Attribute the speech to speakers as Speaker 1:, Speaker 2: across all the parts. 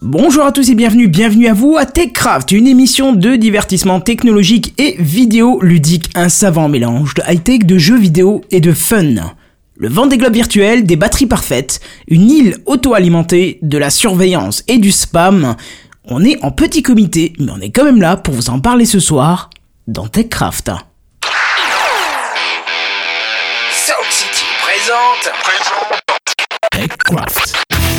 Speaker 1: Bonjour à tous et bienvenue à vous à TechCraft, une émission de divertissement technologique et vidéo ludique, un savant mélange de high-tech, de jeux vidéo et de fun. Le Vendée Globe virtuel, des batteries parfaites, une île auto-alimentée, de la surveillance et du spam. On est en petit comité, mais on est quand même là pour vous en parler ce soir dans TechCraft.
Speaker 2: Sound City présente
Speaker 1: TechCraft.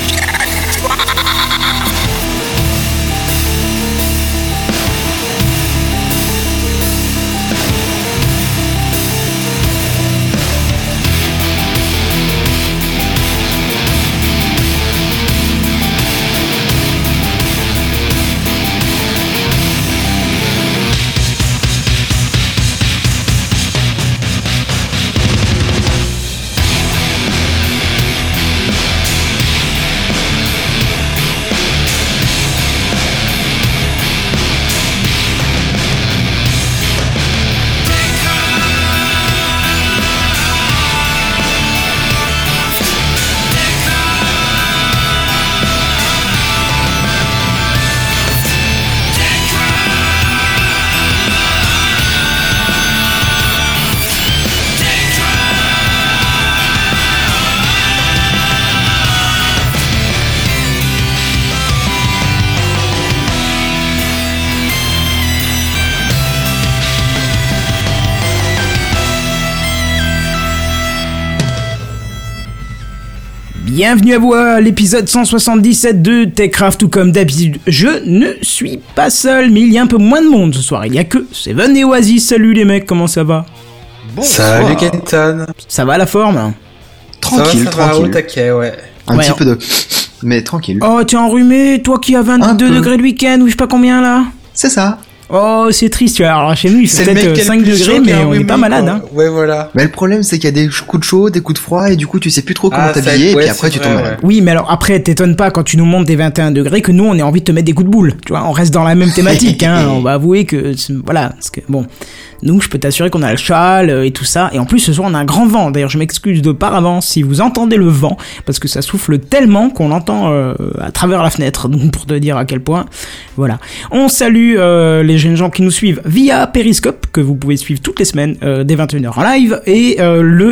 Speaker 1: Bienvenue à vous à l'épisode 177 de TechCraft, tout comme d'habitude. Je ne suis pas seul, mais il y a un peu moins de monde ce soir. Il y a que Seven et Oasis. Salut les mecs, comment ça va?
Speaker 3: Salut Kenton.
Speaker 1: Ça va la forme?
Speaker 3: Tranquille, tranquille. Au taquet, ouais.
Speaker 4: Un petit peu de... mais tranquille.
Speaker 1: Oh, t'es enrhumé, toi qui as 22 degrés le week-end, ou je sais pas combien là?
Speaker 4: C'est ça.
Speaker 1: Oh, c'est triste, tu vois. Alors chez nous, il fait peut-être 5 degrés, mais on est pas malade, hein.
Speaker 3: Ouais, voilà.
Speaker 4: Mais le problème, c'est qu'il y a des coups de chaud, des coups de froid, et du coup, tu sais plus trop comment t'habiller, et puis après, tu tombes malade.
Speaker 1: Oui, mais alors après, t'étonnes pas quand tu nous montes des 21 degrés que nous, on ait envie de te mettre des coups de boule. Tu vois, on reste dans la même thématique, hein. On va avouer que, voilà, parce que bon, nous, je peux t'assurer qu'on a le châle et tout ça. Et en plus, ce soir, on a un grand vent. D'ailleurs, je m'excuse de par avance si vous entendez le vent, parce que ça souffle tellement qu'on l'entend à travers la fenêtre. Donc, pour te dire à quel point, voilà. On salue les jeunes gens qui nous suivent via Periscope, que vous pouvez suivre toutes les semaines dès 21h en live, et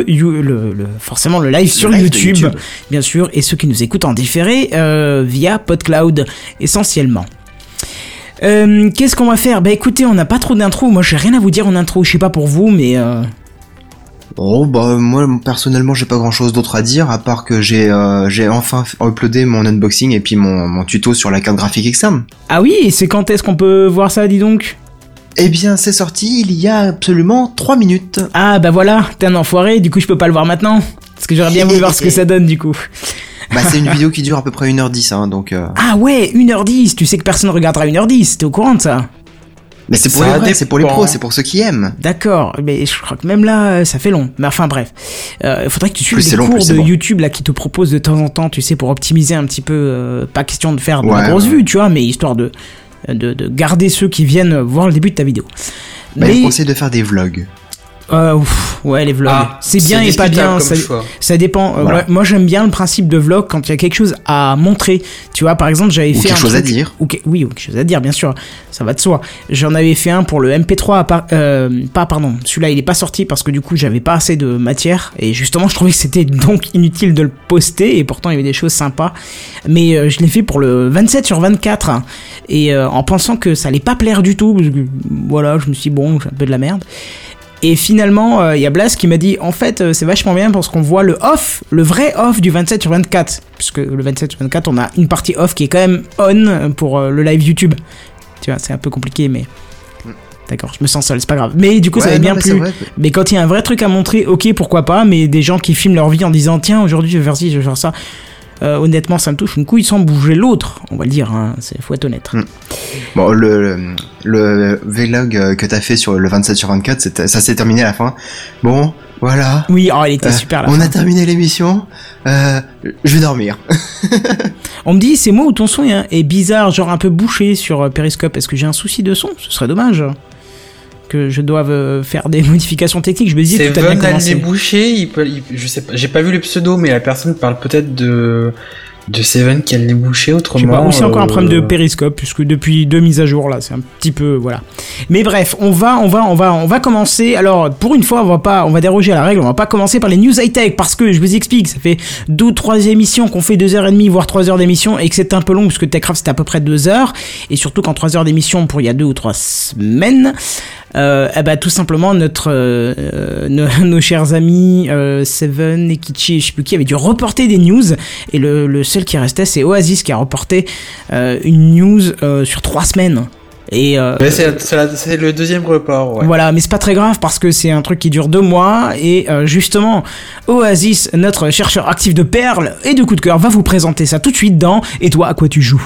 Speaker 1: forcément le live sur YouTube, bien sûr, et ceux qui nous écoutent en différé via PodCloud essentiellement. Qu'est-ce qu'on va faire? Bah écoutez, on n'a pas trop d'intro, moi j'ai rien à vous dire en intro, je sais pas pour vous, mais
Speaker 4: Oh bah moi personnellement j'ai pas grand chose d'autre à dire à part que j'ai enfin uploadé mon unboxing et puis mon tuto sur la carte graphique externe.
Speaker 1: Ah oui, et c'est quand est-ce qu'on peut voir ça, dis donc?
Speaker 4: Eh bien c'est sorti il y a absolument 3 minutes.
Speaker 1: Ah bah voilà, t'es un enfoiré, du coup je peux pas le voir maintenant, parce que j'aurais bien voulu voir ce que ça donne du coup.
Speaker 4: Bah c'est une vidéo qui dure à peu près 1h10 hein, donc
Speaker 1: Ah ouais, 1h10, tu sais que personne regardera 1h10, t'es au courant de ça?
Speaker 4: Mais c'est pour les vrais, c'est pour les pros, c'est pour ceux qui aiment.
Speaker 1: D'accord, mais je crois que même là, ça fait long. Mais enfin bref, il faudrait que tu suives les cours de YouTube là qui te proposent de temps en temps, tu sais, pour optimiser un petit peu. Pas question de faire de la grosse vue, tu vois, mais histoire de garder ceux qui viennent voir le début de ta vidéo.
Speaker 4: Mais il conseille de faire des vlogs.
Speaker 1: Ouais, les vlogs. C'est bien et pas bien, ça dépend.
Speaker 4: Voilà.
Speaker 1: Moi, j'aime bien le principe de vlog quand il y a quelque chose à montrer. Tu vois, par exemple, j'avais fait
Speaker 4: quelque chose à dire.
Speaker 1: Oui, ou quelque chose à dire, bien sûr. Ça va de soi. J'en avais fait un pour le MP3 celui-là, il est pas sorti parce que du coup, j'avais pas assez de matière. Et justement, je trouvais que c'était donc inutile de le poster. Et pourtant, il y avait des choses sympas. Mais je l'ai fait pour le 27/24. Hein, et en pensant que ça allait pas plaire du tout. Parce que, voilà, je me suis dit, bon, j'ai un peu de la merde. Et finalement, y a Blas qui m'a dit, en fait, c'est vachement bien parce qu'on voit le vrai off du 27/24. Puisque le 27/24, on a une partie off qui est quand même on pour le live YouTube. Tu vois, c'est un peu compliqué, mais... D'accord, je me sens seul, c'est pas grave. Mais du coup, ça avait bien plu. Mais quand il y a un vrai truc à montrer, ok, pourquoi pas, mais des gens qui filment leur vie en disant, tiens, aujourd'hui, je vais faire ci, je vais faire ça... honnêtement, ça me touche une couille sans bouger l'autre, on va le dire, hein, faut être honnête.
Speaker 4: Bon, le vlog que t'as fait sur le 27/24, ça s'est terminé à la fin. Bon, voilà.
Speaker 1: Oui, il était super là.
Speaker 4: On a terminé l'émission, je vais dormir.
Speaker 1: On me dit, c'est moi ou ton son est bizarre, genre un peu bouché sur Periscope. Est-ce que j'ai un souci de son? Ce serait dommage que je doive faire des modifications techniques. Je me dis, tout a bien commencé.
Speaker 3: C'est bouché, je sais pas, j'ai pas vu le pseudo, mais la personne parle peut-être de Seven qui a les bouchées autrement.
Speaker 1: Je sais pas, ou c'est encore un problème de périscope, puisque depuis 2 mises à jour là, c'est un petit peu voilà. Mais bref, on va commencer. Alors pour une fois, on va déroger à la règle. On va pas commencer par les news high tech parce que je vous explique, ça fait 2 ou 3 émissions qu'on fait 2h30 voire 3 heures d'émission et que c'est un peu long parce que TechCraft c'était à peu près 2 heures et surtout qu'en 3 heures d'émission pour il y a 2 ou 3 semaines. Tout simplement nos chers amis Seven et Kichi, je sais plus qui, avaient dû reporter des news et le seul qui restait c'est Oasis qui a reporté une news sur 3 semaines. Et
Speaker 3: c'est le deuxième report. Ouais.
Speaker 1: Voilà, mais c'est pas très grave parce que c'est un truc qui dure 2 mois et justement Oasis, notre chercheur actif de perles et de coups de cœur, va vous présenter ça tout de suite dans Et toi, à quoi tu joues ?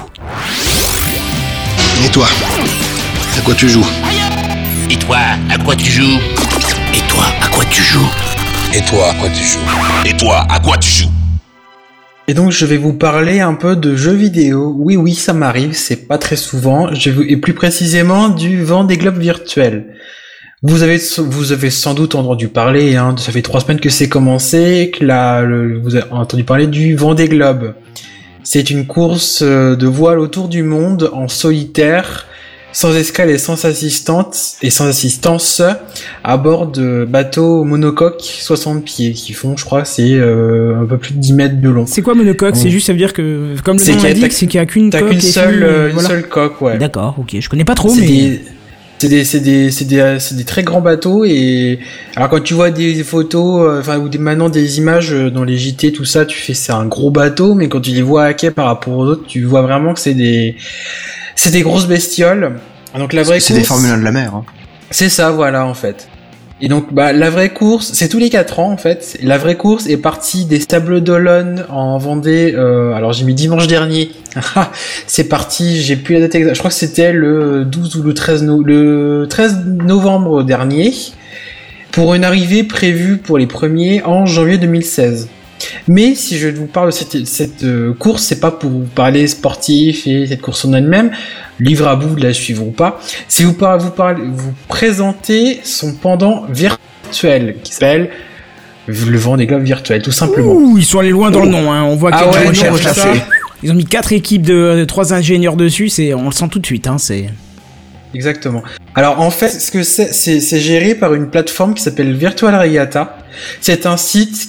Speaker 5: Et toi, à quoi tu joues ?
Speaker 6: Et toi, à quoi tu joues ? Et toi, à quoi tu joues ?
Speaker 5: Et toi, à quoi tu joues ?
Speaker 6: Et toi, à quoi tu joues ?
Speaker 3: Et donc je vais vous parler un peu de jeux vidéo. Oui, ça m'arrive, c'est pas très souvent. Et plus précisément du Vendée Globe virtuel. Vous avez sans doute entendu parler, hein, ça fait 3 semaines que c'est commencé, que vous avez entendu parler du Vendée Globe. C'est une course de voile autour du monde en solitaire, sans escale et sans assistance, à bord de bateaux monocoques 60 pieds, qui font, je crois, c'est un peu plus de 10 mètres de long.
Speaker 1: C'est quoi monocoque ? C'est juste, ça veut dire que, comme le nom l'indique, c'est qu'il y a qu'une coque.
Speaker 3: T'as qu'une seule coque, ouais.
Speaker 1: D'accord, ok, je connais pas trop,
Speaker 3: C'est des très grands bateaux et alors quand tu vois des photos, maintenant des images dans les JT, tout ça, tu fais c'est un gros bateau, mais quand tu les vois à quai par rapport aux autres, tu vois vraiment que c'est des grosses bestioles. Donc la vraie course,
Speaker 4: c'est des Formule 1 de la mer. Hein.
Speaker 3: C'est ça, voilà en fait. Et donc la vraie course, c'est tous les 4 ans en fait. La vraie course est partie des Sables d'Olonne en Vendée. Alors j'ai mis dimanche dernier. C'est parti, j'ai plus la date exacte. Je crois que c'était le 12 ou le 13 novembre dernier. Pour une arrivée prévue pour les premiers en janvier 2016. Mais si je vous parle de cette course, c'est pas pour vous parler sportif et cette course en elle-même. Livre à bout, la suivront pas. C'est vous présenter son pendant virtuel qui s'appelle le Vendée Globe virtuel, tout simplement.
Speaker 1: Ouh, ils sont allés loin dans le nom, hein. On voit qu'il y a
Speaker 3: une
Speaker 1: recherche là. Ils ont mis 4 équipes de 3 ingénieurs dessus, on le sent tout de suite, hein, c'est...
Speaker 3: Exactement. Alors en fait, ce que c'est géré par une plateforme qui s'appelle Virtual Regatta. C'est un site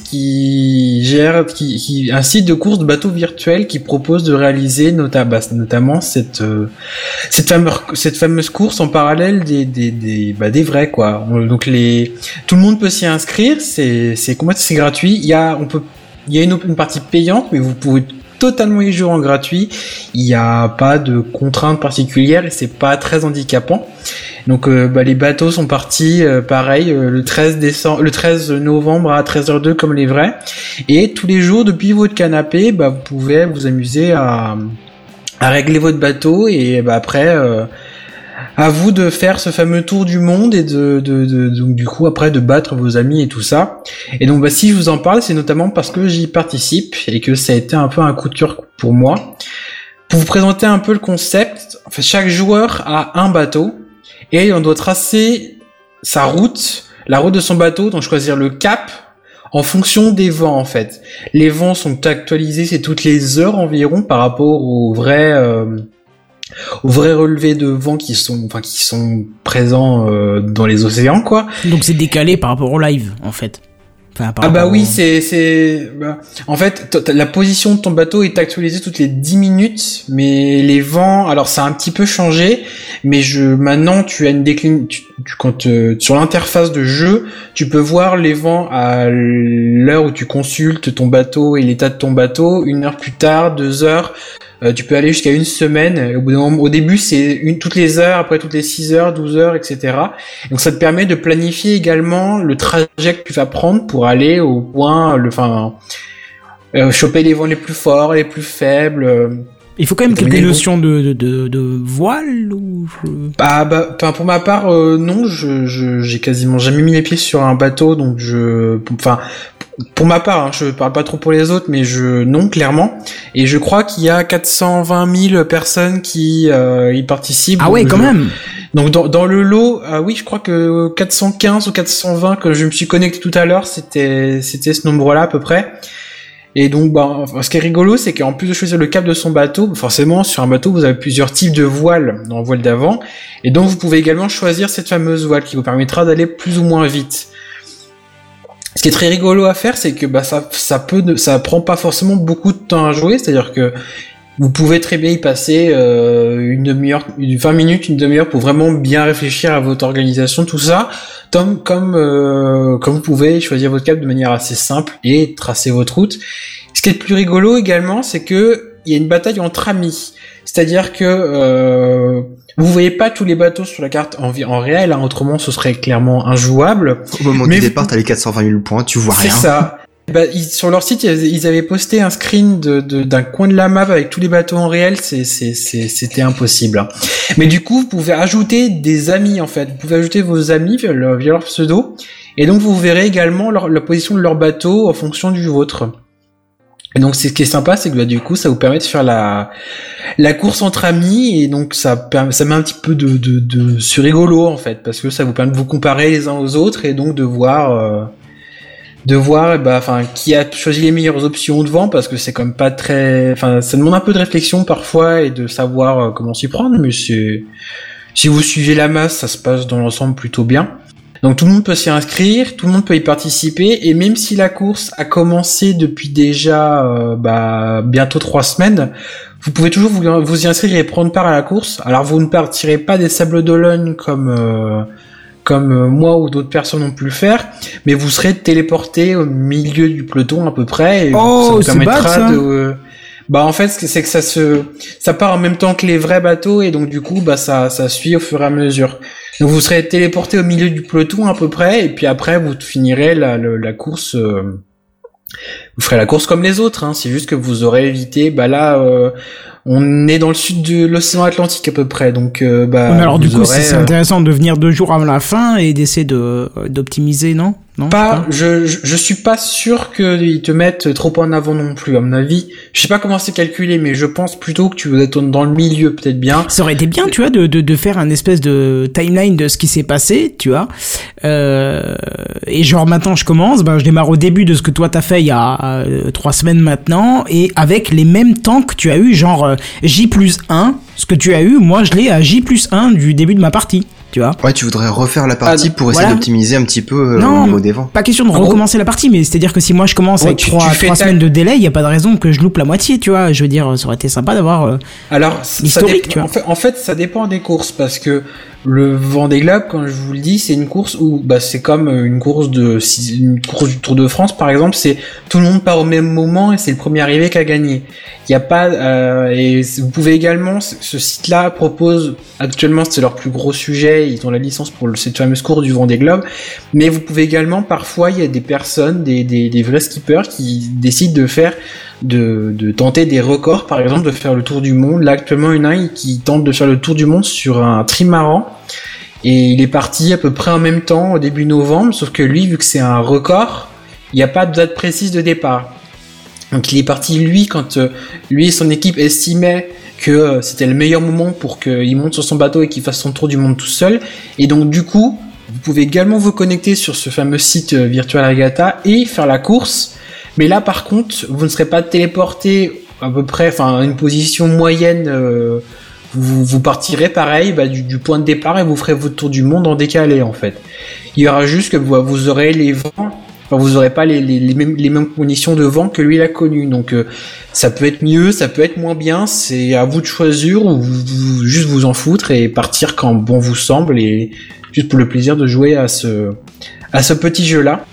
Speaker 3: un site de course de bateaux virtuels qui propose de réaliser notamment cette fameuse course en parallèle des vrais quoi. Donc tout le monde peut s'y inscrire, c'est gratuit. Il y a une partie payante, mais vous pouvez totalement y jouer en gratuit. Il n'y a pas de contraintes particulières et c'est pas très handicapant. Donc les bateaux sont partis pareil le 13 novembre à 13h02 comme les vrais. Et tous les jours depuis votre canapé, vous pouvez vous amuser à régler votre bateau et après à vous de faire ce fameux tour du monde et donc du coup après de battre vos amis et tout ça. Et donc si je vous en parle, c'est notamment parce que j'y participe et que ça a été un peu un coup de cœur pour moi. Pour vous présenter un peu le concept, en fait, chaque joueur a un bateau et on doit tracer sa route, la route de son bateau, donc choisir le cap en fonction des vents en fait. Les vents sont actualisés, c'est toutes les heures environ par rapport aux vrais relevés de vent qui sont présents dans les océans quoi.
Speaker 1: Donc c'est décalé par rapport au live en fait.
Speaker 3: Oui, en fait, la position de ton bateau est actualisée toutes les 10 minutes, mais les vents, alors ça a un petit peu changé, mais maintenant tu as une sur l'interface de jeu, tu peux voir les vents à l'heure où tu consultes ton bateau et l'état de ton bateau, 1 heure plus tard, 2 heures, tu peux aller jusqu'à 1 semaine. Au début, c'est toutes les heures, après toutes les 6 heures, 12 heures, etc. Donc ça te permet de planifier également le trajet que tu vas prendre pour aller au point, choper les vents les plus forts, les plus faibles.
Speaker 1: Il faut quand même quelques notions de voile ou
Speaker 3: pour ma part, non, j'ai quasiment jamais mis les pieds sur un bateau, donc pour ma part, hein, je parle pas trop pour les autres, mais non, clairement. Et je crois qu'il y a 420 000 personnes qui y participent.
Speaker 1: Ah ouais, quand même.
Speaker 3: Donc dans le lot, oui, je crois que 415 ou 420 que je me suis connecté tout à l'heure, c'était ce nombre-là à peu près. Et donc, ce qui est rigolo, c'est qu'en plus de choisir le cap de son bateau, forcément, sur un bateau, vous avez plusieurs types de voiles dans la voile d'avant. Et donc, vous pouvez également choisir cette fameuse voile qui vous permettra d'aller plus ou moins vite. Ce qui est très rigolo à faire, c'est que, ça prend pas forcément beaucoup de temps à jouer. C'est-à-dire que vous pouvez très bien y passer, une demi-heure, 20 minutes, une demi-heure pour vraiment bien réfléchir à votre organisation, tout ça. Comme vous pouvez choisir votre cap de manière assez simple et tracer votre route. Ce qui est le plus rigolo également, c'est que il y a une bataille entre amis. C'est-à-dire que vous voyez pas tous les bateaux sur la carte en réel, hein, autrement ce serait clairement injouable.
Speaker 4: Au moment du départ, t'as les 420 000 points, tu vois rien.
Speaker 3: C'est ça. Sur leur site, ils avaient posté un screen d'un coin de la map avec tous les bateaux en réel, c'était impossible. Hein. Mais du coup, vous pouvez ajouter des amis, en fait. Vous pouvez ajouter vos amis via leur pseudo. Et donc, vous verrez également la position de leur bateau en fonction du vôtre. Et donc, ce qui est sympa, c'est que du coup, ça vous permet de faire la course entre amis. Et donc, ça met un petit peu de sur rigolo, en fait. Parce que ça vous permet de vous comparer les uns aux autres et donc de voir qui a choisi les meilleures options devant, parce que c'est quand même pas très, ça demande un peu de réflexion parfois et de savoir comment s'y prendre, mais si vous suivez la masse, ça se passe dans l'ensemble plutôt bien. Donc tout le monde peut s'y inscrire, tout le monde peut y participer, et même si la course a commencé depuis déjà bientôt 3 semaines, vous pouvez toujours vous y inscrire et prendre part à la course. Alors vous ne partirez pas des Sables d'Olonne comme moi ou d'autres personnes ont pu le faire, mais vous serez téléporté au milieu du peloton à peu près, et ça vous permettra de... en fait, c'est que ça part en même temps que les vrais bateaux, et donc du coup, ça suit au fur et à mesure. Donc vous serez téléporté au milieu du peloton à peu près, et puis après vous finirez la course... vous ferez la course comme les autres, hein. C'est juste que vous aurez évité, on est dans le sud de l'océan Atlantique à peu près, donc
Speaker 1: mais alors du coup c'est intéressant de venir 2 jours avant la fin et d'essayer d'optimiser, non
Speaker 3: je suis pas sûr qu'ils te mettent trop en avant non plus, à mon avis. Je sais pas comment c'est calculé, mais je pense plutôt que tu vas être dans le milieu, peut-être bien.
Speaker 1: Ça aurait été bien, tu vois, de faire un espèce de timeline de ce qui s'est passé, tu vois. Et genre maintenant je commence, je démarre au début de ce que toi t'as fait il y a 3 semaines maintenant, et avec les mêmes temps que tu as eu, genre J+1, ce que tu as eu, moi je l'ai à J+1 du début de ma partie. Tu vois.
Speaker 4: Ouais, tu voudrais refaire la partie pour essayer d'optimiser un petit peu au niveau des vents.
Speaker 1: Pas question de recommencer la partie, mais c'est-à-dire que si moi je commence avec 3 semaines de délai, il y a pas de raison que je loupe la moitié, tu vois. Je veux dire, ça aurait été sympa d'avoir l'historique, tu vois.
Speaker 3: En fait, ça dépend des courses, parce que le Vendée Globe, quand je vous le dis, c'est une course où c'est comme une course du Tour de France par exemple, c'est tout le monde part au même moment et c'est le premier arrivé qui a gagné. Il y a pas et vous pouvez également, ce site-là propose actuellement, c'est leur plus gros sujet, ils ont la licence pour cette fameuse course du Vendée Globe, mais vous pouvez également, parfois il y a des personnes, des vrais skippers qui décident de tenter des records, par exemple de faire le tour du monde. Là actuellement, il y en a un qui tente de faire le tour du monde sur un trimaran, et il est parti à peu près en même temps au début novembre, sauf que lui, vu que c'est un record, il n'y a pas de date précise de départ. Donc il est parti lui quand lui et son équipe estimaient que c'était le meilleur moment pour qu'il monte sur son bateau et qu'il fasse son tour du monde tout seul. Et donc du coup, vous pouvez également vous connecter sur ce fameux site Virtual Regatta et faire la course. Mais là, par contre, vous ne serez pas téléporté à peu près, une position moyenne. Vous partirez pareil du point de départ et vous ferez votre tour du monde en décalé en fait. Il y aura juste que vous aurez les vents, vous aurez pas les mêmes conditions de vent que lui il a connu. Donc ça peut être mieux, ça peut être moins bien. C'est à vous de choisir, ou juste vous en foutre et partir quand bon vous semble, et juste pour le plaisir de jouer à ce petit jeu là.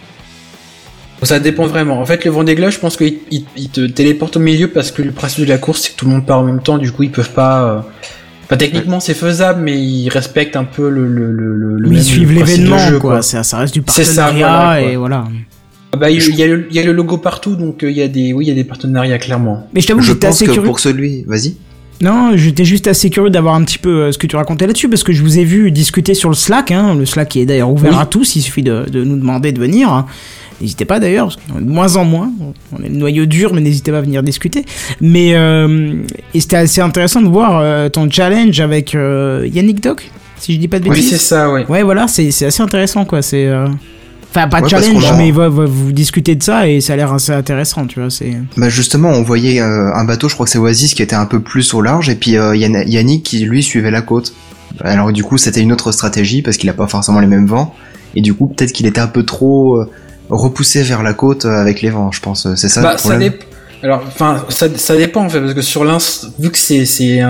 Speaker 3: Ça dépend vraiment. En fait, le Vendée Globe, je pense qu'il te téléporte au milieu parce que le principe de la course, c'est que tout le monde part en même temps. Du coup, ils peuvent pas. Techniquement, c'est faisable, mais ils respectent un peu le.
Speaker 1: Ils suivent l'événement, quoi. Ça reste du partenariat, et voilà.
Speaker 3: Il y a le logo partout, donc il y a des partenariats clairement.
Speaker 1: Mais je t'avoue, j'étais assez curieux.
Speaker 4: Pour celui, vas-y.
Speaker 1: Non, j'étais juste assez curieux d'avoir un petit peu ce que tu racontais là-dessus, parce que je vous ai vu discuter sur le Slack, le Slack qui est d'ailleurs ouvert à tous. Il suffit de nous demander de venir. N'hésitez pas d'ailleurs, parce qu'on est de moins en moins, on est le noyau dur, mais n'hésitez pas à venir discuter. Mais et c'était assez intéressant de voir ton challenge avec Yannick Doc, si je dis pas de bêtises.
Speaker 3: Oui, c'est ça, ouais.
Speaker 1: Ouais, voilà, c'est assez intéressant, quoi. Enfin, pas de
Speaker 4: Ouais, parce
Speaker 1: challenge,
Speaker 4: qu'on a-
Speaker 1: mais vous discutez de ça et ça a l'air assez intéressant, tu vois. C'est.
Speaker 4: Bah justement, on voyait un bateau, je crois que c'est Oasis, qui était un peu plus au large, et puis Yannick qui lui suivait la côte. Alors du coup, c'était une autre stratégie parce qu'il a pas forcément les mêmes vents, et du coup, peut-être qu'il était un peu trop repoussé vers la côte avec les vents, je pense. C'est ça le
Speaker 3: Bah, ça
Speaker 4: problème.
Speaker 3: dépend. Alors, enfin, ça dépend en fait, parce que sur vu que c'est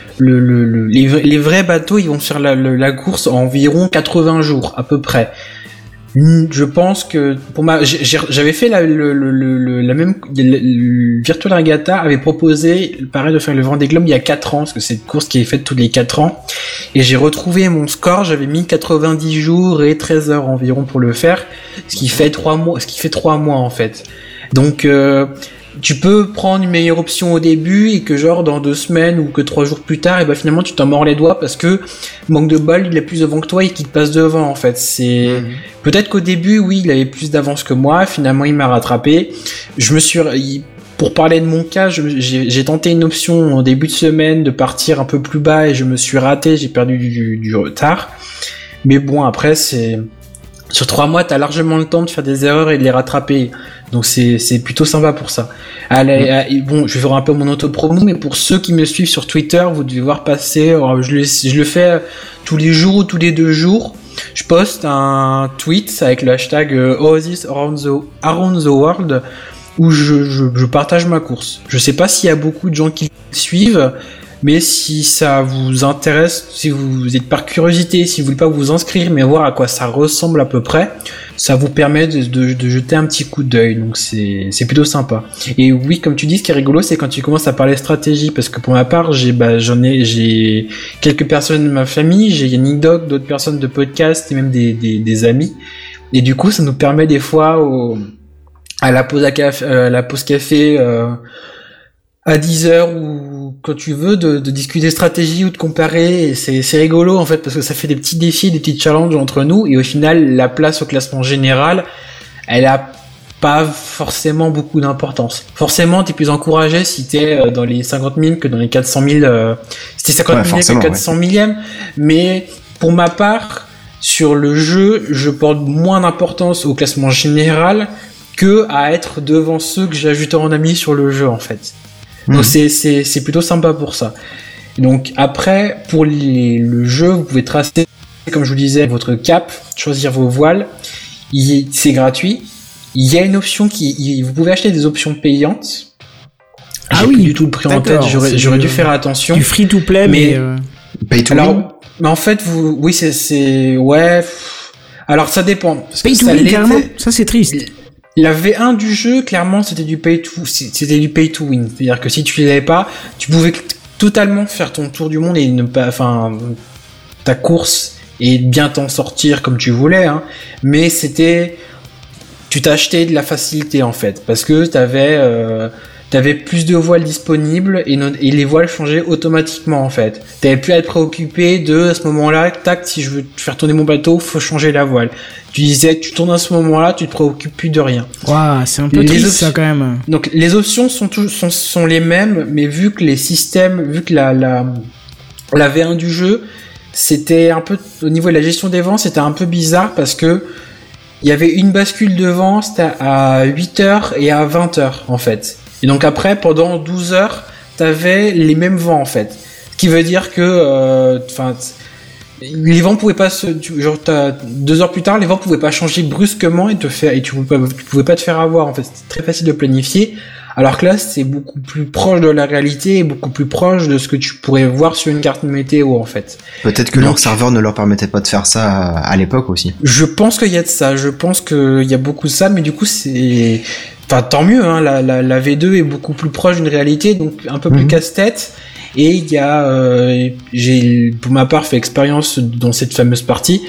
Speaker 3: les vrais bateaux, ils vont faire la course en environ 80 jours à peu près. Je pense que j'avais fait la même Virtual Regatta avait proposé pareil de faire le Vendée Globe il y a 4 ans, parce que c'est une course qui est faite tous les 4 ans, et j'ai retrouvé mon score, j'avais mis 90 jours et 13 heures environ pour le faire, ce qui fait 3 mois en fait. Donc tu peux prendre une meilleure option au début et que genre dans 2 semaines ou que 3 jours plus tard, et ben finalement tu t'en mords les doigts parce que manque de bol, il a plus de vent que toi et qu'il te passe devant en fait. C'est peut-être qu'au début oui il avait plus d'avance que moi, finalement il m'a rattrapé. Pour parler de mon cas, j'ai tenté une option en début de semaine de partir un peu plus bas et je me suis raté, j'ai perdu du retard. Mais bon après sur 3 mois, t'as largement le temps de faire des erreurs et de les rattraper. Donc c'est plutôt sympa pour ça. Bon, je vais faire un peu mon auto-promo, mais pour ceux qui me suivent sur Twitter, vous devez voir passer, je le fais tous les jours ou tous les 2 jours. Je poste un tweet avec le hashtag Oasis Around the World où je partage ma course. Je sais pas s'il y a beaucoup de gens qui suivent, mais si ça vous intéresse, si vous êtes par curiosité, si vous voulez pas vous inscrire, mais voir à quoi ça ressemble à peu près, ça vous permet de jeter un petit coup d'œil, donc c'est plutôt sympa. Et oui, comme tu dis, ce qui est rigolo, c'est quand tu commences à parler stratégie, parce que pour ma part, j'ai quelques personnes de ma famille, j'ai Yannick Dog, d'autres personnes de podcast et même des amis, et du coup, ça nous permet des fois à la pause café, à 10h ou quand tu veux de discuter stratégie ou de comparer, et c'est rigolo en fait parce que ça fait des petits défis, des petits challenges entre nous, et au final la place au classement général elle a pas forcément beaucoup d'importance. Forcément t'es plus encouragé si t'es dans les 50 000 que dans les 400 000 si t'es 50 000 que 400 millième, mais pour ma part sur le jeu je porte moins d'importance au classement général que à être devant ceux que j'ai ajoutés en ami sur le jeu en fait. Donc c'est plutôt sympa pour ça. Donc après, pour le jeu, vous pouvez tracer, comme je vous disais, votre cap, choisir vos voiles. C'est gratuit. Il y a une option vous pouvez acheter des options payantes.
Speaker 1: Ah
Speaker 3: J'ai
Speaker 1: oui,
Speaker 3: plus du tout le prix en tête. J'aurais dû faire attention.
Speaker 1: Du free to play, mais
Speaker 4: Pay to win.
Speaker 3: Mais en fait, oui, c'est ouais. Alors ça dépend.
Speaker 1: pay to win carrément. Ça c'est triste.
Speaker 3: La V1 du jeu, clairement, c'était du pay to win. C'est-à-dire que si tu l'avais pas, tu pouvais totalement faire ton tour du monde et ne pas, ta course et bien t'en sortir comme tu voulais, hein. Mais tu t'achetais de la facilité, en fait. Parce que t'avais plus de voiles disponibles et les voiles changeaient automatiquement, en fait. T'avais plus à être préoccupé à ce moment-là, tac, si je veux faire tourner mon bateau, faut changer la voile. Tu disais, tu tournes à ce moment-là, tu te préoccupes plus de rien.
Speaker 1: Waouh, c'est un peu triste ça quand même.
Speaker 3: Donc les options sont les mêmes, mais vu que la V1 du jeu, c'était un peu, au niveau de la gestion des vents, c'était un peu bizarre parce que il y avait une bascule de vent, c'était à 8h et à 20h, en fait. Et donc après, pendant 12 heures, t'avais les mêmes vents, en fait. Ce qui veut dire que, les vents pouvaient pas 2 heures plus tard, les vents pouvaient pas changer brusquement et tu pouvais pas te faire avoir, en fait. C'était très facile de planifier. Alors que là, c'est beaucoup plus proche de la réalité et beaucoup plus proche de ce que tu pourrais voir sur une carte météo, en fait.
Speaker 4: Peut-être que leur serveur ne leur permettait pas de faire ça à l'époque aussi.
Speaker 3: Je pense qu'il y a de ça. Je pense qu'il y a beaucoup de ça, mais du coup, tant mieux, hein. La V2 est beaucoup plus proche d'une réalité, donc un peu plus casse-tête. Et il y a, j'ai pour ma part fait expérience dans cette fameuse partie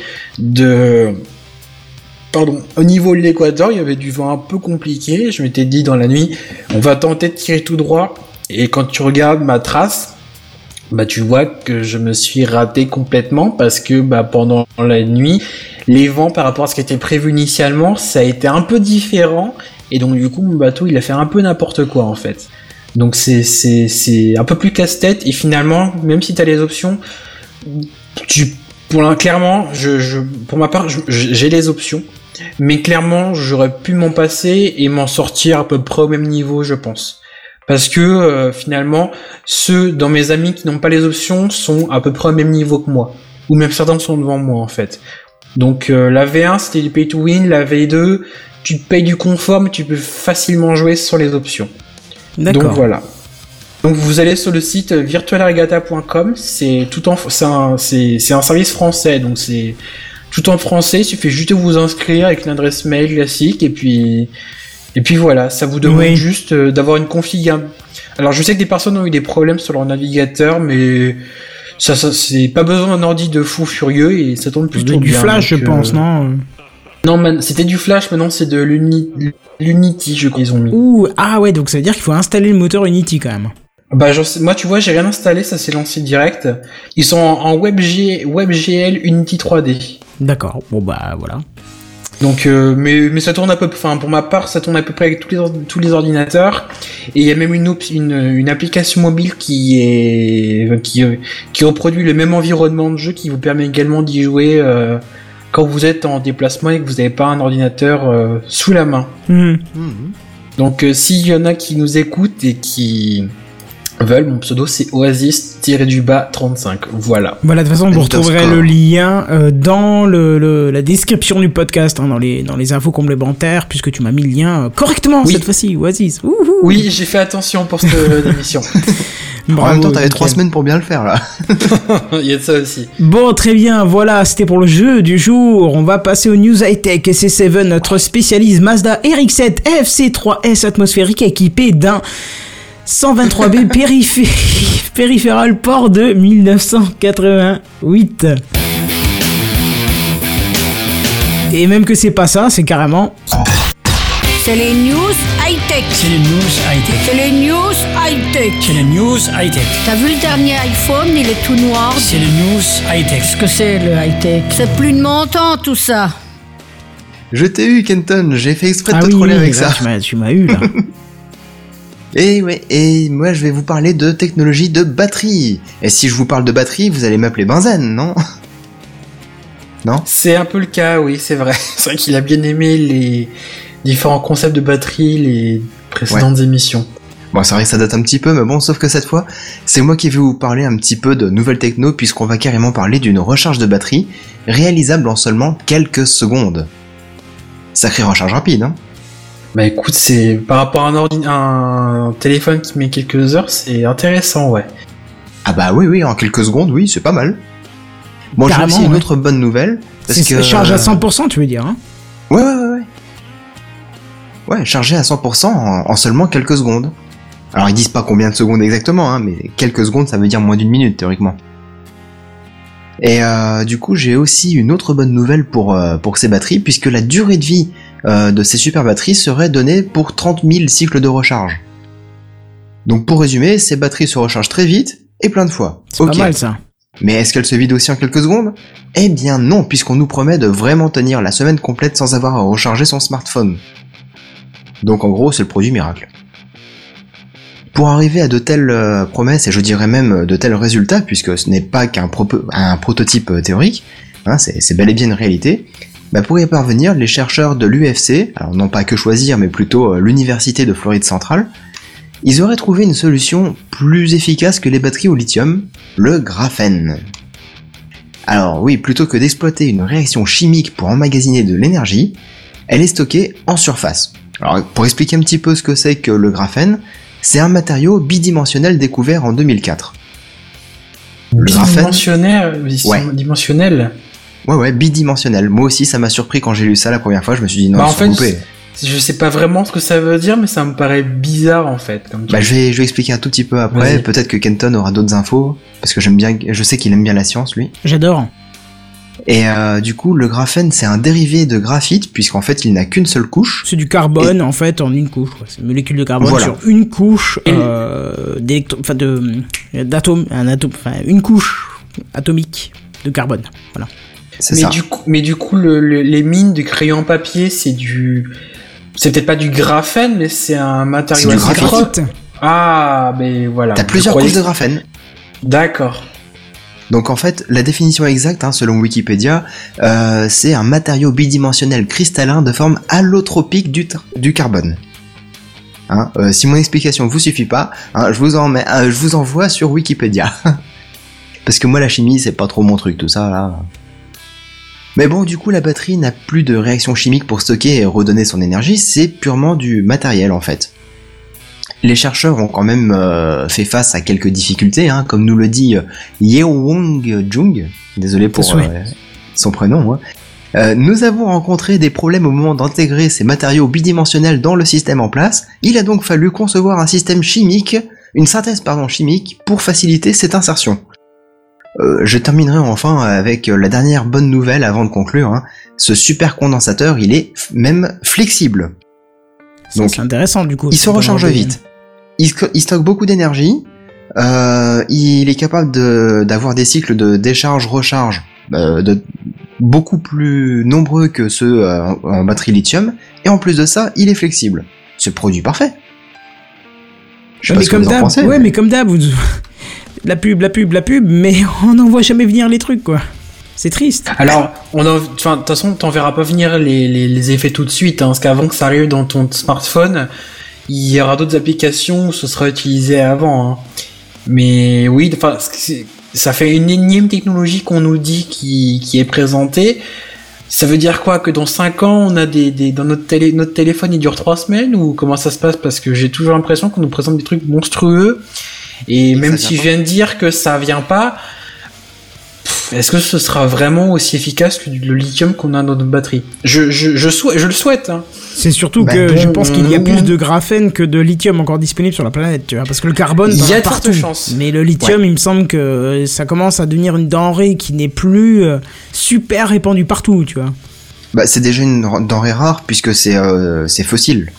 Speaker 3: au niveau de l'équateur, il y avait du vent un peu compliqué. Je m'étais dit dans la nuit, on va tenter de tirer tout droit. Et quand tu regardes ma trace, tu vois que je me suis raté complètement parce que pendant la nuit, les vents par rapport à ce qui était prévu initialement, ça a été un peu différent. Et donc du coup, mon bateau, il a fait un peu n'importe quoi en fait. Donc c'est un peu plus casse-tête, et finalement, même si t'as les options, clairement, pour ma part, j'ai les options. mais clairement, j'aurais pu m'en passer et m'en sortir à peu près au même niveau, je pense. Parce que finalement, ceux dans mes amis qui n'ont pas les options sont à peu près au même niveau que moi. Ou même certains sont devant moi, en fait. Donc la V1, c'était du pay to win. La V2, tu te payes du confort, mais tu peux facilement jouer sur les options.
Speaker 1: D'accord.
Speaker 3: Donc voilà. Donc vous allez sur le site virtualregatta.com. C'est un service français, donc c'est tout en français. Il suffit juste de vous inscrire avec une adresse mail classique et puis voilà. Ça vous demande juste d'avoir une config. Alors je sais que des personnes ont eu des problèmes sur leur navigateur, mais ça c'est pas besoin d'un ordi de fou furieux et ça tourne plutôt bien.
Speaker 1: Du Flash,
Speaker 3: donc,
Speaker 1: je pense, non?
Speaker 3: Non, c'était du Flash, maintenant c'est de l'Unity, je crois qu'ils ont mis.
Speaker 1: Ouh, ah ouais, donc ça veut dire qu'il faut installer le moteur Unity quand même.
Speaker 3: Bah, moi, tu vois, j'ai rien installé, ça s'est lancé direct. Ils sont en WebGL Unity 3D.
Speaker 1: D'accord, bon bah voilà.
Speaker 3: Donc, mais ça tourne à peu, enfin, pour ma part, ça tourne à peu près avec tous les ordinateurs. Et il y a même une application mobile qui reproduit le même environnement de jeu qui vous permet également d'y jouer, quand vous êtes en déplacement et que vous n'avez pas un ordinateur sous la main. Donc s'il y en a qui nous écoutent et qui veulent, mon pseudo c'est Oasis-35. Voilà.
Speaker 1: Voilà, de toute façon, vous retrouverez le lien dans la description du podcast, hein, dans les infos complémentaires, puisque tu m'as mis le lien correctement cette fois-ci, Oasis. Ouhou.
Speaker 3: Oui, j'ai fait attention pour cette émission.
Speaker 4: En même temps, t'avais 3 semaines pour bien le faire, là.
Speaker 3: Il y a de ça aussi.
Speaker 1: Bon, très bien, voilà, c'était pour le jeu du jour. On va passer aux news high-tech. Et c'est Seven, notre spécialiste Mazda RX-7 FC3S atmosphérique équipé d'un 123B périphéral port de 1988. Et même que c'est pas ça, c'est carrément...
Speaker 7: C'est les news high-tech.
Speaker 8: C'est les news high-tech.
Speaker 7: C'est les news high-tech.
Speaker 8: C'est les news high-tech.
Speaker 7: T'as vu le dernier iPhone, il est tout noir.
Speaker 8: C'est les news high-tech.
Speaker 7: Qu'est-ce que c'est le high-tech? C'est plus de mon temps tout ça.
Speaker 4: Je t'ai eu, Kenton, j'ai fait exprès de te troller avec ça.
Speaker 1: Tu m'as eu là.
Speaker 4: Et ouais, et moi je vais vous parler de technologie de batterie. Et si je vous parle de batterie, vous allez m'appeler Benzen, non? Non?
Speaker 3: C'est un peu le cas, oui, c'est vrai. C'est vrai qu'il a bien aimé les différents concepts de batterie, les précédentes émissions.
Speaker 4: Bon, c'est vrai que ça date un petit peu, mais bon, sauf que cette fois, c'est moi qui vais vous parler un petit peu de nouvelles techno, puisqu'on va carrément parler d'une recharge de batterie réalisable en seulement quelques secondes. Sacrée recharge rapide, hein?
Speaker 3: Bah écoute, c'est par rapport à un téléphone qui met quelques heures, c'est intéressant, ouais.
Speaker 4: Ah bah oui, en quelques secondes, oui, c'est pas mal. Bon, j'ai aussi une autre bonne nouvelle.
Speaker 1: Parce que charge à 100%, tu veux dire, hein?
Speaker 4: Ouais. Ouais, chargé à 100% en seulement quelques secondes. Alors ils disent pas combien de secondes exactement, hein, mais quelques secondes, ça veut dire moins d'une minute, théoriquement. Et du coup, j'ai aussi une autre bonne nouvelle pour ces batteries, puisque la durée de vie de ces super batteries serait donnée pour 30 000 cycles de recharge. Donc pour résumer, ces batteries se rechargent très vite et plein de fois.
Speaker 1: C'est pas mal ça.
Speaker 4: Mais est-ce qu'elles se vident aussi en quelques secondes? Eh bien non, puisqu'on nous promet de vraiment tenir la semaine complète sans avoir à recharger son smartphone. Donc en gros, c'est le produit miracle. Pour arriver à de telles promesses, et je dirais même de tels résultats, puisque ce n'est pas qu'un prototype théorique, hein, c'est bel et bien une réalité, bah pour y parvenir, les chercheurs de l'UFC, alors non pas que choisir, mais plutôt l'Université de Floride Centrale, ils auraient trouvé une solution plus efficace que les batteries au lithium, le graphène. Alors oui, plutôt que d'exploiter une réaction chimique pour emmagasiner de l'énergie, elle est stockée en surface. Alors pour expliquer un petit peu ce que c'est que le graphène, c'est un matériau bidimensionnel découvert en 2004.
Speaker 3: Bidimensionnel.
Speaker 4: Ouais, bidimensionnel. Moi aussi, ça m'a surpris quand j'ai lu ça la première fois. Je me suis dit non,
Speaker 3: en fait, je sais pas vraiment ce que ça veut dire, mais ça me paraît bizarre en fait.
Speaker 4: Je vais expliquer un tout petit peu après.
Speaker 3: Vas-y.
Speaker 4: Peut-être que Kenton aura d'autres infos, parce que je sais qu'il aime bien la science, lui.
Speaker 1: J'adore.
Speaker 4: Et du coup, le graphène, c'est un dérivé de graphite, puisqu'en fait, il n'a qu'une seule couche.
Speaker 1: C'est du carbone, en fait, en une couche. C'est une molécule de carbone sur une couche une couche atomique de carbone. Voilà.
Speaker 4: C'est ça.
Speaker 3: Mais du coup, les mines de crayon papier, c'est peut-être pas du graphène, mais c'est un matériau
Speaker 4: assez
Speaker 3: graphite. Ah, mais voilà.
Speaker 4: T'as plusieurs couches de graphène.
Speaker 3: D'accord.
Speaker 4: Donc en fait, la définition exacte, selon Wikipédia, c'est un matériau bidimensionnel cristallin de forme allotropique du carbone. Si mon explication vous suffit pas, je vous envoie sur Wikipédia. Parce que moi la chimie c'est pas trop mon truc tout ça là. Mais bon, du coup la batterie n'a plus de réaction chimique pour stocker et redonner son énergie, c'est purement du matériel en fait. Les chercheurs ont quand même fait face à quelques difficultés, comme nous le dit Yeowong Jung, désolé pour son prénom. Nous avons rencontré des problèmes au moment d'intégrer ces matériaux bidimensionnels dans le système en place. Il a donc fallu concevoir un système chimique, une synthèse chimique, pour faciliter cette insertion. Je terminerai enfin avec la dernière bonne nouvelle avant de conclure. Ce supercondensateur, il est même flexible. Donc
Speaker 1: c'est intéressant du coup.
Speaker 4: Il se recharge vite. Il stocke beaucoup d'énergie. Il est capable d'avoir des cycles de décharge-recharge beaucoup plus nombreux que ceux en batterie lithium. Et en plus de ça, il est flexible. C'est le produit parfait. Je sais pas ce que vous en pensez.
Speaker 1: Ouais, mais comme d'hab, la pub, mais on n'en voit jamais venir les trucs, quoi. C'est triste.
Speaker 3: Alors, de toute façon, t'en verras pas venir les effets tout de suite, parce qu'avant que ça arrive dans ton smartphone, il y aura d'autres applications où ce sera utilisé avant. Mais oui, ça fait une énième technologie qu'on nous dit qui est présentée. Ça veut dire quoi? Que dans 5 ans, on a dans notre téléphone, il dure 3 semaines? Ou comment ça se passe? Parce que j'ai toujours l'impression qu'on nous présente des trucs monstrueux. Et même si je viens de dire que ça vient pas, est-ce que ce sera vraiment aussi efficace que le lithium qu'on a dans notre batterie? Je le souhaite.
Speaker 1: C'est surtout que je pense qu'il y a plus de graphène que de lithium encore disponible sur la planète, tu vois, parce que le carbone,
Speaker 3: il y a partout.
Speaker 1: Mais le lithium, il me semble que ça commence à devenir une denrée qui n'est plus super répandue partout, tu vois.
Speaker 4: C'est déjà une denrée rare puisque c'est fossile.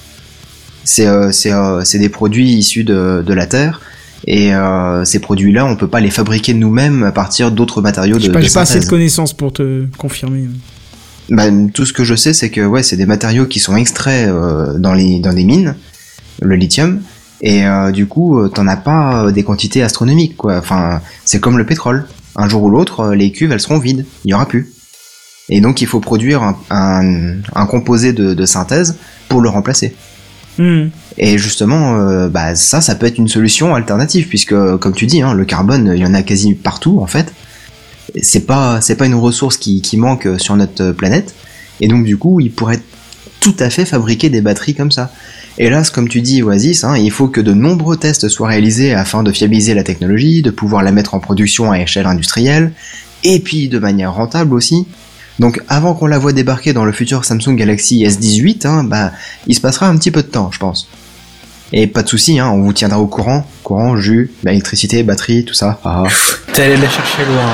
Speaker 4: C'est des produits issus de la terre. Et ces produits-là, on peut pas les fabriquer nous-mêmes à partir d'autres matériaux de synthèse.
Speaker 1: J'ai pas assez de connaissances pour te confirmer.
Speaker 4: Tout ce que je sais, c'est que c'est des matériaux qui sont extraits dans des mines, le lithium, et du coup, t'en as pas des quantités astronomiques, quoi. Enfin, c'est comme le pétrole. Un jour ou l'autre, les cuves, elles seront vides. Il y aura plus. Et donc, il faut produire un composé de synthèse pour le remplacer. Et justement, ça peut être une solution alternative, puisque comme tu dis, le carbone, il y en a quasi partout en fait. C'est pas une ressource qui manque sur notre planète, et donc du coup, il pourrait tout à fait fabriquer des batteries comme ça. Hélas, comme tu dis, Oasis, il faut que de nombreux tests soient réalisés afin de fiabiliser la technologie, de pouvoir la mettre en production à échelle industrielle, et puis de manière rentable aussi. Donc avant qu'on la voie débarquer dans le futur Samsung Galaxy S18, il se passera un petit peu de temps, je pense. Et pas de soucis, on vous tiendra au courant. Courant, jus, électricité, batterie, tout ça.
Speaker 3: T'es allé la chercher loin.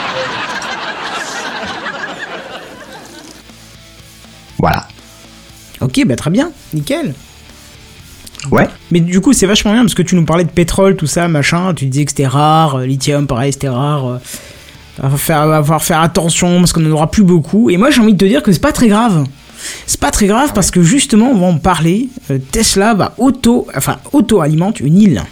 Speaker 4: Voilà.
Speaker 1: Ok, très bien, nickel.
Speaker 4: Ouais.
Speaker 1: Mais du coup, c'est vachement bien parce que tu nous parlais de pétrole, tout ça, machin. Tu disais que c'était rare, lithium, pareil, c'était rare. Va faire attention parce qu'on n'en aura plus beaucoup. Et moi j'ai envie de te dire que c'est pas très grave. C'est pas très grave parce que justement on va en parler. Tesla va auto-alimente une île.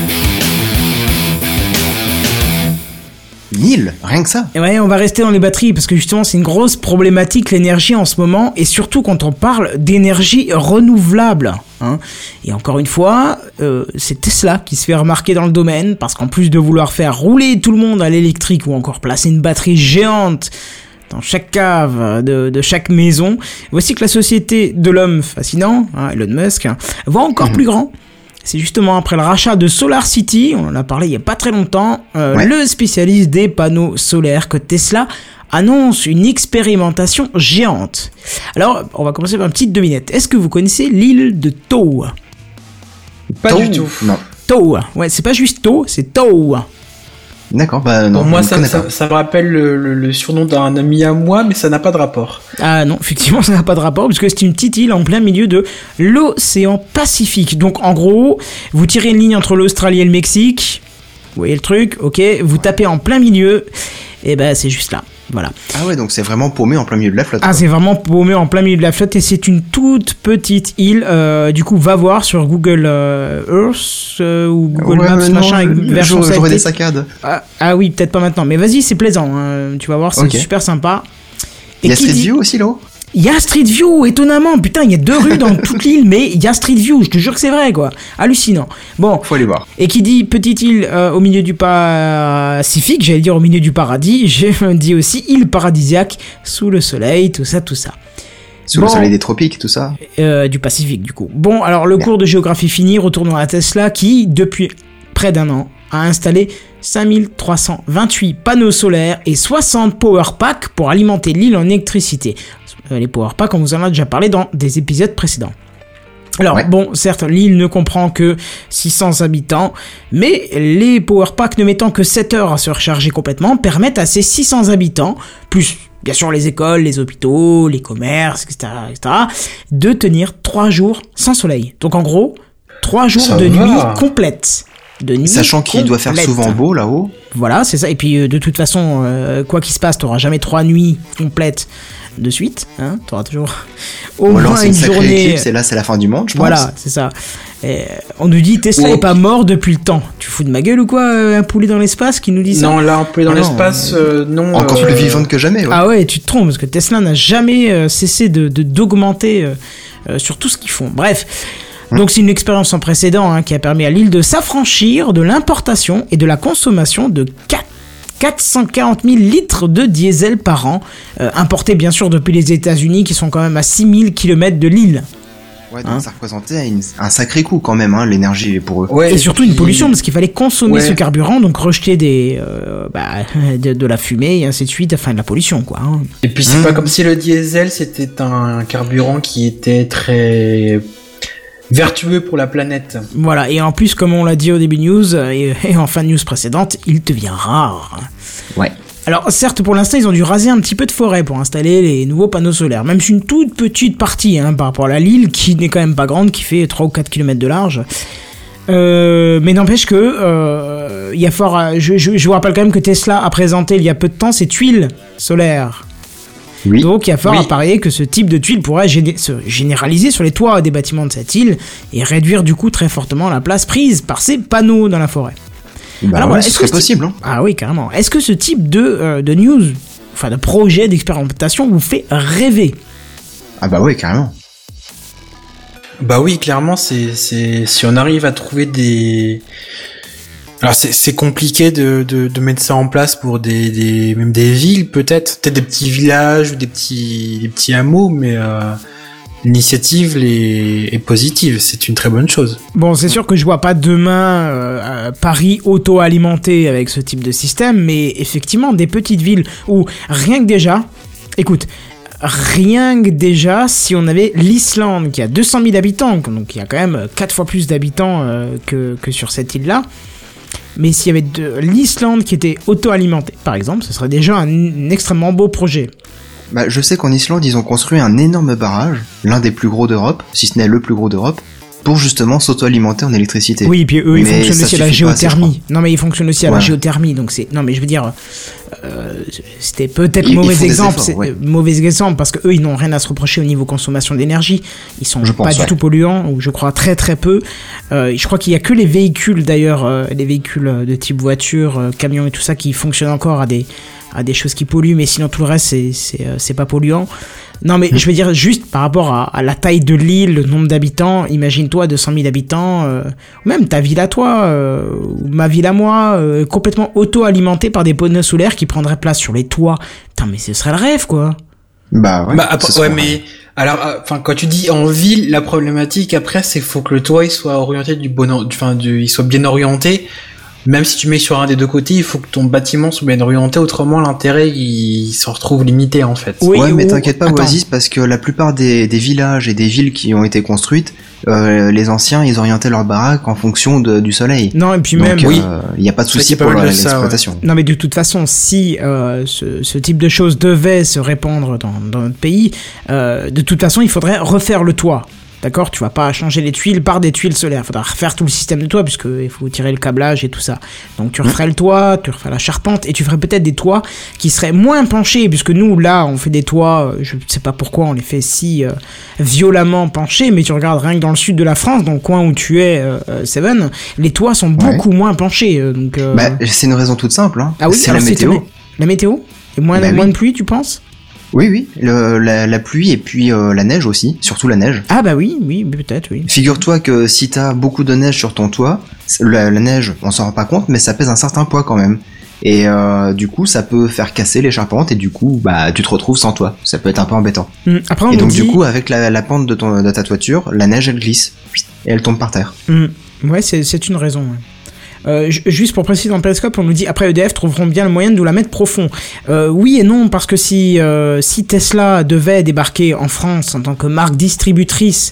Speaker 4: Une île, rien que ça.
Speaker 1: Et ouais, on va rester dans les batteries parce que justement c'est une grosse problématique l'énergie en ce moment, et surtout quand on parle d'énergie renouvelable. Et encore une fois, c'est Tesla qui se fait remarquer dans le domaine, parce qu'en plus de vouloir faire rouler tout le monde à l'électrique ou encore placer une batterie géante dans chaque cave de chaque maison, voici que la société de l'homme fascinant, Elon Musk, va encore plus grand. C'est justement après le rachat de SolarCity, on en a parlé il y a pas très longtemps, le spécialiste des panneaux solaires, que Tesla annonce une expérimentation géante. Alors, on va commencer par une petite devinette. Est-ce que vous connaissez l'île de Taw?
Speaker 3: Pas du tout.
Speaker 4: Non.
Speaker 1: Taw, ouais, c'est pas juste Taw, c'est Taw.
Speaker 4: D'accord, non.
Speaker 3: Pour moi, ça me rappelle le surnom d'un ami à moi, mais ça n'a pas de rapport.
Speaker 1: Ah non, effectivement, ça n'a pas de rapport, puisque c'est une petite île en plein milieu de l'océan Pacifique. Donc, en gros, vous tirez une ligne entre l'Australie et le Mexique, vous voyez le truc, ok, vous tapez en plein milieu, et c'est juste là. Voilà.
Speaker 4: Ah ouais, donc c'est vraiment paumé en plein milieu de la flotte.
Speaker 1: Ah,
Speaker 4: quoi.
Speaker 1: c'est vraiment paumé en plein milieu de la flotte et c'est une toute petite île. Du coup, va voir sur Google Earth ou Google
Speaker 4: Ouais,
Speaker 1: Maps,
Speaker 4: mais non,
Speaker 1: machin, avec version
Speaker 4: j'aurais des
Speaker 1: satellite.
Speaker 4: saccades.
Speaker 1: Ah oui, peut-être pas maintenant, mais vas-y, c'est plaisant. Hein. Tu vas voir, c'est
Speaker 4: Ok.
Speaker 1: super sympa. Et
Speaker 4: Il y a
Speaker 1: qui
Speaker 4: Street
Speaker 1: dit-
Speaker 4: View aussi là-haut.
Speaker 1: Il y a Street View, étonnamment. Putain, il y a 2 rues dans toute l'île, mais il y a Street View. Je te jure que c'est vrai, quoi. Hallucinant. Bon.
Speaker 4: Faut aller voir.
Speaker 1: Et qui dit petite île au milieu du Pacifique, j'allais dire au milieu du paradis, je dis aussi île paradisiaque, sous le soleil, tout ça, tout ça.
Speaker 4: Sous
Speaker 1: Bon.
Speaker 4: le soleil des tropiques, tout ça.
Speaker 1: Du Pacifique, du coup. Bon, alors le cours de géographie fini, retournons à Tesla qui, depuis près d'un an, a installé 5328 panneaux solaires et 60 power packs pour alimenter l'île en électricité. Les power packs, on vous en a déjà parlé dans des épisodes précédents. Alors,
Speaker 4: Ouais.
Speaker 1: bon, certes, l'île ne comprend que 600 habitants, mais les power packs ne mettant que 7 heures à se recharger complètement permettent à ces 600 habitants, plus bien sûr les écoles, les hôpitaux, les commerces, etc., de tenir 3 jours sans soleil. Donc en gros, 3 jours
Speaker 3: Ça
Speaker 1: de
Speaker 3: va.
Speaker 1: nuit complète. De nuit
Speaker 4: Sachant qu'il doit faire
Speaker 1: complète.
Speaker 4: souvent beau là-haut.
Speaker 1: Voilà, c'est ça. Et puis de toute façon, quoi qu'il se passe, t'auras jamais 3 nuits complètes de suite. Hein, t'auras toujours au
Speaker 4: Ou alors
Speaker 1: moins
Speaker 4: c'est
Speaker 1: une
Speaker 4: une sacrée
Speaker 1: journée.
Speaker 4: éclipse et là c'est la fin du monde, je pense.
Speaker 1: Voilà, c'est ça. Et on nous dit Tesla
Speaker 3: Ouais.
Speaker 1: est pas mort depuis le temps. Tu fous de ma gueule ou quoi, un poulet dans l'espace qui nous dit ça?
Speaker 3: Non, là, un peu dans
Speaker 1: Ah non,
Speaker 3: l'espace, non.
Speaker 4: Encore plus vivante que jamais. Ouais.
Speaker 1: Ah ouais, tu te trompes parce que Tesla n'a jamais cessé d'augmenter sur tout ce qu'ils font. Bref. Donc c'est une expérience sans précédent hein, qui a permis à l'île de s'affranchir de l'importation et de la consommation de 440 000 litres de diesel par an, importés bien sûr depuis les États-Unis qui sont quand même à 6000 km de l'île.
Speaker 4: Ouais, donc
Speaker 1: Hein.
Speaker 4: ça représentait un sacré coût quand même, hein, l'énergie pour eux.
Speaker 3: Ouais,
Speaker 1: Et surtout une
Speaker 3: puis-
Speaker 1: pollution parce qu'il fallait consommer
Speaker 3: Ouais.
Speaker 1: ce carburant, donc rejeter de la fumée et ainsi de suite, enfin de la pollution quoi. Hein.
Speaker 3: Et puis c'est pas comme si le diesel c'était un carburant qui était très vertueux pour la planète.
Speaker 1: Voilà, et en plus comme on l'a dit au début news et en fin de news précédente, il devient rare.
Speaker 4: Ouais.
Speaker 1: Alors certes pour l'instant ils ont dû raser un petit peu de forêt pour installer les nouveaux panneaux solaires, même si une toute petite partie hein, par rapport à l'île qui n'est quand même pas grande, qui fait 3 ou 4 km de large. Mais n'empêche que il y a fort je vous rappelle quand même que Tesla a présenté il y a peu de temps ses tuiles solaires.
Speaker 4: Oui.
Speaker 1: Donc il y a fort
Speaker 3: Oui.
Speaker 1: à parier que ce type de tuiles pourrait se généraliser sur les toits des bâtiments de cette île et réduire du coup très fortement la place prise par ces panneaux dans la forêt.
Speaker 4: Bah
Speaker 1: Alors,
Speaker 4: ouais,
Speaker 1: voilà,
Speaker 4: ce
Speaker 1: est-ce
Speaker 4: serait
Speaker 1: que
Speaker 4: possible. Hein.
Speaker 1: Ah oui, carrément. Est-ce que ce type de news, enfin de projet d'expérimentation vous fait rêver?
Speaker 4: Ah bah ouais, carrément.
Speaker 3: Bah oui, clairement, c'est si on arrive à trouver des. Alors c'est compliqué de mettre ça en place pour même des villes peut-être des petits villages ou des petits hameaux, mais l'initiative est positive, c'est une très bonne chose.
Speaker 1: Bon, c'est sûr que je vois pas demain Paris auto-alimenté avec ce type de système, mais effectivement, des petites villes où rien que déjà, écoute, si on avait l'Islande qui a 200 000 habitants, donc il y a quand même 4 fois plus d'habitants que sur cette île-là, mais s'il y avait l'Islande qui était auto-alimentée, par exemple, ce serait déjà un extrêmement beau projet.
Speaker 4: Bah, je sais qu'en Islande, ils ont construit un énorme barrage, l'un des plus gros d'Europe, si ce n'est le plus gros d'Europe, pour justement s'auto-alimenter en électricité.
Speaker 1: Oui, et puis eux, ils
Speaker 4: Mais
Speaker 1: fonctionnent
Speaker 4: ça
Speaker 1: aussi à la
Speaker 4: suffit pas assez,
Speaker 1: géothermie. Non, mais ils fonctionnent aussi à la
Speaker 4: Ouais.
Speaker 1: géothermie, donc c'est... Non, mais je veux dire, c'était peut-être
Speaker 4: Ils
Speaker 1: mauvais
Speaker 4: font des
Speaker 1: exemple,
Speaker 4: efforts, ouais.
Speaker 1: mauvais exemple, parce que eux, ils n'ont rien à se reprocher au niveau consommation d'énergie. Ils sont
Speaker 4: Je pense,
Speaker 1: pas du
Speaker 4: ouais.
Speaker 1: tout polluants, ou je crois très très peu. Je crois qu'il y a que les véhicules, d'ailleurs, les véhicules de type voiture, camions et tout ça, qui fonctionnent encore à des choses qui polluent, mais sinon tout le reste, c'est pas polluant. Non, mais je veux dire, juste par rapport à la taille de l'île, le nombre d'habitants, imagine-toi 200 000 habitants, ou même ta ville à toi, ou ma ville à moi, complètement auto-alimentée par des panneaux solaires qui prendraient place sur les toits. Putain, mais ce serait le rêve, quoi.
Speaker 4: Bah ouais.
Speaker 3: Bah,
Speaker 4: ce
Speaker 3: ouais,
Speaker 4: serait-
Speaker 3: mais alors, enfin, quand tu dis en ville, la problématique après, c'est faut que le toit il soit orienté il soit bien orienté. Même si tu mets sur un des deux côtés, il faut que ton bâtiment soit bien orienté, autrement l'intérêt il se retrouve limité en fait.
Speaker 1: Oui,
Speaker 4: ouais, mais
Speaker 1: ou-
Speaker 4: t'inquiète pas,
Speaker 1: attends.
Speaker 4: Oasis, parce que la plupart des villages et des villes qui ont été construites, les anciens, ils orientaient leur baraque en fonction du soleil.
Speaker 1: Non, et puis
Speaker 4: Donc,
Speaker 1: même...
Speaker 3: oui.
Speaker 4: il n'y a pas de
Speaker 3: C'est
Speaker 4: souci
Speaker 3: pas
Speaker 4: pour
Speaker 3: mal de ça,
Speaker 4: l'exploitation.
Speaker 1: Non mais de toute façon, si ce type de choses devait se répandre dans notre pays, de toute façon il faudrait refaire le toit. D'accord, tu vas pas changer les tuiles par des tuiles solaires. Il faudra refaire tout le système de toit puisque il faut tirer le câblage et tout ça. Donc tu referais le toit, tu referais la charpente et tu ferais peut-être des toits qui seraient moins penchés puisque nous là on fait des toits, je sais pas pourquoi on les fait si violemment penchés, mais tu regardes rien que dans le sud de la France, dans le coin où tu es, Seven, les toits sont beaucoup moins penchés. Donc
Speaker 4: c'est une raison toute simple. Hein.
Speaker 1: Ah oui,
Speaker 4: c'est la météo.
Speaker 1: La météo et moins de pluie, tu penses?
Speaker 4: Oui, la pluie et puis la neige aussi, surtout la neige.
Speaker 1: Ah bah oui, peut-être, oui.
Speaker 4: Figure-toi que si t'as beaucoup de neige sur ton toit, la neige, on s'en rend pas compte, mais ça pèse un certain poids quand même. Et du coup, ça peut faire casser les charpentes et du coup, bah, tu te retrouves sans toit. Ça peut être un peu embêtant.
Speaker 1: Après,
Speaker 4: et donc du coup, avec la pente de ta toiture, la neige elle glisse et elle tombe par terre.
Speaker 1: Ouais, c'est une raison. Ouais. Juste pour préciser dans le Périscope, on nous dit après EDF trouveront bien le moyen de nous la mettre profond. Oui et non, parce que si Tesla devait débarquer en France en tant que marque distributrice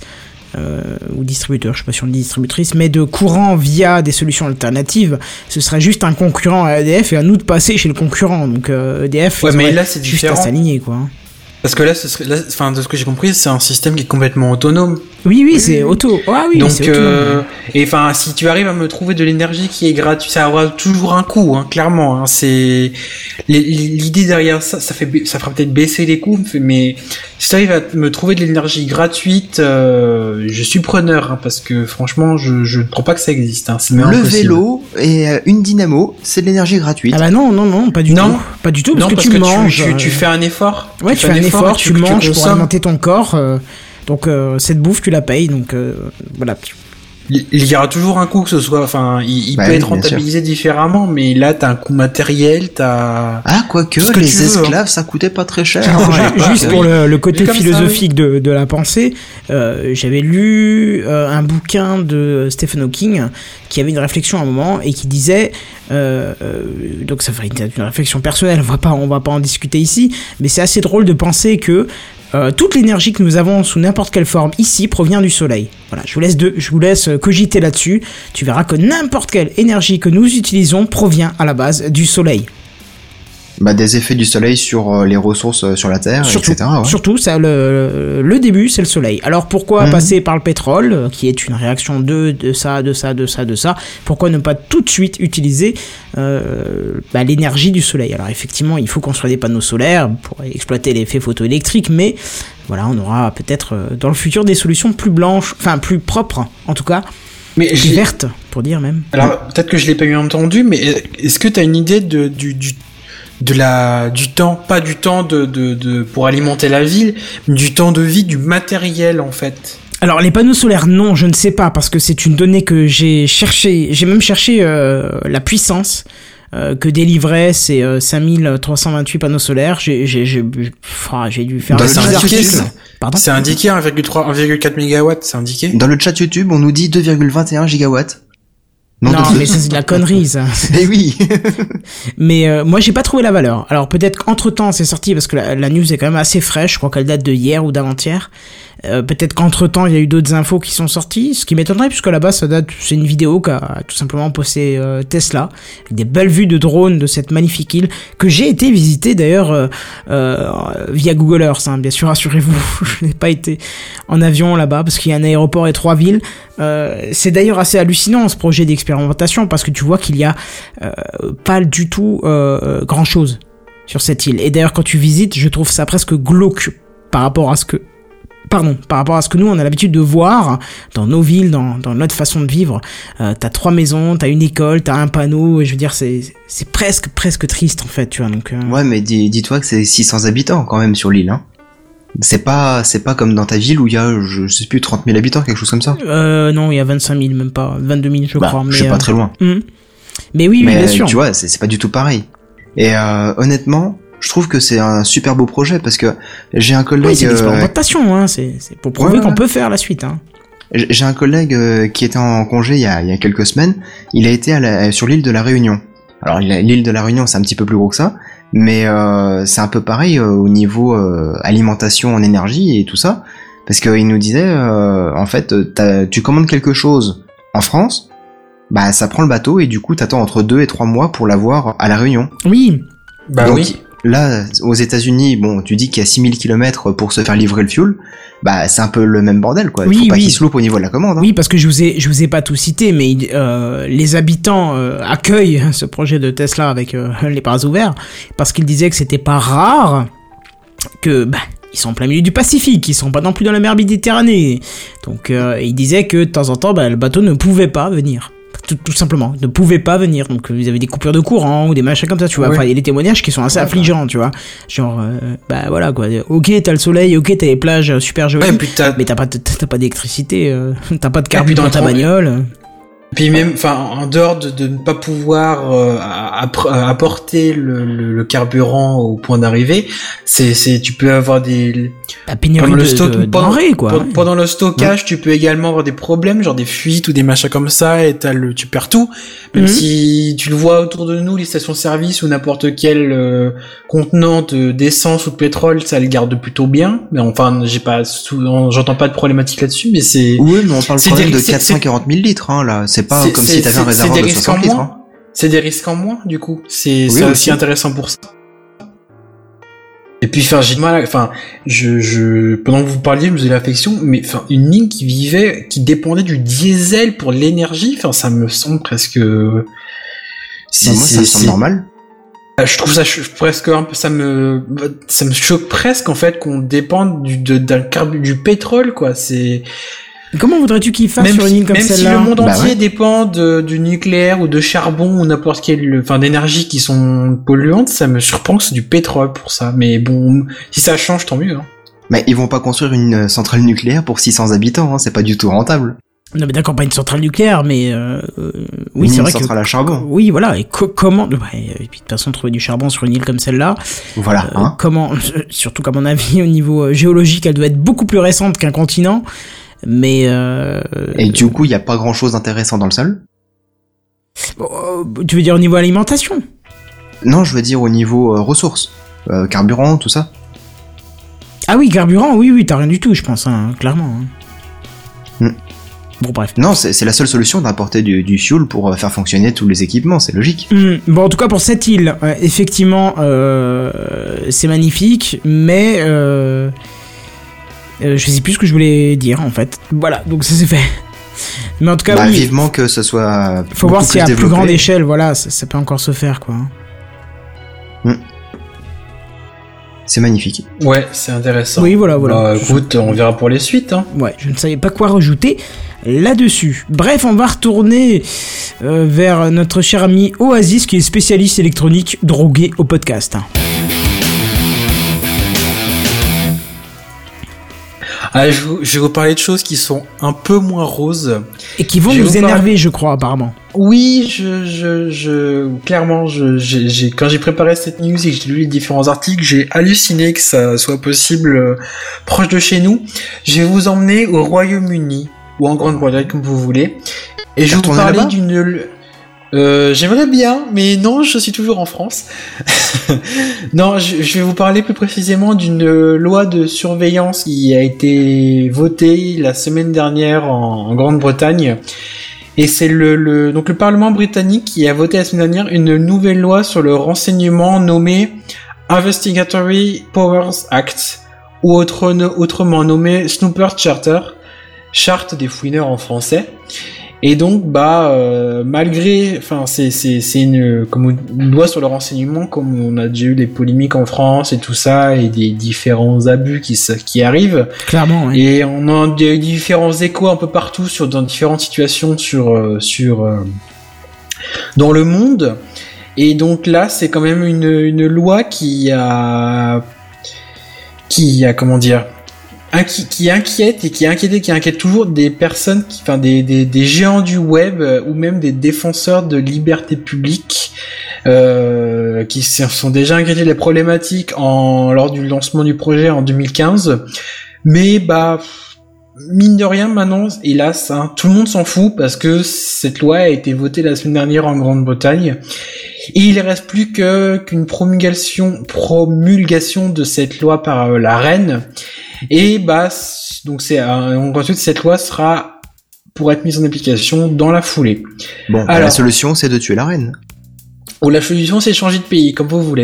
Speaker 1: ou distributeur, je sais pas si on dit distributrice, mais de courant via des solutions alternatives, ce serait juste un concurrent à EDF et à nous de passer chez le concurrent. Donc EDF,
Speaker 3: mais là c'est
Speaker 1: juste
Speaker 3: différent.
Speaker 1: À s'aligner quoi.
Speaker 3: Parce que là, de ce que j'ai compris, c'est un système qui est complètement autonome.
Speaker 1: Oui, c'est auto. Ah oui,
Speaker 3: donc,
Speaker 1: c'est autonome.
Speaker 3: Et enfin, si tu arrives à me trouver de l'énergie qui est gratuite, ça aura toujours un coût, hein, clairement. Hein, c'est l'idée derrière ça, ça fera peut-être baisser les coûts, mais si tu arrives à me trouver de l'énergie gratuite, je suis preneur, hein, parce que franchement, je ne crois pas que ça existe. Hein, c'est même
Speaker 4: le
Speaker 3: impossible.
Speaker 4: vélo et une dynamo, c'est de l'énergie gratuite.
Speaker 1: Ah bah non, pas du tout. Pas du tout, parce que tu manges.
Speaker 3: Tu fais un effort.
Speaker 1: Ouais, tu fais un effort, tu manges pour alimenter ton corps. Donc cette bouffe tu la payes, donc voilà.
Speaker 3: Il y aura toujours un coût que ce soit, enfin, il peut être rentabilisé différemment, mais là t'as un coût matériel, t'as...
Speaker 4: Ah, quoique, les esclaves, ça coûtait pas très cher.
Speaker 1: Juste pour le côté philosophique de la pensée, j'avais lu un bouquin de Stephen Hawking qui avait une réflexion à un moment et qui disait, donc ça ferait une réflexion personnelle, on va pas en discuter ici, mais c'est assez drôle de penser que toute l'énergie que nous avons sous n'importe quelle forme ici provient du soleil. Voilà, je vous laisse cogiter là-dessus. Tu verras que n'importe quelle énergie que nous utilisons provient à la base du soleil.
Speaker 4: Bah, des effets du soleil sur les ressources sur la Terre, etc. Ouais.
Speaker 1: Surtout, ça, le début, c'est le soleil. Alors pourquoi passer par le pétrole, qui est une réaction de ça. Pourquoi ne pas tout de suite utiliser l'énergie du soleil? Alors effectivement, il faut construire des panneaux solaires pour exploiter l'effet photoélectrique, mais voilà, on aura peut-être dans le futur des solutions plus blanches, enfin plus propres, en tout cas. Mais vertes, pour dire même.
Speaker 3: Alors peut-être que je l'ai pas bien entendu, mais est-ce que tu as une idée du temps, pas du temps de pour alimenter la ville, mais du temps de vie du matériel en fait?
Speaker 1: Alors les panneaux solaires, non, je ne sais pas, parce que c'est une donnée que j'ai cherché. J'ai même cherché la puissance que délivraient ces 5328 panneaux solaires. J'ai dû faire
Speaker 3: un article. Pardon ? C'est indiqué 1,4 mégawatts, c'est indiqué.
Speaker 4: Dans le chat YouTube, on nous dit 2,21 gigawatts.
Speaker 1: Non, mais ça c'est de la connerie, ça.
Speaker 4: Eh oui.
Speaker 1: Mais moi j'ai pas trouvé la valeur. Alors peut-être qu'entre temps c'est sorti, parce que la news est quand même assez fraîche. Je crois qu'elle date de hier ou d'avant-hier. Peut-être qu'entre temps il y a eu d'autres infos qui sont sorties, ce qui m'étonnerait, puisque là-bas c'est une vidéo qu'a tout simplement posté Tesla, avec des belles vues de drone de cette magnifique île que j'ai été visiter d'ailleurs via Google Earth, hein, bien sûr, rassurez-vous. Je n'ai pas été en avion là-bas parce qu'il y a un aéroport et 3 villes. C'est d'ailleurs assez hallucinant ce projet d'expérimentation, parce que tu vois qu'il y a pas du tout grand chose sur cette île. Et d'ailleurs quand tu visites, je trouve ça presque glauque par rapport à ce que nous on a l'habitude de voir dans nos villes, dans notre façon de vivre. T'as 3 maisons, t'as une école, t'as un panneau, et je veux dire c'est presque triste en fait, tu vois. Donc
Speaker 4: ouais, mais dis-toi que c'est 600 habitants quand même sur l'île, hein. C'est pas comme dans ta ville où il y a, je sais plus, 30 000 habitants, quelque chose comme ça.
Speaker 1: Non, il y a 25 000, même pas 22 000 je crois.
Speaker 4: Je suis pas très loin.
Speaker 1: Mais oui, bien sûr.
Speaker 4: Tu vois, c'est pas du tout pareil. Et honnêtement, je trouve que c'est un super beau projet, parce que j'ai un collègue...
Speaker 1: Oui, c'est l'expérimentation, hein, c'est pour prouver qu'on peut faire la suite, hein.
Speaker 4: J'ai un collègue qui était en congé il y a quelques semaines. Il a été sur l'île de la Réunion. Alors l'île de la Réunion, c'est un petit peu plus gros que ça, mais c'est un peu pareil au niveau alimentation en énergie et tout ça, parce qu'il nous disait en fait tu commandes quelque chose en France, bah ça prend le bateau et du coup t'attends entre 2 et 3 mois pour l'avoir à la Réunion.
Speaker 1: Oui.
Speaker 3: Bah
Speaker 4: donc,
Speaker 3: oui.
Speaker 4: là, aux États-Unis, bon, tu dis qu'il y a 6000 km pour se faire livrer le fuel, bah c'est un peu le même bordel, quoi. Il faut pas qu'ils se loupent au niveau de la commande. Hein.
Speaker 1: Oui, parce que je vous ai pas tout cité, mais les habitants accueillent ce projet de Tesla avec les bras ouverts, parce qu'ils disaient que c'était pas rare que ils sont en plein milieu du Pacifique, ils sont pas non plus dans la mer Méditerranée, donc ils disaient que de temps en temps, le bateau ne pouvait pas venir. Tout simplement, ne pouvait pas venir. Donc vous avez des coupures de courant ou des machins comme ça, tu vois.
Speaker 3: Oui.
Speaker 1: Enfin, il y a des témoignages qui sont assez affligeants, tu vois. Genre, voilà quoi. Ok, t'as le soleil, ok, t'as les plages super jolies, mais t'as pas d'électricité, t'as pas de carburant dans ta bagnole.
Speaker 3: Puis même, enfin, en dehors de ne pas pouvoir apporter le carburant au point d'arrivée, tu peux avoir
Speaker 1: la pénurie de denrées, quoi.
Speaker 3: Pendant le stockage, tu peux également avoir des problèmes, genre des fuites ou des machins comme ça, et tu perds tout. Même si tu le vois autour de nous, les stations-service ou n'importe quel contenant d'essence ou de pétrole, ça le garde plutôt bien. Mais enfin, j'entends pas de problématique là-dessus, mais c'est...
Speaker 4: Oui, mais on parle quand même de 440 000 litres, hein, là. C'est pas comme si t'avais un réservoir de 60 litres. Hein.
Speaker 3: C'est des risques en moins, du coup. C'est aussi intéressant pour ça. Et puis, enfin, j'ai du mal pendant que vous parliez, je me faisais l'affection, mais, enfin, une ligne qui dépendait du diesel pour l'énergie, enfin, ça me semble presque...
Speaker 4: moi, ça me semble normal.
Speaker 3: Je trouve ça presque un peu, ça me choque presque, en fait, qu'on dépende du pétrole, quoi.
Speaker 1: Comment voudrais-tu qu'il fasse sur une ligne comme celle-là?
Speaker 3: Même si le monde entier dépend du nucléaire ou de charbon ou n'importe quelle, d'énergie qui sont polluantes, ça me surprend que c'est du pétrole pour ça. Mais bon, si ça change, tant mieux, hein.
Speaker 4: Mais ils vont pas construire une centrale nucléaire pour 600 habitants, hein, c'est pas du tout rentable.
Speaker 1: Non, mais d'accord, pas une centrale nucléaire, mais oui, c'est vrai que...
Speaker 4: Une centrale à charbon.
Speaker 1: Oui, voilà, et comment... et puis, de toute façon, trouver du charbon sur une île comme celle-là...
Speaker 4: Voilà, hein.
Speaker 1: Surtout qu'à mon avis, au niveau géologique, elle doit être beaucoup plus récente qu'un continent. Mais
Speaker 4: et du coup, il y a pas grand-chose d'intéressant dans le sol.
Speaker 1: Tu veux dire au niveau alimentation?
Speaker 4: Non, je veux dire au niveau ressources, carburant, tout ça.
Speaker 1: Ah oui, carburant, oui, t'as rien du tout, je pense, hein, clairement. Hein. Bon, bref.
Speaker 4: Non, c'est la seule solution d'importer du fuel pour faire fonctionner tous les équipements, c'est logique.
Speaker 1: Bon, en tout cas, pour cette île, effectivement, c'est magnifique, mais... je sais plus ce que je voulais dire en fait. Voilà, donc ça c'est fait. Mais en tout cas, oui.
Speaker 4: Vivement que ce soit.
Speaker 1: Faut voir si à plus grande échelle, voilà, ça peut encore se faire, quoi.
Speaker 4: C'est magnifique.
Speaker 3: Ouais, c'est intéressant.
Speaker 1: Oui, voilà.
Speaker 3: Écoute, on verra pour les suites. Hein.
Speaker 1: Ouais, je ne savais pas quoi rajouter là-dessus. Bref, on va retourner vers notre cher ami Oasis, qui est spécialiste électronique drogué au podcast.
Speaker 3: Ah, je vais vous parler de choses qui sont un peu moins roses.
Speaker 1: Et qui vont nous énerver, je crois, apparemment.
Speaker 3: Oui, clairement, quand j'ai préparé cette news et que j'ai lu les différents articles, j'ai halluciné que ça soit possible proche de chez nous. Je vais vous emmener au Royaume-Uni, ou en Grande-Bretagne, comme vous voulez. Et je vais vous parler d'une... j'aimerais bien, mais non, je suis toujours en France. Non, je vais vous parler plus précisément d'une loi de surveillance qui a été votée la semaine dernière en Grande-Bretagne. Et c'est donc le Parlement britannique qui a voté la semaine dernière une nouvelle loi sur le renseignement nommée Investigatory Powers Act, ou autrement nommé Snooper Charter, charte des fouineurs en français. Et donc, malgré, c'est une loi sur le renseignement, comme on a déjà eu des polémiques en France et tout ça, et des différents abus qui arrivent.
Speaker 1: Clairement, oui.
Speaker 3: Et on a des différents échos un peu partout dans différentes situations dans le monde. Et donc là, c'est quand même une loi qui inquiète et qui inquiète toujours des personnes des géants du web ou même des défenseurs de liberté publique qui sont déjà inquiétés de la problématique lors du lancement du projet en 2015. Mais mine de rien maintenant, hélas, tout le monde s'en fout parce que cette loi a été votée la semaine dernière en Grande-Bretagne. Et il ne reste plus qu'une promulgation de cette loi par la reine. Et donc ensuite cette loi pourra être mise en application dans la foulée.
Speaker 4: Bon, alors, la solution c'est de tuer la reine.
Speaker 3: Ou la solution c'est de changer de pays, comme vous voulez.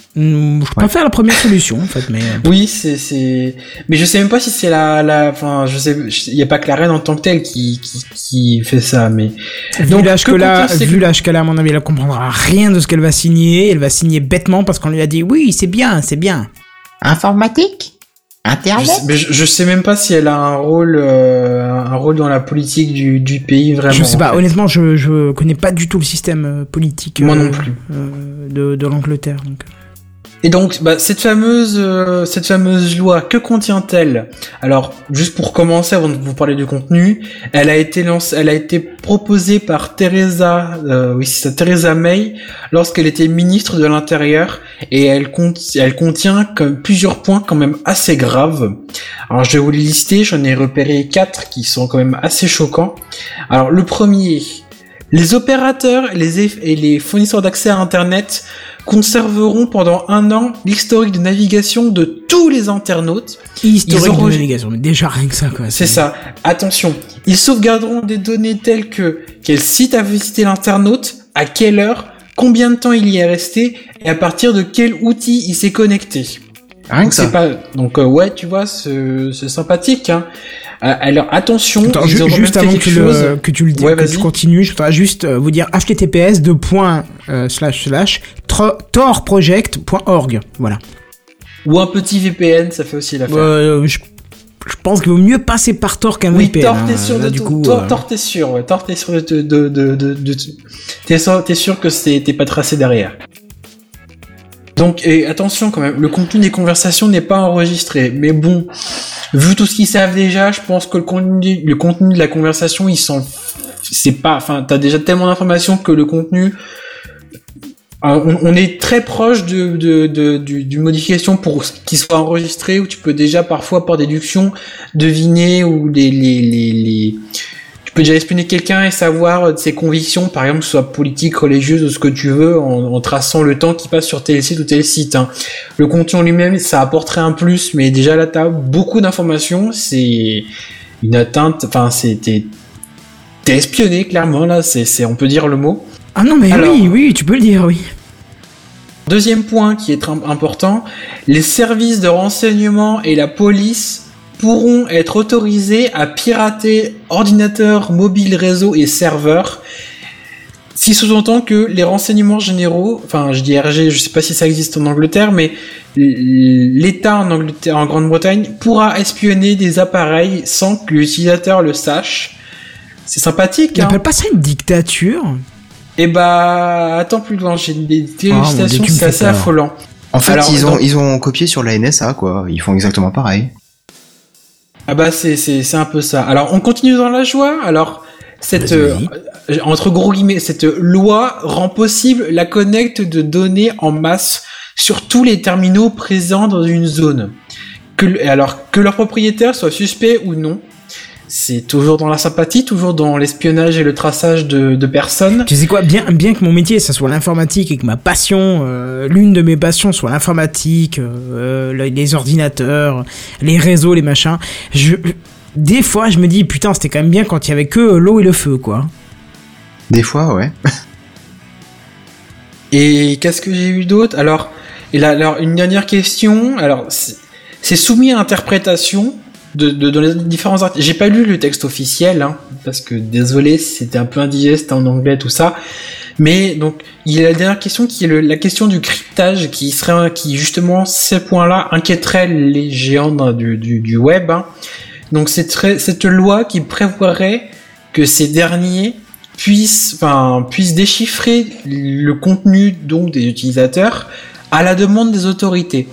Speaker 1: Je préfère la première solution en fait, mais
Speaker 3: Oui, mais je sais même pas si c'est enfin, je sais, il y a pas que la reine en tant que telle qui fait ça, mais.
Speaker 1: vu l'âge qu'elle a, à mon avis, elle comprendra rien de ce qu'elle va signer. Elle va signer bêtement parce qu'on lui a dit oui, c'est bien.
Speaker 9: Informatique? Internet?
Speaker 3: Je sais même pas si elle a un rôle dans la politique du pays vraiment.
Speaker 1: Je sais pas, honnêtement, je connais pas du tout le système politique.
Speaker 3: Moi non plus.
Speaker 1: De l'Angleterre, donc.
Speaker 3: Et donc, cette fameuse loi, que contient-elle? Alors, juste pour commencer, avant de vous parler du contenu, elle a été proposée par Theresa May lorsqu'elle était ministre de l'Intérieur, et elle contient comme plusieurs points quand même assez graves. Alors, je vais vous les lister, j'en ai repéré 4 qui sont quand même assez choquants. Alors, le premier, les opérateurs et les fournisseurs d'accès à Internet conserveront pendant 1 an l'historique de navigation de tous les internautes.
Speaker 1: Historique de navigation, mais déjà rien que ça, quoi.
Speaker 3: C'est ça. Attention, ils sauvegarderont des données telles que quel site a visité l'internaute, à quelle heure, combien de temps il y est resté et à partir de quel outil il s'est connecté.
Speaker 4: Rien que ça.
Speaker 3: Donc ouais, tu vois, c'est sympathique, hein. Alors attention,
Speaker 1: attends, juste avant que tu continues, je voudrais juste vous dire https://torproject.org, voilà.
Speaker 3: Ou un petit VPN, ça fait aussi l'affaire.
Speaker 1: Je pense qu'il vaut mieux passer par Tor qu'un VPN.
Speaker 3: Tor, t'es sûr de tout. Tor, t'es sûr. Ouais. Tor, t'es sûr t'es sûr que t'es pas tracé derrière. Donc, et attention quand même, le contenu des conversations n'est pas enregistré. Mais bon, vu tout ce qu'ils savent déjà, je pense que le contenu de la conversation, t'as déjà tellement d'informations que le contenu, on est très proche d'une modification pour qu'il soit enregistré, où tu peux déjà parfois par déduction deviner ou tu peux déjà espionner quelqu'un et savoir ses convictions, par exemple, que ce soit politique, religieuse ou ce que tu veux, en traçant le temps qui passe sur tel site ou tel site, hein. Le contenu en lui-même, ça apporterait un plus, mais déjà là, t'as beaucoup d'informations, c'est une atteinte, enfin, t'es espionné, clairement, là, on peut dire le mot.
Speaker 1: Ah non, mais alors, oui, tu peux le dire, oui.
Speaker 3: Deuxième point qui est important, les services de renseignement et la police pourront être autorisés à pirater ordinateurs, mobiles, réseaux et serveurs. Si sous-entend que les renseignements généraux, enfin je dis RG, je sais pas si ça existe en Angleterre, mais l'État en Grande-Bretagne pourra espionner des appareils sans que l'utilisateur le sache. C'est sympathique.
Speaker 1: On n'appelle pas ça une dictature?
Speaker 3: Attends plus loin, j'ai des félicitations, c'est assez affolant.
Speaker 4: En fait, ils ont copié sur la NSA, quoi. Ils font exactement pareil.
Speaker 3: Ah bah c'est un peu ça. Alors on continue dans la joie. Alors cette entre gros guillemets, cette loi rend possible la collecte de données en masse sur tous les terminaux présents dans une zone. Que leur propriétaire soit suspect ou non. C'est toujours dans la sympathie, toujours dans l'espionnage et le traçage de personnes.
Speaker 1: Tu sais quoi, bien que mon métier ça soit l'informatique et que ma passion, l'une de mes passions soit l'informatique, les ordinateurs, les réseaux, les machins, des fois je me dis putain c'était quand même bien quand il y avait que l'eau et le feu, quoi.
Speaker 4: Des fois, ouais.
Speaker 3: Et qu'est-ce que j'ai eu d'autre? Alors une dernière question. Alors c'est soumis à interprétation dans les différents articles. J'ai pas lu le texte officiel, hein, parce que désolé, c'était un peu indigeste en anglais tout ça. Mais donc il y a la dernière question qui est la question du cryptage, qui justement ces points-là inquiéteraient les géants du web. Hein. Donc cette loi qui prévoirait que ces derniers puissent déchiffrer le contenu donc des utilisateurs à la demande des autorités.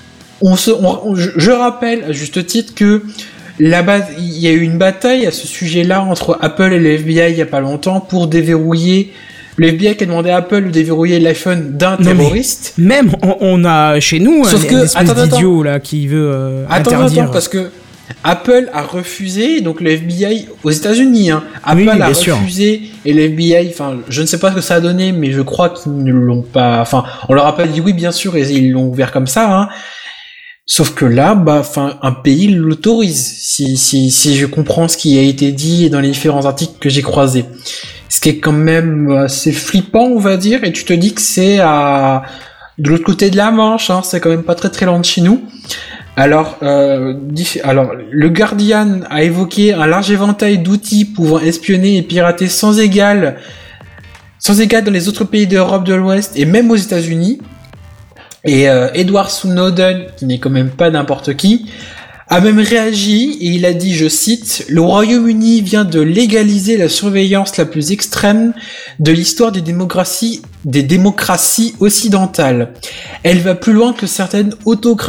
Speaker 3: Je rappelle à juste titre que il y a eu une bataille à ce sujet-là entre Apple et le FBI il y a pas longtemps pour déverrouiller. Le FBI qui a demandé à Apple de déverrouiller l'iPhone d'un terroriste.
Speaker 1: Même on a chez nous un espèce d'idiot là qui veut interdire.
Speaker 3: Attends, parce que Apple a refusé, donc le FBI aux États-Unis, hein. Apple a refusé et le FBI, enfin, je ne sais pas ce que ça a donné, mais je crois qu'ils ne l'ont pas. Enfin, on leur a pas dit oui, bien sûr, et ils l'ont ouvert comme ça, hein. Sauf que là, un pays l'autorise, si je comprends ce qui a été dit dans les différents articles que j'ai croisés. Ce qui est quand même assez flippant, on va dire, et tu te dis que c'est de l'autre côté de la Manche, hein, c'est quand même pas très très loin de chez nous. Alors, le Guardian a évoqué un large éventail d'outils pouvant espionner et pirater sans égal dans les autres pays d'Europe de l'Ouest et même aux États-Unis. Et Edward Snowden, qui n'est quand même pas n'importe qui, a même réagi et il a dit, je cite, « Le Royaume-Uni vient de légaliser la surveillance la plus extrême de l'histoire des démocraties occidentales. Elle va plus loin que certaines autocraties. »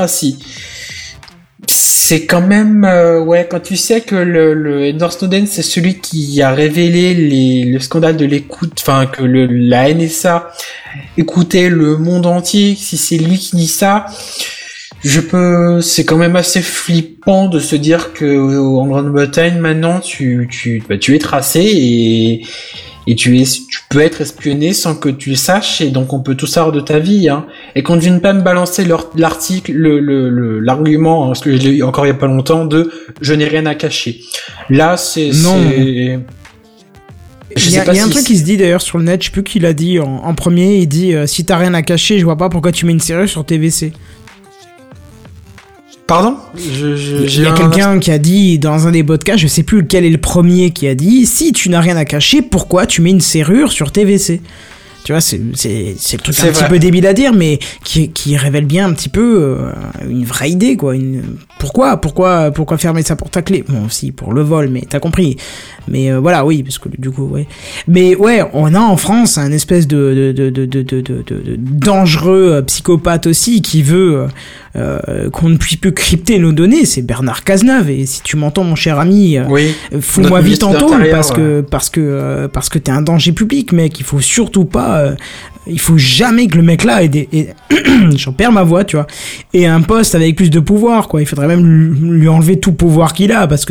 Speaker 3: C'est quand même quand tu sais que le Edward Snowden c'est celui qui a révélé le scandale de l'écoute, enfin que la NSA écoutait le monde entier, si c'est lui qui dit ça, c'est quand même assez flippant de se dire que en Grande-Bretagne maintenant tu es tracé et tu peux être espionné sans que tu le saches, et donc on peut tout savoir de ta vie, hein. Et qu'on ne vienne pas me balancer l'article, l'argument, hein, parce que je l'ai eu encore il y a pas longtemps, de je n'ai rien à cacher. Là,
Speaker 1: non. Il y a un truc qui se dit d'ailleurs sur le net, je sais plus qui l'a dit en premier, il dit si t'as rien à cacher, je vois pas pourquoi tu mets une série sur TVC.
Speaker 3: Pardon ?
Speaker 1: Il y a quelqu'un qui a dit dans un des podcasts, je sais plus lequel est le premier, qui a dit si tu n'as rien à cacher, pourquoi tu mets une serrure sur TVC ? Tu vois, c'est le truc un petit peu débile à dire, mais qui révèle bien un petit peu une vraie idée, quoi. Pourquoi fermer sa porte à clé ? Bon, aussi pour le vol, mais t'as compris. Mais voilà, oui, parce que du coup, ouais. Mais ouais, on a en France un espèce de dangereux psychopathe aussi qui veut qu'on ne puisse plus crypter nos données. C'est Bernard Cazeneuve. Et si tu m'entends, mon cher ami, fous-moi vite en tôle parce que t'es un danger public, mec. Il faut surtout pas. Il faut jamais que le mec là ait j'en perds ma voix, tu vois, ait un poste avec plus de pouvoir, quoi. Il faudrait même lui enlever tout pouvoir qu'il a, parce que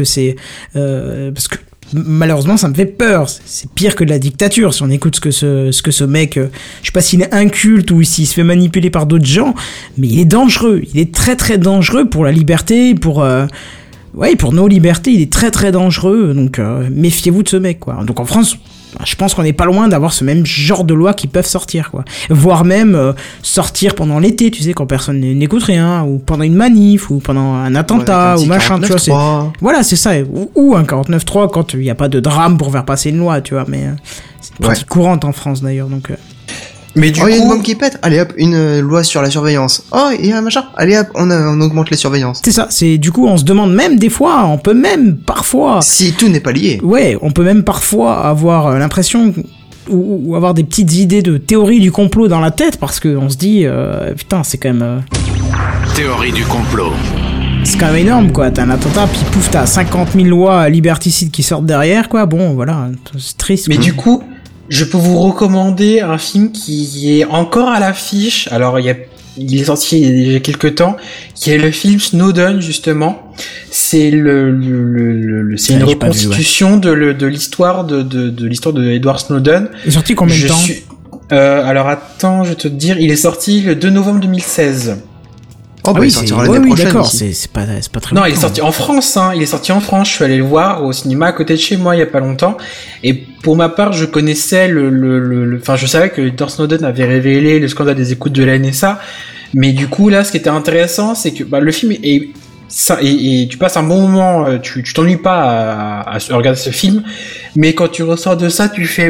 Speaker 1: malheureusement ça me fait peur. C'est pire que de la dictature si on écoute ce que ce mec, je sais pas s'il est inculte ou s'il se fait manipuler par d'autres gens, mais il est dangereux. Il est très très dangereux pour la liberté, pour nos libertés. Il est très très dangereux, donc méfiez-vous de ce mec, quoi. Donc en France, je pense qu'on n'est pas loin d'avoir ce même genre de lois qui peuvent sortir, quoi. Voire même sortir pendant l'été, tu sais, quand personne n'écoute rien, ou pendant une manif, ou pendant un attentat, ou machin, tu vois. Voilà, c'est ça. Ou un 49.3 quand il n'y a pas de drame pour faire passer une loi, tu vois. Mais c'est une pratique courante en France, d'ailleurs, donc...
Speaker 4: Mais du coup, il y a une bombe qui pète. Allez hop, une loi sur la surveillance. Oh, il y a un machin. Allez hop, on augmente les surveillances.
Speaker 1: C'est ça. C'est du coup, on se demande même des fois, on peut même parfois.
Speaker 4: Si tout n'est pas lié.
Speaker 1: Ouais, on peut même parfois avoir l'impression ou avoir des petites idées de théorie du complot dans la tête parce que on se dit, putain, c'est quand même.
Speaker 6: Théorie du complot.
Speaker 1: C'est quand même énorme, quoi. T'as un attentat, puis pouf, t'as 50 000 lois liberticides qui sortent derrière, quoi. Bon, voilà, c'est triste.
Speaker 3: Mais
Speaker 1: quoi.
Speaker 3: Du coup. Je peux vous recommander un film qui est encore à l'affiche. Alors, il est sorti il y a déjà quelques temps, qui est le film Snowden, justement. C'est c'est une reconstitution de l'histoire de l'histoire de Edward Snowden.
Speaker 1: Il est sorti combien de temps?
Speaker 3: Alors attends, je vais te dire, il est sorti le 2 novembre 2016.
Speaker 4: Oh, bah, il sortira l'année prochaine.
Speaker 1: D'accord, c'est pas très
Speaker 3: Non, il est sorti en France, hein. Il est sorti en France. Je suis allé le voir au cinéma à côté de chez moi il y a pas longtemps. Et pour ma part, je connaissais enfin, je savais que Edward Snowden avait révélé le scandale des écoutes de la NSA. Mais du coup, là, ce qui était intéressant, c'est que, le film et tu passes un bon moment, tu t'ennuies pas à regarder ce film. Mais quand tu ressors de ça, tu fais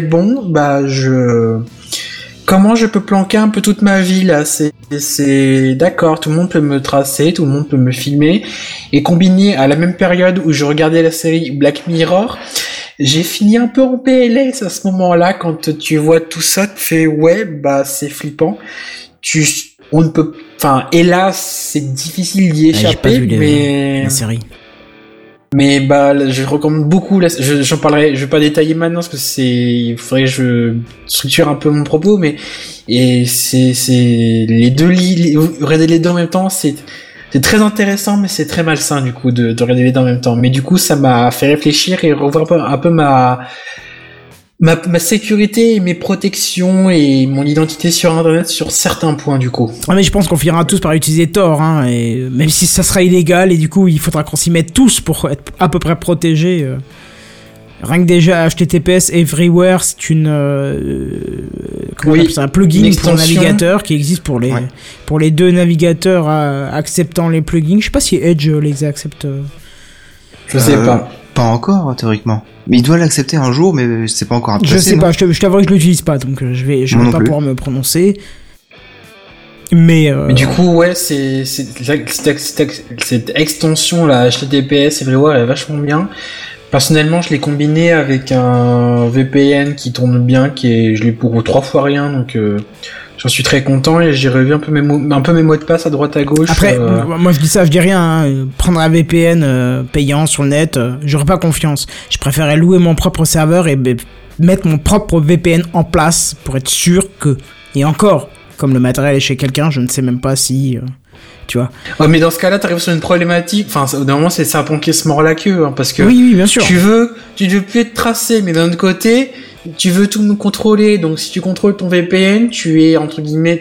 Speaker 3: comment je peux planquer un peu toute ma vie là ? C'est d'accord, tout le monde peut me tracer, tout le monde peut me filmer. Et combiné à la même période où je regardais la série Black Mirror, j'ai fini un peu en PLS à ce moment-là. Quand tu vois tout ça, tu fais c'est flippant. On ne peut, hélas, c'est difficile d'y échapper.
Speaker 1: J'ai pas vu la série.
Speaker 3: Mais je recommande beaucoup. J'en parlerai. Je vais pas détailler maintenant parce que il faudrait que je structure un peu mon propos. Mais c'est les deux regarder les deux en même temps. C'est très intéressant, mais c'est très malsain du coup de regarder les deux en même temps. Mais du coup, ça m'a fait réfléchir et revoir un peu ma sécurité et mes protections et mon identité sur Internet sur certains points du coup.
Speaker 1: Ah mais je pense qu'on finira tous par utiliser Tor, hein, et même si ça sera illégal et du coup il faudra qu'on s'y mette tous pour être à peu près protégés. Rien que déjà HTTPS Everywhere, c'est une c'est un plugin pour navigateur qui existe pour les deux navigateurs acceptant les plugins. Je sais pas si Edge les accepte.
Speaker 3: Je sais pas.
Speaker 4: Pas encore théoriquement. Mais il doit l'accepter un jour, mais c'est pas encore un
Speaker 1: Je sais pas, je t'avoue que je l'utilise pas, donc je vais pas pouvoir me prononcer. Mais
Speaker 3: du coup, ouais, cette extension là, HTTPS Everywhere, elle est vachement bien. Personnellement, je l'ai combiné avec un VPN qui tourne bien, je l'ai pour 3 fois rien, donc j'en suis très content et j'ai revu un peu mes mots de passe à droite à gauche.
Speaker 1: Après, moi je dis rien, hein. Prendre un VPN payant sur le net, j'aurais pas confiance. Je préférerais louer mon propre serveur et mettre mon propre VPN en place pour être sûr que... Et encore, comme le matériel est chez quelqu'un, je ne sais même pas si... tu vois.
Speaker 3: Ouais, mais dans ce cas-là, t'arrives sur une problématique. Enfin, au bout d'un moment, c'est le serpent qui se mord la queue, hein, parce que.
Speaker 1: Oui, bien sûr.
Speaker 3: Tu veux plus être tracé, mais d'un autre côté, tu veux tout contrôler. Donc, si tu contrôles ton VPN, tu es, entre guillemets,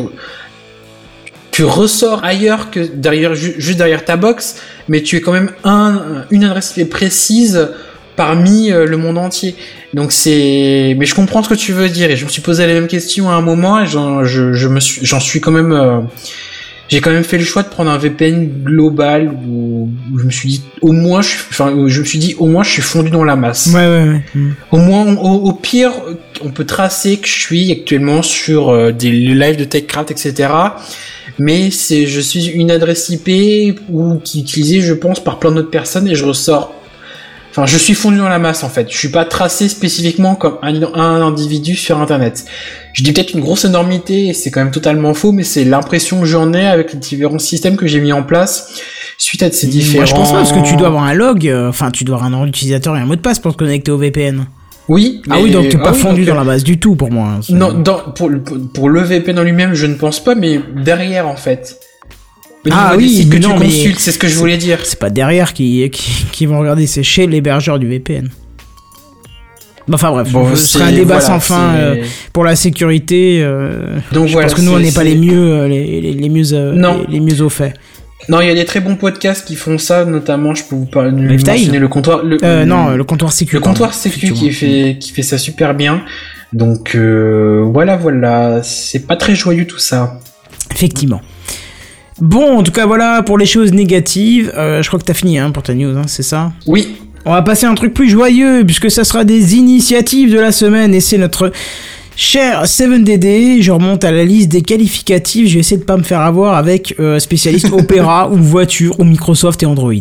Speaker 3: tu ressors ailleurs que derrière, juste derrière ta box, mais tu es quand même une adresse précise parmi le monde entier. Donc mais je comprends ce que tu veux dire, et je me suis posé la même question à un moment, et j'en suis quand même, j'ai quand même fait le choix de prendre un VPN global où je me suis dit au moins je suis fondu dans la masse.
Speaker 1: Ouais.
Speaker 3: Au moins au pire on peut tracer que je suis actuellement sur des lives de TechCraft, etc. Mais je suis une adresse IP qui est utilisée, je pense, par plein d'autres personnes, et je suis fondu dans la masse, en fait. Je suis pas tracé spécifiquement comme un individu sur Internet. Je dis peut-être une grosse énormité, et c'est quand même totalement faux, mais c'est l'impression que j'en ai avec les différents systèmes que j'ai mis en place suite à ces différents...
Speaker 1: Moi, je pense pas, parce que tu dois avoir un log, tu dois avoir un nom d'utilisateur et un mot de passe pour te connecter au VPN.
Speaker 3: Oui.
Speaker 1: Ah oui, donc t'es pas fondu dans la base du tout, pour moi.
Speaker 3: Non, pour le VPN en lui-même, je ne pense pas, mais derrière, en fait. Mais non, mais c'est ce que je voulais dire.
Speaker 1: C'est pas derrière qui vont regarder, c'est chez l'hébergeur du VPN. Enfin bref, ce serait un débat sans fin pour la sécurité. Donc je pense que nous on n'est pas les mieux au fait.
Speaker 3: Non, il y a des très bons podcasts qui font ça, notamment je peux vous mentionner le comptoir.
Speaker 1: Le comptoir sécu.
Speaker 3: Le comptoir sécu qui fait ça super bien. Donc voilà, c'est pas très joyeux tout ça.
Speaker 1: Effectivement. Bon, en tout cas, voilà pour les choses négatives. Je crois que t'as fini pour ta news, c'est ça ?
Speaker 3: Oui.
Speaker 1: On va passer à un truc plus joyeux, puisque ça sera des initiatives de la semaine, et c'est notre cher 7DD. Je remonte à la liste des qualificatifs. Je vais essayer de pas me faire avoir avec spécialiste Opera ou voiture ou Microsoft et Android.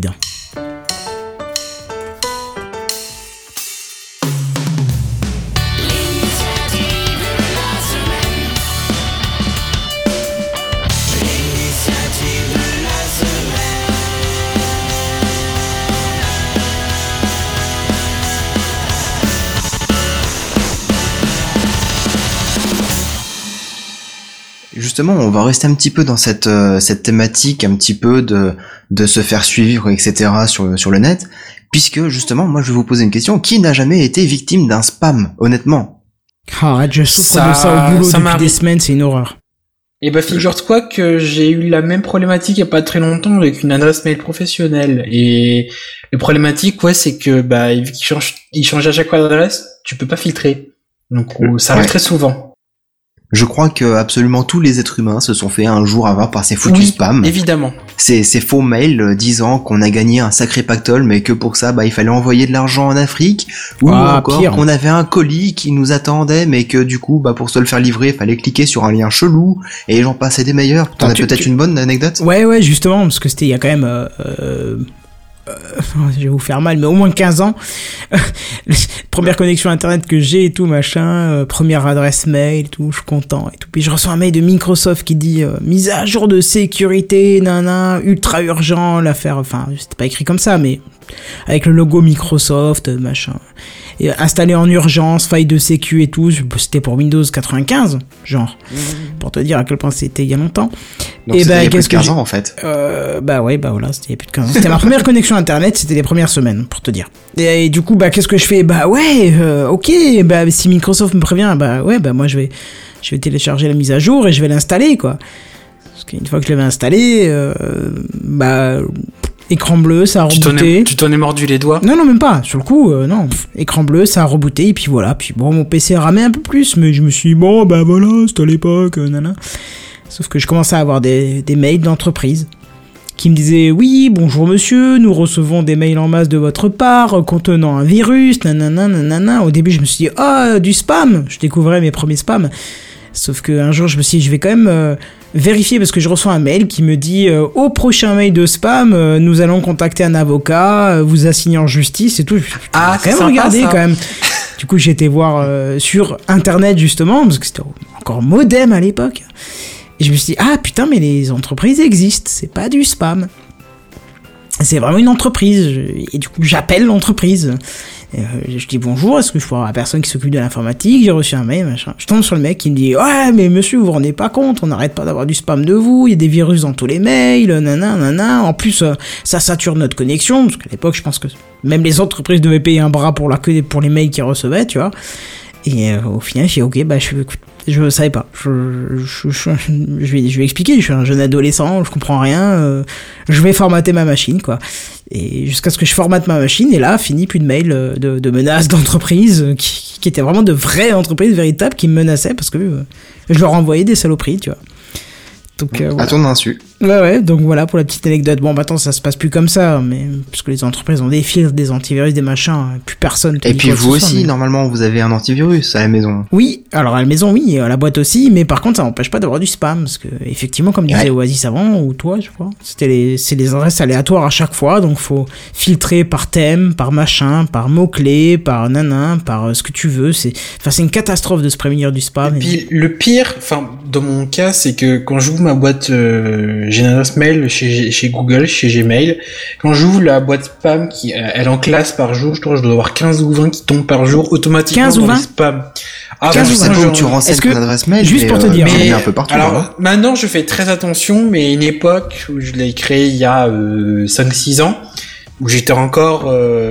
Speaker 4: Justement, on va rester un petit peu dans cette thématique, un petit peu de se faire suivre, etc. sur le net, puisque justement, moi je vais vous poser une question. Qui n'a jamais été victime d'un spam, honnêtement ?
Speaker 1: Arrête, je souffre de ça au boulot depuis des semaines, c'est une horreur.
Speaker 3: Et figure-toi que j'ai eu la même problématique il y a pas très longtemps avec une adresse mail professionnelle. Et la problématique, c'est que vu qu'il change à chaque fois d'adresse, tu peux pas filtrer. Donc ça arrive très souvent.
Speaker 4: Je crois que absolument tous les êtres humains se sont fait un jour avoir par ces foutus spams.
Speaker 3: Évidemment.
Speaker 4: Ces faux mails disant qu'on a gagné un sacré pactole, mais que pour ça, il fallait envoyer de l'argent en Afrique, ou encore qu'on avait un colis qui nous attendait, mais que du coup, pour se le faire livrer, il fallait cliquer sur un lien chelou, et j'en passais des meilleurs. T'en as peut-être une bonne anecdote ?
Speaker 1: Ouais, justement, parce que c'était il y a quand même... je vais vous faire mal, mais au moins 15 ans. Première connexion internet que j'ai et tout, machin, première adresse mail, tout, je suis content et tout. Puis je reçois un mail de Microsoft qui dit mise à jour de sécurité, ultra urgent, l'affaire, c'était pas écrit comme ça, mais avec le logo Microsoft, machin. Et installé en urgence, faille de sécu et tout, c'était pour Windows 95, genre. Pour te dire à quel point c'était il y a longtemps.
Speaker 4: Donc c'était il y a plus de 15 ans en fait.
Speaker 1: Voilà, c'était il y a plus de 15 ans. C'était ma première connexion internet, c'était les premières semaines, pour te dire. Et du coup, qu'est-ce que je fais ? Ok, si Microsoft me prévient, moi je vais télécharger la mise à jour et je vais l'installer, quoi. Parce qu'une fois que je l'avais installé, Écran bleu, ça a rebooté.
Speaker 3: Tu t'en es mordu les doigts?
Speaker 1: Non, même pas. Sur le coup, non. Écran bleu, ça a rebooté, et puis voilà. Puis bon, mon PC ramait un peu plus, mais je me suis dit, bon, bah voilà, c'était à l'époque, nana. Sauf que je commençais à avoir des mails d'entreprise qui me disaient, oui, bonjour monsieur, nous recevons des mails en masse de votre part contenant un virus, nanana. Au début, je me suis dit, du spam. Je découvrais mes premiers spams. Sauf qu'un jour, je me suis dit, je vais quand même vérifier parce que je reçois un mail qui me dit au prochain mail de spam, nous allons contacter un avocat, vous assigner en justice et tout.
Speaker 3: Ah, c'est
Speaker 1: quand même
Speaker 3: sympa,
Speaker 1: regardé
Speaker 3: ça.
Speaker 1: quand même. Du coup, j'ai été voir sur internet justement parce que c'était encore modem à l'époque. Et je me suis dit, ah putain, mais les entreprises existent, c'est pas du spam. C'est vraiment une entreprise. Et du coup, j'appelle l'entreprise. Je dis bonjour, est-ce que je peux avoir la personne qui s'occupe de l'informatique? J'ai reçu un mail, machin. Je tombe sur le mec qui me dit, ouais, mais monsieur, vous vous rendez pas compte, on n'arrête pas d'avoir du spam de vous, il y a des virus dans tous les mails, nanana. En plus, ça sature notre connexion, parce qu'à l'époque, je pense que même les entreprises devaient payer un bras pour les mails qu'ils recevaient, tu vois. Et au final, j'ai dit, ok, bah, je savais pas. Je vais expliquer, je suis un jeune adolescent, je comprends rien, je vais formater ma machine, quoi. Et jusqu'à ce que je formate ma machine, et là, fini, plus de mails de menaces d'entreprises qui étaient vraiment de vraies entreprises véritables qui me menaçaient parce que je leur envoyais des saloperies, tu vois. Donc,
Speaker 4: à
Speaker 1: voilà.
Speaker 4: ton insu.
Speaker 1: Ouais, donc voilà pour la petite anecdote. Bon, maintenant ça se passe plus comme ça, mais parce que les entreprises ont des filtres, des antivirus, des machins, plus personne te
Speaker 4: Et
Speaker 1: dit
Speaker 4: puis
Speaker 1: quoi que
Speaker 4: vous
Speaker 1: ce soit,
Speaker 4: aussi,
Speaker 1: mais...
Speaker 4: normalement, vous avez un antivirus à la maison.
Speaker 1: Oui, alors à la maison, oui, à la boîte aussi, mais par contre ça n'empêche pas d'avoir du spam, parce que effectivement, comme disait Oasis avant, ou toi, je crois, c'est les adresses aléatoires à chaque fois, donc faut filtrer par thème, par machin, par mots-clés, par nanan, par ce que tu veux, c'est une catastrophe de se prémunir du spam.
Speaker 3: Et puis le pire, dans mon cas, c'est que quand j'ouvre ma boîte, j'ai une adresse mail chez Google, chez Gmail, quand j'ouvre la boîte spam, elle en classe par jour, je dois avoir 15 ou 20 qui tombent par jour automatiquement
Speaker 1: 15 ou 20
Speaker 3: dans les spams. Ah,
Speaker 4: 15 ou 20 tu renseignes ton adresse mail,
Speaker 1: juste pour te dire,
Speaker 4: mais un peu partout.
Speaker 3: Alors, maintenant, je fais très attention, mais une époque où je l'ai créé il y a 5-6 ans, où j'étais encore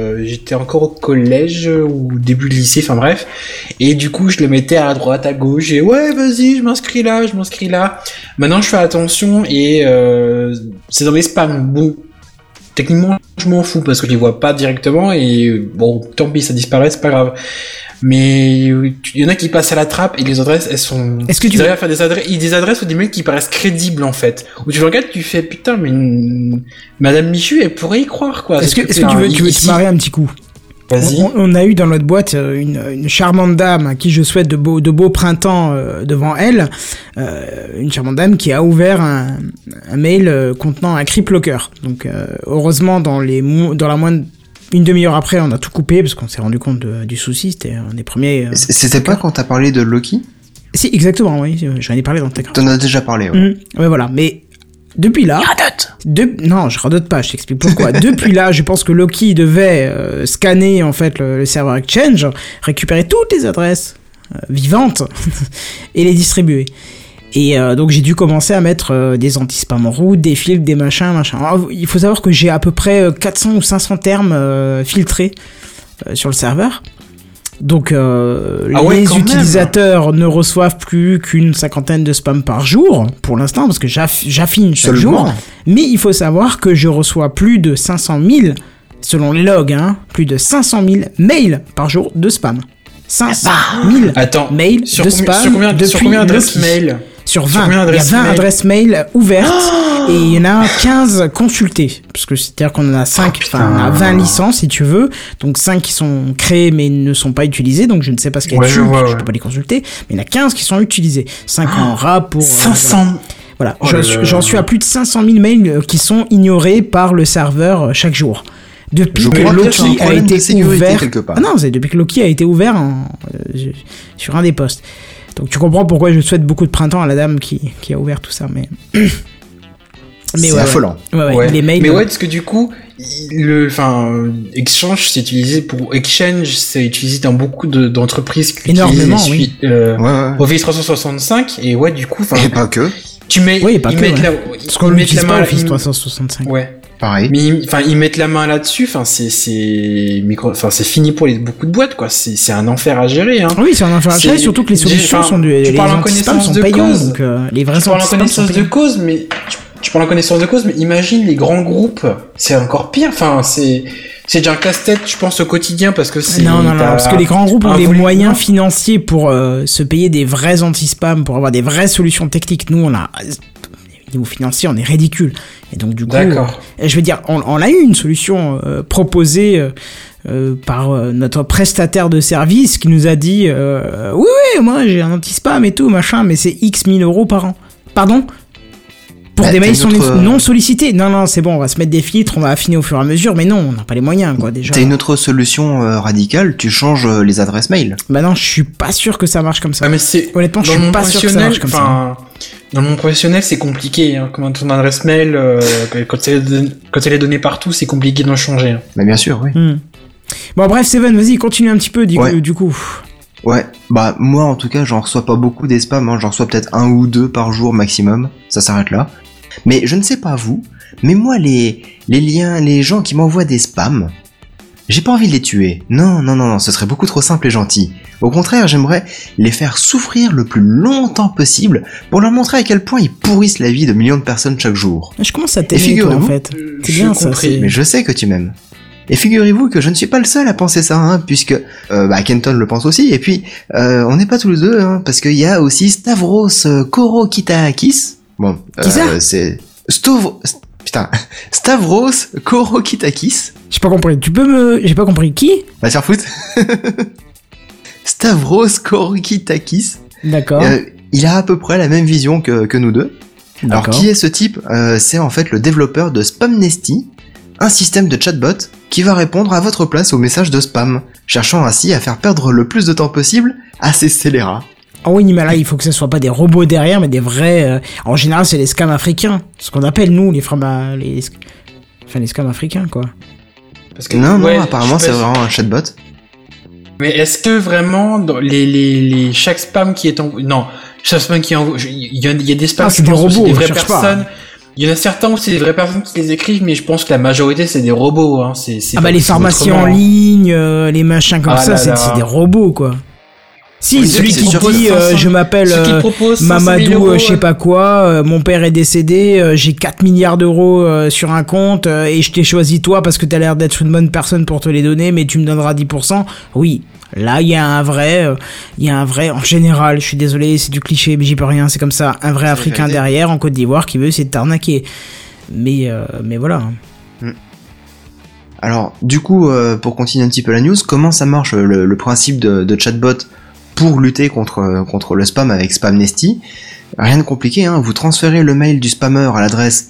Speaker 3: au collège ou début de lycée, enfin bref, et du coup je le mettais à droite, à gauche, et ouais vas-y je m'inscris là. Maintenant je fais attention et c'est dans mes spams. Bon, techniquement je m'en fous parce que je les vois pas directement et bon tant pis, ça disparaît, c'est pas grave. Mais il y en a qui passent à la trappe et les adresses elles sont.
Speaker 1: Est-ce que tu
Speaker 3: arrives à faire des adresses ou des mails qui paraissent crédibles en fait. Où tu regardes, tu fais putain mais Madame Michu elle pourrait y croire quoi.
Speaker 1: Est-ce que tu veux te marrer un petit coup?
Speaker 3: Vas-y.
Speaker 1: On a eu dans notre boîte une charmante dame à qui je souhaite de beaux printemps devant elle, une charmante dame qui a ouvert un mail contenant un cryptlocker. Donc heureusement dans la moindre une demi-heure après, on a tout coupé parce qu'on s'est rendu compte du souci. C'était un des premiers.
Speaker 4: C'était pas quand t'as parlé de Loki?
Speaker 1: Si, exactement, oui. J'en ai parlé dans Techcraft.
Speaker 4: T'en as déjà parlé, ouais.
Speaker 1: Ouais, voilà. Mais depuis là. Non, je radote pas. Je t'explique pourquoi. Depuis là, je pense que Loki devait scanner en fait le serveur Exchange, récupérer toutes les adresses vivantes et les distribuer. Et donc j'ai dû commencer à mettre des anti-spam en route, des filtres, des machins. Alors, il faut savoir que j'ai à peu près 400 ou 500 termes filtrés sur le serveur. Donc les utilisateurs ne reçoivent plus qu'une 50aine de spam par jour pour l'instant parce que j'affine chaque jour. Mais il faut savoir que je reçois plus de 500 000, selon les logs, plus de 500 000 mails par jour de spam. 500 000 mails de spam
Speaker 3: sur combien d'adresses mail?
Speaker 1: Sur 20. Il y a 20 adresses mail ouvertes et il y en a 15 consultées. Parce que c'est-à-dire qu'on en a 5, on a 20 licences si tu veux. Donc 5 qui sont créées mais ne sont pas utilisées. Donc je ne sais pas ce qu'il y a dessus, je peux pas les consulter. Mais il y en a 15 qui sont utilisées. 5 en rap pour...
Speaker 3: 500
Speaker 1: Voilà, j'en suis à plus de 500 000 mails qui sont ignorés par le serveur chaque jour. Depuis que Loki a été ouvert... Ah non, c'est depuis que Loki a été ouvert sur un des postes. Donc tu comprends pourquoi je souhaite beaucoup de printemps à la dame qui a ouvert tout ça, mais
Speaker 4: c'est affolant.
Speaker 1: Ouais. Les mails.
Speaker 3: Mais ouais, parce que du coup, Exchange, c'est utilisé c'est utilisé dans beaucoup d'entreprises qui
Speaker 1: énormément,
Speaker 3: utilisent Office 365 et ouais, du coup,
Speaker 4: et pas que.
Speaker 3: Tu mets,
Speaker 1: parce qu'on l'utilise pas Office 365.
Speaker 3: Ouais.
Speaker 4: Pareil.
Speaker 3: Mais ils mettent la main là-dessus. C'est fini pour beaucoup de boîtes, quoi. C'est un enfer à gérer, hein.
Speaker 1: Oui, c'est un enfer à gérer, surtout que les solutions sont les anti-spam sont payantes, donc les vrais
Speaker 3: anti-spam de cause, mais tu prends la connaissance de cause, mais imagine les grands groupes, c'est encore pire. Enfin, c'est déjà un casse-tête, je pense, au quotidien, parce que c'est...
Speaker 1: Non, parce que les grands groupes ont des
Speaker 3: volume
Speaker 1: moyens financiers pour se payer des vrais anti-spam, pour avoir des vraies solutions techniques. Nous, on a... Niveau financier, on est ridicule. Et donc, du coup...
Speaker 3: D'accord.
Speaker 1: Je veux dire, on a eu une solution proposée par notre prestataire de service qui nous a dit oui, moi, j'ai un anti-spam et tout, machin, mais c'est X 1000 € par an. Pardon ? Pour des mails non sollicités. Non, c'est bon, on va se mettre des filtres, on va affiner au fur et à mesure, mais non, on n'a pas les moyens, quoi, déjà.
Speaker 4: T'as une autre solution radicale, tu changes les adresses mail.
Speaker 1: Bah non, je suis pas sûr que ça marche comme ça.
Speaker 3: Ah, mais c'est...
Speaker 1: Honnêtement, je suis pas sûr que ça marche comme ça.
Speaker 3: Dans le monde professionnel, c'est compliqué, hein. Comme ton adresse mail, quand elle est donnée partout, c'est compliqué d'en changer. Hein.
Speaker 4: Bah bien sûr, oui.
Speaker 1: Bon, bref, Seven, vas-y, continue un petit peu, du coup.
Speaker 4: Ouais, bah moi en tout cas j'en reçois pas beaucoup des spams, hein. J'en reçois peut-être 1 ou 2 par jour maximum, ça s'arrête là. Mais je ne sais pas vous, mais moi les gens qui m'envoient des spams, j'ai pas envie de les tuer. Non, ce serait beaucoup trop simple et gentil. Au contraire, j'aimerais les faire souffrir le plus longtemps possible pour leur montrer à quel point ils pourrissent la vie de millions de personnes chaque jour.
Speaker 1: Je commence à t'aimer, toi, en fait. C'est bien ça,
Speaker 4: Mais je sais que tu m'aimes. Et figurez-vous que je ne suis pas le seul à penser ça, hein, puisque Kenton le pense aussi, et puis on n'est pas tous les deux, hein, parce qu'il y a aussi Stavros Korokitakis. Bon,
Speaker 1: qui ça
Speaker 4: c'est Stavros Korokitakis.
Speaker 1: J'ai pas compris. J'ai pas compris qui ?
Speaker 4: Va se faire foutre. Stavros Korokitakis.
Speaker 1: D'accord.
Speaker 4: Il a à peu près la même vision que nous deux.
Speaker 1: D'accord.
Speaker 4: Alors qui est ce type ? C'est en fait le développeur de Spamnesty, un système de chatbot qui va répondre à votre place aux messages de spam, cherchant ainsi à faire perdre le plus de temps possible à ces scélérats.
Speaker 1: Ah oui, mais là, il faut que ce soit pas des robots derrière, mais des vrais... En général, c'est les scams africains. Ce qu'on appelle, nous, les scams africains, quoi.
Speaker 4: Parce que, non, apparemment, c'est vraiment un chatbot.
Speaker 3: Mais est-ce que vraiment, dans chaque spam qui est non, chaque spam qui envoie... Il y a des spams
Speaker 1: c'est des robots,
Speaker 3: c'est des vraies personnes...
Speaker 1: Pas.
Speaker 3: Il y en a certains où c'est des vraies personnes qui les écrivent, mais je pense que la majorité c'est des robots. Hein.
Speaker 1: Les pharmacies en ligne, les machins comme ça, c'est des robots, quoi. Si, oui, celui qui dit je m'appelle Mamadou, je sais pas quoi, mon père est décédé, j'ai 4 milliards d'euros sur un compte et je t'ai choisi toi parce que t'as l'air d'être une bonne personne pour te les donner, mais tu me donneras 10%. Oui, là il y a un vrai, en général, je suis désolé, c'est du cliché, mais j'y peux rien, c'est comme ça, un vrai Africain derrière en Côte d'Ivoire qui veut essayer de t'arnaquer. Mais voilà.
Speaker 4: Alors, du coup, pour continuer un petit peu la news, comment ça marche le principe de chatbot pour lutter contre le spam avec Spamnesty? Rien de compliqué, hein. Vous transférez le mail du spammer à l'adresse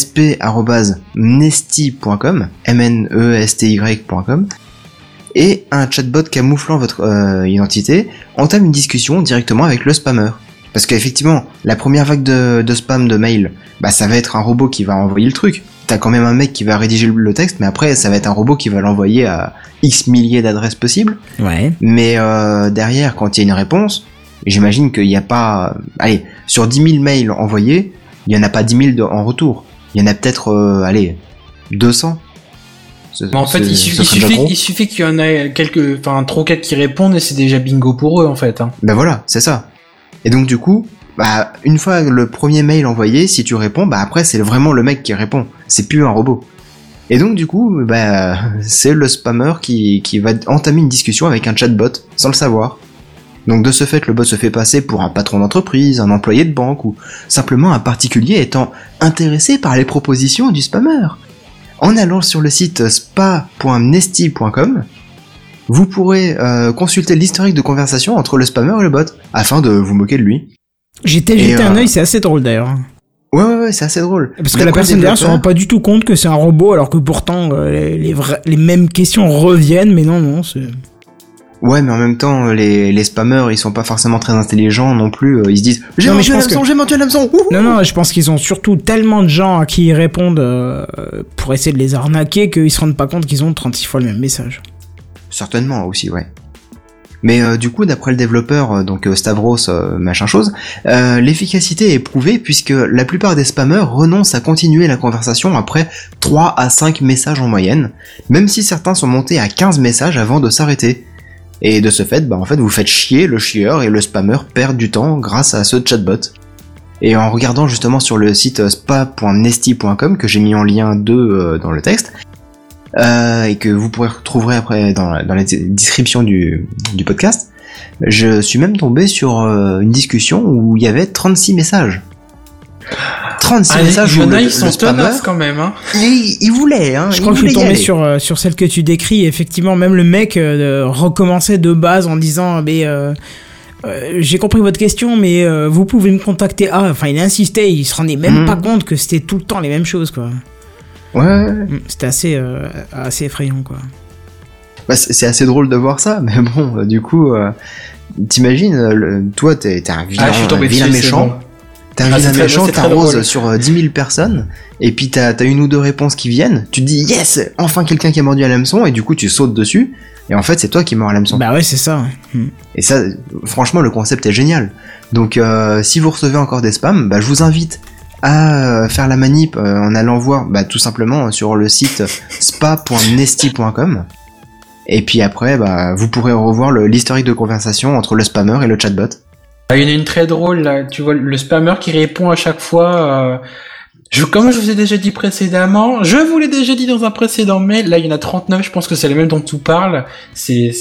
Speaker 4: sp@nesty.com, mnesty.com, et un chatbot camouflant votre identité entame une discussion directement avec le spammer. Parce qu'effectivement, la première vague de spam de mail, ça va être un robot qui va envoyer le truc. T'as quand même un mec qui va rédiger le texte, mais après, ça va être un robot qui va l'envoyer à X milliers d'adresses possibles.
Speaker 1: Ouais.
Speaker 4: Mais derrière, quand il y a une réponse, j'imagine qu'il n'y a pas... Allez, sur 10 000 mails envoyés, il n'y en a pas 10 000 en retour. Il y en a peut-être, 200.
Speaker 3: En fait, il suffit qu'il y en ait quelques... Enfin, 3 ou 4 qui répondent et c'est déjà bingo pour eux, en fait. Hein.
Speaker 4: Ben voilà, c'est ça. Et donc, du coup... une fois le premier mail envoyé, si tu réponds, après c'est vraiment le mec qui répond, c'est plus un robot. Et donc du coup, c'est le spammer qui va entamer une discussion avec un chatbot sans le savoir. Donc de ce fait, le bot se fait passer pour un patron d'entreprise, un employé de banque ou simplement un particulier étant intéressé par les propositions du spammer. En allant sur le site spa.nesty.com, vous pourrez consulter l'historique de conversation entre le spammer et le bot afin de vous moquer de lui.
Speaker 1: J'ai jeté un œil, c'est assez drôle d'ailleurs.
Speaker 4: Ouais, c'est assez drôle.
Speaker 1: Parce que la personne derrière se rend pas du tout compte que c'est un robot, alors que pourtant les mêmes questions reviennent, mais non, c'est...
Speaker 4: Ouais, mais en même temps, les spammers, ils sont pas forcément très intelligents non plus. Ils se disent j'ai mangé l'hameçon.
Speaker 1: Non, je pense qu'ils ont surtout tellement de gens à qui ils répondent pour essayer de les arnaquer qu'ils se rendent pas compte qu'ils ont 36 fois le même message.
Speaker 4: Certainement aussi, ouais. Mais du coup, d'après le développeur, donc Stavros machin chose, l'efficacité est prouvée puisque la plupart des spammers renoncent à continuer la conversation après 3 à 5 messages en moyenne, même si certains sont montés à 15 messages avant de s'arrêter. Et de ce fait, en fait, vous faites chier le chieur et le spammer perd du temps grâce à ce chatbot. Et en regardant justement sur le site spa.nesty.com, que j'ai mis en lien dans le texte, et que vous pourrez retrouver après dans la description du podcast, je suis même tombé sur une discussion où il y avait 36 messages. 36 messages où
Speaker 3: ils sont tenaces quand même, hein.
Speaker 4: Il voulait, hein.
Speaker 1: Je crois que je suis tombé sur celle que tu décris. Effectivement, même le mec recommençait de base en disant, mais j'ai compris votre question, mais vous pouvez me contacter. Enfin, il insistait, il se rendait même pas compte que c'était tout le temps les mêmes choses, quoi.
Speaker 4: Ouais.
Speaker 1: C'était assez effrayant, quoi.
Speaker 4: Bah, c'est assez drôle de voir ça, mais bon, du coup, t'imagines, toi, t'es un vilain méchant. T'es un vilain méchant, t'arroses sur 10 000 personnes, et puis t'as une ou deux réponses qui viennent, tu te dis yes, enfin quelqu'un qui a mordu à l'hameçon, et du coup tu sautes dessus, et en fait c'est toi qui mords à l'hameçon.
Speaker 1: Bah ouais, c'est ça. Ouais.
Speaker 4: Et ça, franchement, le concept est génial. Donc si vous recevez encore des spams, bah je vous invite à faire la manip en allant voir tout simplement sur le site spa.nesty.com. Et puis après, vous pourrez revoir l'historique de conversation entre le spammer et le chatbot.
Speaker 3: Il y en a une très drôle, là. Tu vois, le spammer qui répond à chaque fois, comme je vous ai déjà dit précédemment, je vous l'ai déjà dit dans un précédent mail, là, il y en a 39, je pense que c'est les mêmes dont tu parles. C'est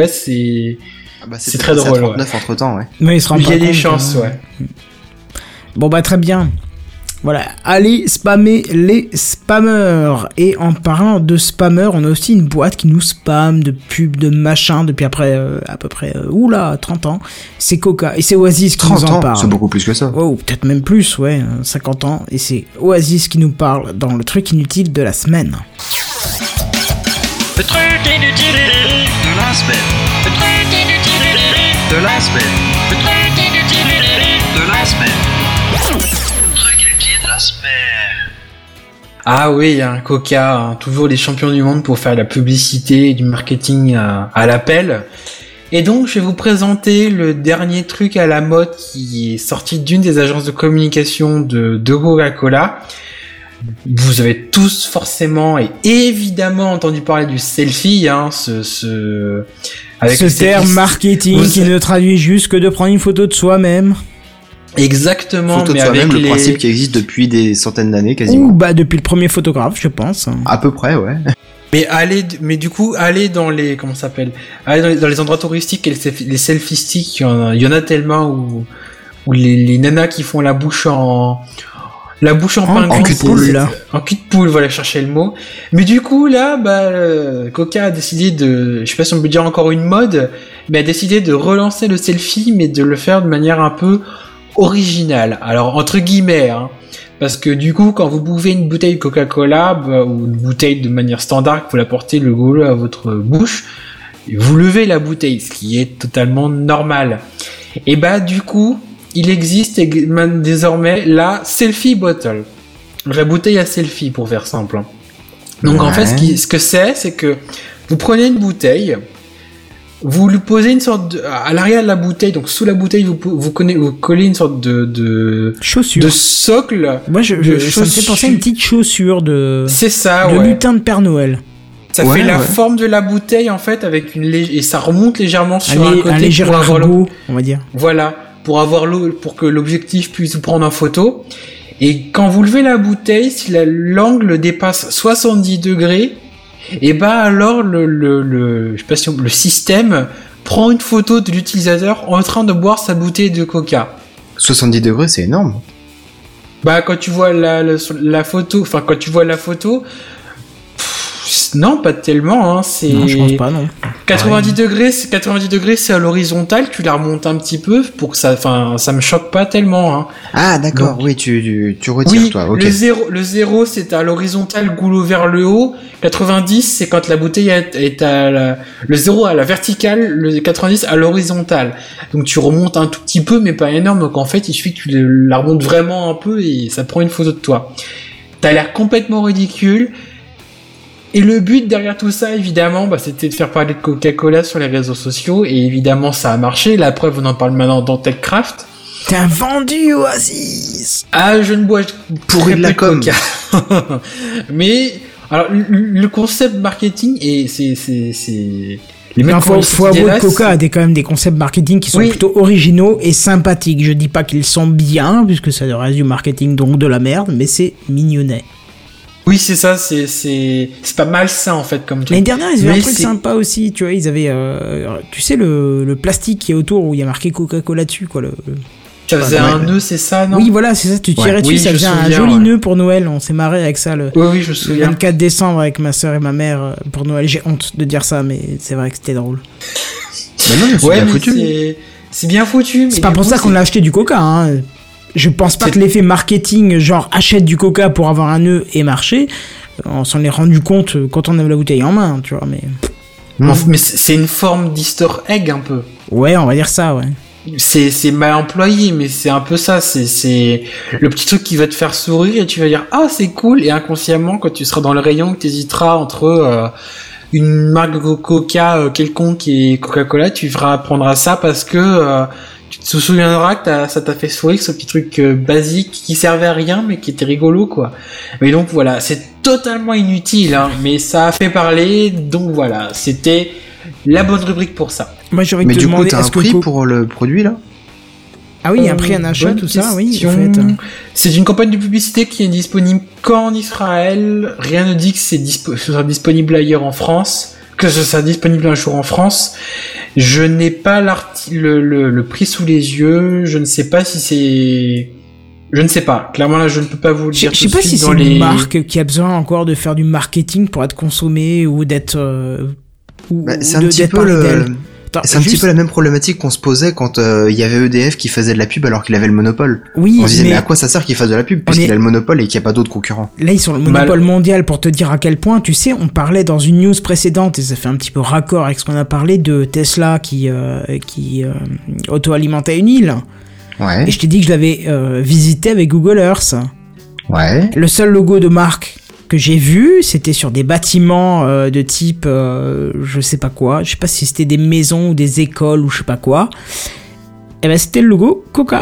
Speaker 3: très drôle,
Speaker 4: 39 entre temps, ouais.
Speaker 1: Mais il
Speaker 3: y a des chances, ouais.
Speaker 1: Bon, très bien. Voilà, allez spammer les spammers. Et en parlant de spammers, on a aussi une boîte qui nous spamme de pubs, de machin depuis à peu près 30 ans. C'est Coca et c'est Oasis qui nous en parle.
Speaker 4: C'est beaucoup plus que ça.
Speaker 1: Oh, peut-être même plus, 50 ans. Et c'est Oasis qui nous parle dans le truc inutile de la semaine.
Speaker 2: Le truc inutile de la semaine. Le truc inutile de la semaine. Le truc inutile de la semaine.
Speaker 3: Ah oui, Coca, toujours les champions du monde pour faire la publicité et du marketing à l'appel. Et donc, je vais vous présenter le dernier truc à la mode qui est sorti d'une des agences de communication de Coca-Cola. Vous avez tous forcément et évidemment entendu parler du selfie, ce
Speaker 1: terme marketing qui ne traduit juste que de prendre une photo de soi-même.
Speaker 3: Exactement,
Speaker 4: photo de soi-même, le principe qui existe depuis des centaines d'années quasiment.
Speaker 1: Ou depuis le premier photographe, je pense.
Speaker 4: À peu près, ouais.
Speaker 3: Mais du coup, allez dans les dans les endroits touristiques et les selfie sticks, il y en a tellement où les nanas qui font la bouche en pingouin,
Speaker 1: en cul de poule,
Speaker 3: en cul de poule, voilà, chercher le mot. Mais du coup là, Coca a décidé je sais pas si on peut dire encore une mode, mais a décidé de relancer le selfie, mais de le faire de manière un peu originale. Alors entre guillemets, parce que du coup, quand vous buvez une bouteille de Coca-Cola ou une bouteille de manière standard, que vous la portez le goulot à votre bouche, vous levez la bouteille, ce qui est totalement normal. Et du coup, il existe désormais la selfie bottle, la bouteille à selfie pour faire simple. Donc en fait, ce que c'est que vous prenez une bouteille, vous lui posez une sorte à l'arrière de la bouteille, donc sous la bouteille, vous collez une sorte de
Speaker 1: chaussure,
Speaker 3: de socle.
Speaker 1: Moi, ça me fait penser à une petite chaussure
Speaker 3: c'est ça,
Speaker 1: de lutin de Père Noël.
Speaker 3: Ça fait la forme de la bouteille en fait avec et ça remonte légèrement sur un côté
Speaker 1: un léger argot, on va dire.
Speaker 3: Voilà, pour que l'objectif puisse vous prendre en photo. Et quand vous levez la bouteille, si l'angle dépasse 70 degrés, et alors je sais pas si le système prend une photo de l'utilisateur en train de boire sa bouteille de Coca.
Speaker 4: 70 degrés, c'est énorme.
Speaker 3: Quand tu vois la photo, non, pas tellement, c'est...
Speaker 1: Non, je pense pas, non.
Speaker 3: 90 degrés, c'est à l'horizontale, tu la remontes un petit peu pour que ça me choque pas tellement,
Speaker 4: Ah, d'accord, donc, oui, tu retires, toi, ok.
Speaker 3: Le 0, c'est à l'horizontale, goulot vers le haut. 90, c'est quand la bouteille est le 0 à la verticale, le 90 à l'horizontale. Donc tu remontes un tout petit peu, mais pas énorme, donc en fait, il suffit que tu la remontes vraiment un peu et ça prend une photo de toi. T'as l'air complètement ridicule. Et le but derrière tout ça, évidemment, c'était de faire parler de Coca-Cola sur les réseaux sociaux. Et évidemment, ça a marché. La preuve, on en parle maintenant dans TechCraft.
Speaker 1: T'as vendu Oasis.
Speaker 3: Ah, je ne bois
Speaker 4: pourri de la com.
Speaker 3: Coca. Mais alors, le concept marketing et c'est Les mecs
Speaker 1: Faut avouer que Coca a quand même des concepts marketing qui sont plutôt originaux et sympathiques. Je dis pas qu'ils sont bien, puisque ça reste du marketing, donc de la merde, mais c'est mignonnet.
Speaker 3: Oui, c'est ça, c'est pas mal ça en fait comme truc.
Speaker 1: L'année dernière, ils avaient un truc sympa aussi, tu vois, ils avaient, tu sais, le plastique qui est autour où il y a marqué Coca-Cola dessus, quoi.
Speaker 3: Ça faisait un nœud, c'est ça, non?
Speaker 1: Oui, voilà, c'est ça, tu tirais dessus, ça faisait un joli nœud pour Noël, on s'est marré avec ça le
Speaker 3: je me souviens.
Speaker 1: 24 décembre avec ma soeur et ma mère pour Noël. J'ai honte de dire ça, mais c'est vrai que c'était drôle.
Speaker 4: Mais non, c'est bien foutu.
Speaker 3: C'est bien foutu.
Speaker 1: C'est pas pour ça qu'on a acheté du Coca, hein. Je pense pas que l'effet marketing, genre achète du Coca pour avoir un nœud et marcher, on s'en est rendu compte quand on avait la bouteille en main, tu vois, mais...
Speaker 3: Mais c'est une forme d'easter egg un peu.
Speaker 1: Ouais, on va dire ça, ouais.
Speaker 3: C'est mal employé, mais c'est un peu ça, c'est le petit truc qui va te faire sourire et tu vas dire ah c'est cool, et inconsciemment quand tu seras dans le rayon que t'hésiteras entre une marque de Coca quelconque et Coca-Cola, tu feras prendre à ça parce que tu te souviendras que ça t'a fait sourire, ce petit truc basique qui servait à rien mais qui était rigolo, quoi. Mais donc voilà, c'est totalement inutile, hein, mais ça a fait parler, donc voilà, c'était la bonne rubrique pour ça.
Speaker 1: Moi, j'aurais
Speaker 4: mais
Speaker 1: te
Speaker 4: du coup,
Speaker 1: demander,
Speaker 4: t'as un prix pour le produit là?
Speaker 1: Ah oui, un prix, un achat, tout ça, oui, en fait.
Speaker 3: C'est une campagne de publicité qui est disponible qu'en Israël. Rien ne dit que ce sera disponible ailleurs en France, que ce sera disponible un jour en France. Je n'ai pas le prix sous les yeux. Je ne sais pas si c'est... Je ne sais pas. Clairement, là, je ne peux pas vous le dire.
Speaker 1: Je sais pas si c'est une marque qui a besoin encore de faire du marketing pour être consommée ou d'être...
Speaker 4: c'est un petit peu la même problématique qu'on se posait quand il y avait EDF qui faisait de la pub alors qu'il avait le monopole.
Speaker 1: Oui,
Speaker 4: on se disait mais à quoi ça sert qu'il fasse de la pub puisqu'il a le monopole et qu'il n'y a pas d'autres concurrents.
Speaker 1: Là ils sont le monopole mondial, pour te dire à quel point, tu sais, on parlait dans une news précédente et ça fait un petit peu raccord avec ce qu'on a parlé de Tesla qui auto-alimentait une île.
Speaker 4: Ouais.
Speaker 1: Et je t'ai dit que je l'avais visité avec Google Earth.
Speaker 4: Ouais.
Speaker 1: Le seul logo de marque que j'ai vu, c'était sur des bâtiments de type je sais pas quoi, je sais pas si c'était des maisons ou des écoles ou je sais pas quoi. Et ben c'était le logo Coca.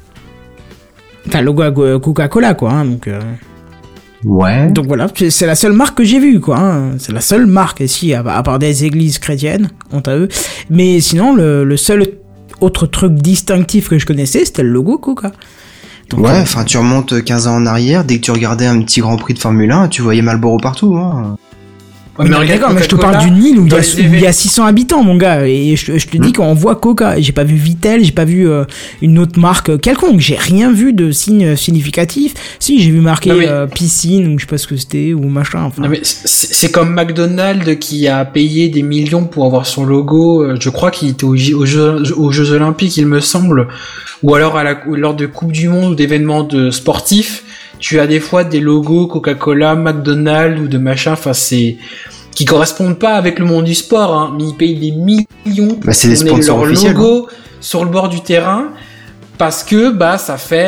Speaker 1: Enfin le logo Coca-Cola quoi, hein, donc
Speaker 4: ouais.
Speaker 1: Donc voilà, c'est la seule marque que j'ai vue quoi, hein. C'est la seule marque ici à part des églises chrétiennes, honte à eux. Mais sinon le seul autre truc distinctif que je connaissais, c'était le logo Coca. Donc,
Speaker 4: ouais, enfin tu remontes 15 ans en arrière, dès que tu regardais un petit Grand Prix de Formule 1, tu voyais Marlboro partout, hein.
Speaker 1: Ouais, mais d'accord, mais je te parle d'une île où il y a 600 habitants, mon gars, et je te dis qu'on voit Coca. J'ai pas vu Vittel, j'ai pas vu une autre marque quelconque, j'ai rien vu de signe significatif. Si, j'ai vu marqué piscine, ou je sais pas ce que c'était, ou machin. Enfin.
Speaker 3: Non mais c'est comme McDonald's qui a payé des millions pour avoir son logo. Je crois qu'il était aux Jeux Olympiques, il me semble, ou alors lors de Coupe du Monde ou d'événements sportifs. Tu as des fois des logos Coca-Cola, McDonald's ou de machin, enfin qui correspondent pas avec le monde du sport, hein, mais ils payent des millions pour
Speaker 4: c'est des sponsors
Speaker 3: leur
Speaker 4: officiels,
Speaker 3: logo sur le bord du terrain parce que ça fait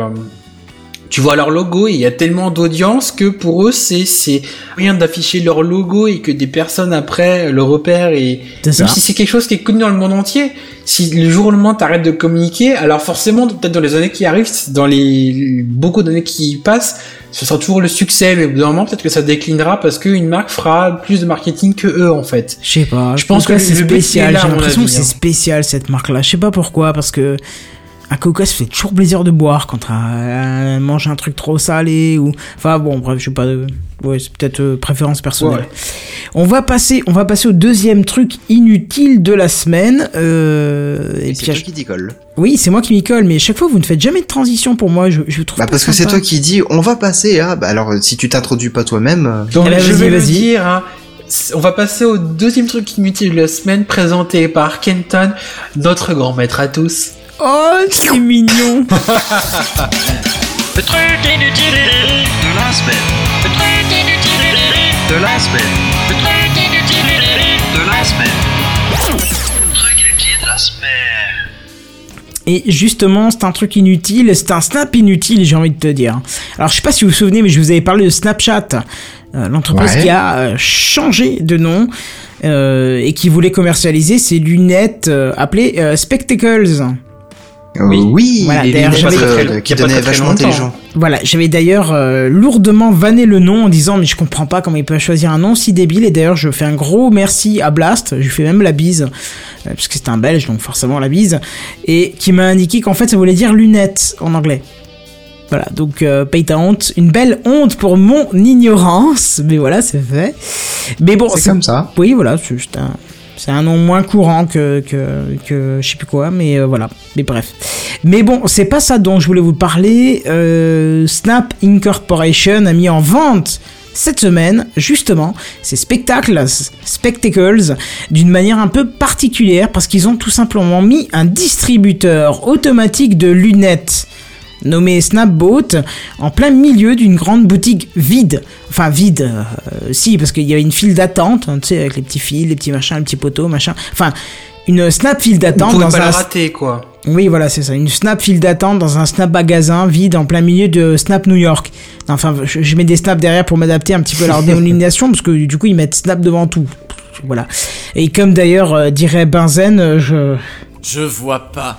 Speaker 3: tu vois leur logo et il y a tellement d'audience que pour eux c'est rien d'afficher leur logo et que des personnes après le repèrent, et même si c'est quelque chose qui est connu dans le monde entier, si le jour ou le lendemain t'arrêtes de communiquer, alors forcément peut-être dans les années qui arrivent, dans les beaucoup d'années qui passent, ce sera toujours le succès, mais au bout d'un moment peut-être que ça déclinera parce qu'une marque fera plus de marketing que eux en fait.
Speaker 1: Je sais pas, je pense que c'est spécial, j'ai l'impression que c'est spécial cette marque là, je sais pas pourquoi, parce que un Coca se fait toujours plaisir de boire quand on mange un truc trop salé ou enfin bon bref, je sais pas, ouais, c'est peut-être préférence personnelle. Ouais. On va passer au deuxième truc inutile de la semaine
Speaker 4: et puis toi qui t'y colle.
Speaker 1: Oui, c'est moi qui m'y colle, mais chaque fois vous ne faites jamais de transition pour moi, je trouve pas
Speaker 4: parce que c'est toi qui dis on va passer à alors si tu t'introduis pas toi-même
Speaker 3: donc je vais le dire, hein. On va passer au deuxième truc inutile de la semaine présenté par Kenton, notre grand maître à tous.
Speaker 1: Oh, c'est mignon.
Speaker 2: Le truc inutile de la semaine. Le truc inutile de la semaine. Le truc inutile de la semaine. Le truc inutile de la semaine.
Speaker 1: Et justement, c'est un truc inutile, c'est un snap inutile, j'ai envie de te dire. Alors, je sais pas si vous vous souvenez, mais je vous avais parlé de Snapchat, l'entreprise qui a changé de nom et qui voulait commercialiser ses lunettes appelées Spectacles.
Speaker 4: Oui,
Speaker 1: Voilà,
Speaker 4: les
Speaker 1: d'ailleurs,
Speaker 4: lunettes
Speaker 1: j'avais-
Speaker 4: qui
Speaker 3: il y a pas
Speaker 4: donnaient
Speaker 3: très
Speaker 4: vachement
Speaker 3: longtemps.
Speaker 4: intelligent.
Speaker 1: Voilà, j'avais d'ailleurs lourdement vanné le nom en disant mais je comprends pas comment il peut choisir un nom si débile, et d'ailleurs je fais un gros merci à Blast, je lui fais même la bise, parce que c'est un belge donc forcément la bise, et qui m'a indiqué qu'en fait ça voulait dire lunettes en anglais. Voilà, donc paye ta honte, une belle honte pour mon ignorance, mais voilà c'est fait. Mais bon,
Speaker 4: C'est comme ça.
Speaker 1: oui voilà, c'est un nom moins courant que je sais plus quoi, mais voilà. Mais bref. Mais bon, c'est pas ça dont je voulais vous parler. Snap Incorporation a mis en vente cette semaine, justement, ces spectacles, d'une manière un peu particulière, parce qu'ils ont tout simplement mis un distributeur automatique de lunettes nommé Snapboat en plein milieu d'une grande boutique vide. Enfin vide, si, parce qu'il y avait une file d'attente, hein, tu sais, avec les petits fils, les petits machins, les petits poteaux, machin. Enfin, une Snap file
Speaker 3: On
Speaker 1: d'attente
Speaker 3: pouvait
Speaker 1: dans
Speaker 3: pas
Speaker 1: un...
Speaker 3: le rater, quoi.
Speaker 1: Oui, voilà, c'est ça. Une Snap file d'attente dans un Snap magasin vide en plein milieu de Snap New York. Enfin, je mets des snaps derrière pour m'adapter un petit peu à leur dénomination, parce que du coup, ils mettent Snap devant tout. Voilà. Et comme d'ailleurs dirait Benzen,
Speaker 10: Je vois pas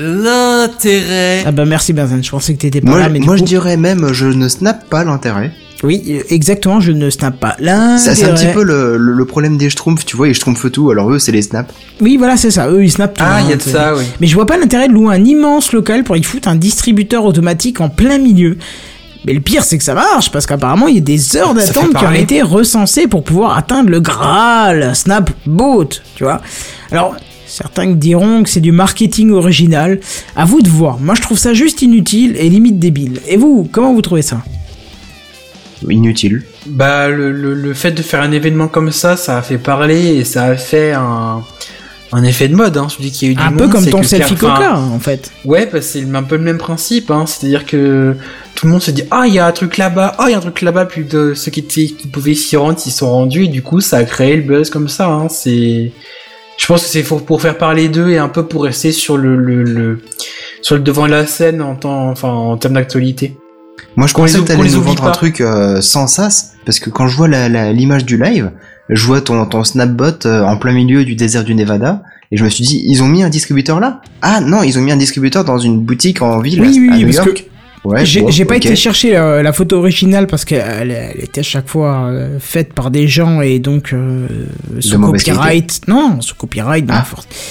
Speaker 10: l'intérêt.
Speaker 1: Ah bah merci Benzen, je pensais que t'étais pas là, mais
Speaker 4: Moi
Speaker 1: du
Speaker 4: je
Speaker 1: coup...
Speaker 4: dirais même, je ne snappe pas l'intérêt.
Speaker 1: Oui, exactement, je ne snap pas.
Speaker 4: C'est un petit peu le problème des schtroumpfs, tu vois, ils schtroumpfent tout, alors eux c'est les snaps.
Speaker 1: Oui, voilà, c'est ça, eux ils snappent tout.
Speaker 3: Ah,
Speaker 1: hein,
Speaker 3: il y a de
Speaker 1: c'est-
Speaker 3: ça, oui.
Speaker 1: Mais je vois pas l'intérêt de louer un immense local pour y foutre un distributeur automatique en plein milieu. Mais le pire, c'est que ça marche, parce qu'apparemment, il y a des heures
Speaker 3: Ça fait
Speaker 1: d'attente qui ont
Speaker 3: parler.
Speaker 1: été recensées pour pouvoir atteindre le Graal, Snapboat, tu vois. Alors, certains diront que c'est du marketing original. À vous de voir. Moi, je trouve ça juste inutile et limite débile. Et vous, comment vous trouvez ça ?
Speaker 4: Inutile.
Speaker 3: Bah, le fait de faire un événement comme ça a fait parler et ça a fait un effet de mode, hein. Je dis qu'il y a eu du
Speaker 1: Un
Speaker 3: monde,
Speaker 1: peu comme
Speaker 3: c'est
Speaker 1: ton
Speaker 3: que
Speaker 1: selfie
Speaker 3: enfin,
Speaker 1: coca, en fait.
Speaker 3: Ouais, bah, c'est un peu le même principe, hein. C'est-à-dire que tout le monde se dit, ah, il y a un truc là-bas, puis de ceux qui pouvaient s'y rendre, s'y sont rendus, et du coup, ça a créé le buzz comme ça, hein. Je pense que c'est pour faire parler d'eux et un peu pour rester sur le devant de la scène en termes d'actualité.
Speaker 4: Moi je
Speaker 3: Qu'on
Speaker 4: pensais
Speaker 3: les-
Speaker 4: que t'allais
Speaker 3: qu'on les
Speaker 4: nous
Speaker 3: oublie
Speaker 4: vendre un
Speaker 3: pas.
Speaker 4: truc sans sas, parce que quand je vois l'image du live, je vois ton Snapbot en plein milieu du désert du Nevada, et je me suis dit, ils ont mis un distributeur là? Ah non, ils ont mis un distributeur dans une boutique en ville
Speaker 1: Oui,
Speaker 4: à
Speaker 1: oui,
Speaker 4: New
Speaker 1: parce
Speaker 4: York. Ouais,
Speaker 1: J'ai
Speaker 4: bon,
Speaker 1: j'ai pas
Speaker 4: ok.
Speaker 1: été chercher la photo originale parce qu'elle était à chaque fois faite par des gens et donc sous
Speaker 4: mauvaise
Speaker 1: copyright. Non, sous copyright. Non,
Speaker 4: Ah.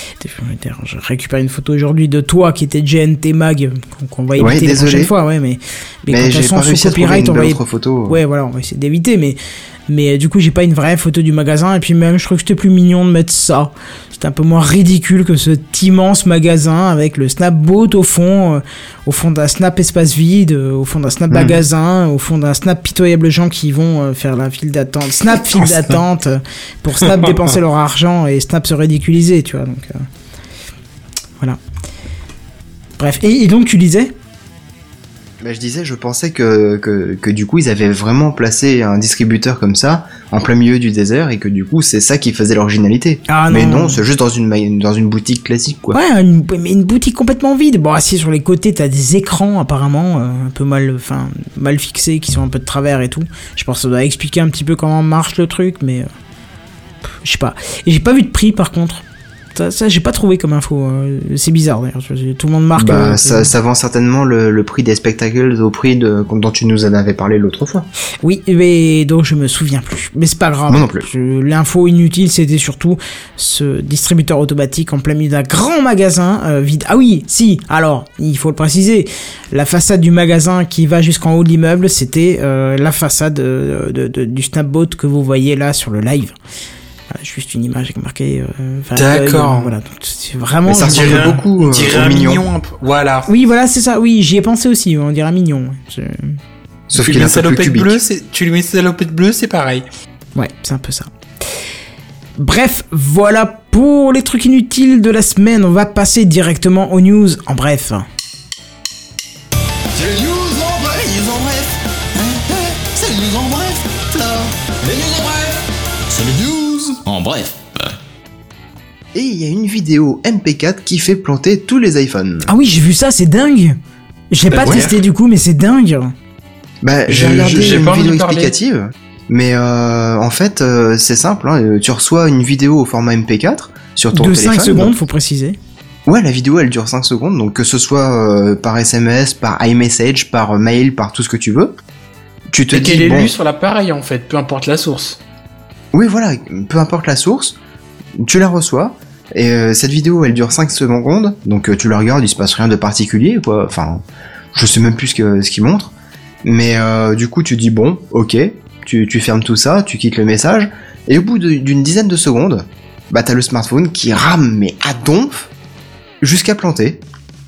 Speaker 1: je récupère une photo aujourd'hui de toi qui était GNT Mag qu'on va éviter
Speaker 4: Ouais,
Speaker 1: la
Speaker 4: désolé.
Speaker 1: prochaine fois. Ouais, mais quand
Speaker 4: Mais
Speaker 1: elles
Speaker 4: j'ai
Speaker 1: sont
Speaker 4: pas
Speaker 1: sous
Speaker 4: réussi à trouver
Speaker 1: copyright,
Speaker 4: une
Speaker 1: on va
Speaker 4: belle
Speaker 1: y-
Speaker 4: autre photo.
Speaker 1: Ouais, voilà, on va essayer d'éviter, mais du coup, j'ai pas une vraie photo du magasin, et puis même, je trouve que c'était plus mignon de mettre ça. C'était un peu moins ridicule que cet immense magasin avec le Snapboat au fond d'un Snap espace vide, au fond d'un Snap magasin, au fond d'un Snap pitoyable gens qui vont faire la file d'attente, Snap file d'attente, pour Snap dépenser leur argent et Snap se ridiculiser, tu vois, donc voilà. Bref, et donc tu disais?
Speaker 4: Bah, je disais, je pensais que du coup ils avaient vraiment placé un distributeur comme ça en plein milieu du désert et que du coup c'est ça qui faisait l'originalité.
Speaker 1: Ah
Speaker 4: Mais non, c'est juste dans une boutique classique quoi.
Speaker 1: Ouais, mais une boutique complètement vide. Bon, assis sur les côtés, t'as des écrans apparemment un peu mal fixés, qui sont un peu de travers et tout. Je pense que ça doit expliquer un petit peu comment marche le truc, mais je sais pas. Et j'ai pas vu de prix par contre. Ça j'ai pas trouvé comme info. C'est bizarre d'ailleurs. Tout le monde marque.
Speaker 4: Bah, ça vend certainement le prix des spectacles au prix dont tu nous en avais parlé l'autre fois.
Speaker 1: Oui, mais donc je me souviens plus. Mais c'est pas grave.
Speaker 4: Moi non plus.
Speaker 1: L'info inutile, c'était surtout ce distributeur automatique en plein milieu d'un grand magasin vide. Ah oui, si. Alors, il faut le préciser. La façade du magasin qui va jusqu'en haut de l'immeuble, c'était la façade du Snapboat que vous voyez là sur le live. Voilà, juste une image avec marqué.
Speaker 3: D'accord.
Speaker 1: Voilà, donc c'est vraiment.
Speaker 4: Mais ça ressemble beaucoup
Speaker 3: On dirait
Speaker 4: au
Speaker 3: un
Speaker 4: mignon.
Speaker 3: mignon un peu. Voilà.
Speaker 1: Oui, voilà, c'est ça. Oui, j'y ai pensé aussi. On dirait un mignon.
Speaker 4: Sauf
Speaker 3: Tu
Speaker 4: qu'il
Speaker 3: lui
Speaker 4: est
Speaker 3: mets
Speaker 4: un peu plus
Speaker 3: salopette
Speaker 4: cubique.
Speaker 3: bleue, tu lui mets salopette bleue, c'est pareil.
Speaker 1: Ouais, c'est un peu ça. Bref, voilà pour les trucs inutiles de la semaine. On va passer directement aux news. En bref.
Speaker 5: C'est les news en bref, les news en bref. C'est les news en bref, Flore. Les news en bref. C'est les news.
Speaker 6: En bref.
Speaker 4: Et il y a une vidéo MP4 qui fait planter tous les iPhones.
Speaker 1: Ah oui, j'ai vu ça, c'est dingue. J'ai pas
Speaker 4: ouais.
Speaker 1: testé du coup, mais c'est dingue.
Speaker 4: Bah, j'ai
Speaker 3: Je-
Speaker 4: regardé
Speaker 3: j'ai
Speaker 4: une
Speaker 3: pas envie
Speaker 4: vidéo
Speaker 3: de parler.
Speaker 4: explicative, mais en fait, c'est simple. Hein, tu reçois une vidéo au format MP4 sur ton
Speaker 1: De
Speaker 4: téléphone.
Speaker 1: 5 secondes, faut préciser.
Speaker 4: Ouais, la vidéo elle dure 5 secondes, donc que ce soit par SMS, par iMessage, par mail, par tout ce que tu veux. Tu te
Speaker 3: Et
Speaker 4: dis
Speaker 3: qu'elle est
Speaker 4: bon,
Speaker 3: lue sur l'appareil en fait, peu importe la source.
Speaker 4: oui voilà, peu importe la source, tu la reçois. Et cette vidéo elle dure 5 secondes, donc tu la regardes, il se passe rien de particulier quoi. Enfin, je sais même plus ce qu'il montre. Mais du coup tu dis bon, ok, tu fermes tout ça, tu quittes le message, et au bout d'une dizaine de secondes, bah t'as le smartphone qui rame mais à donf jusqu'à planter.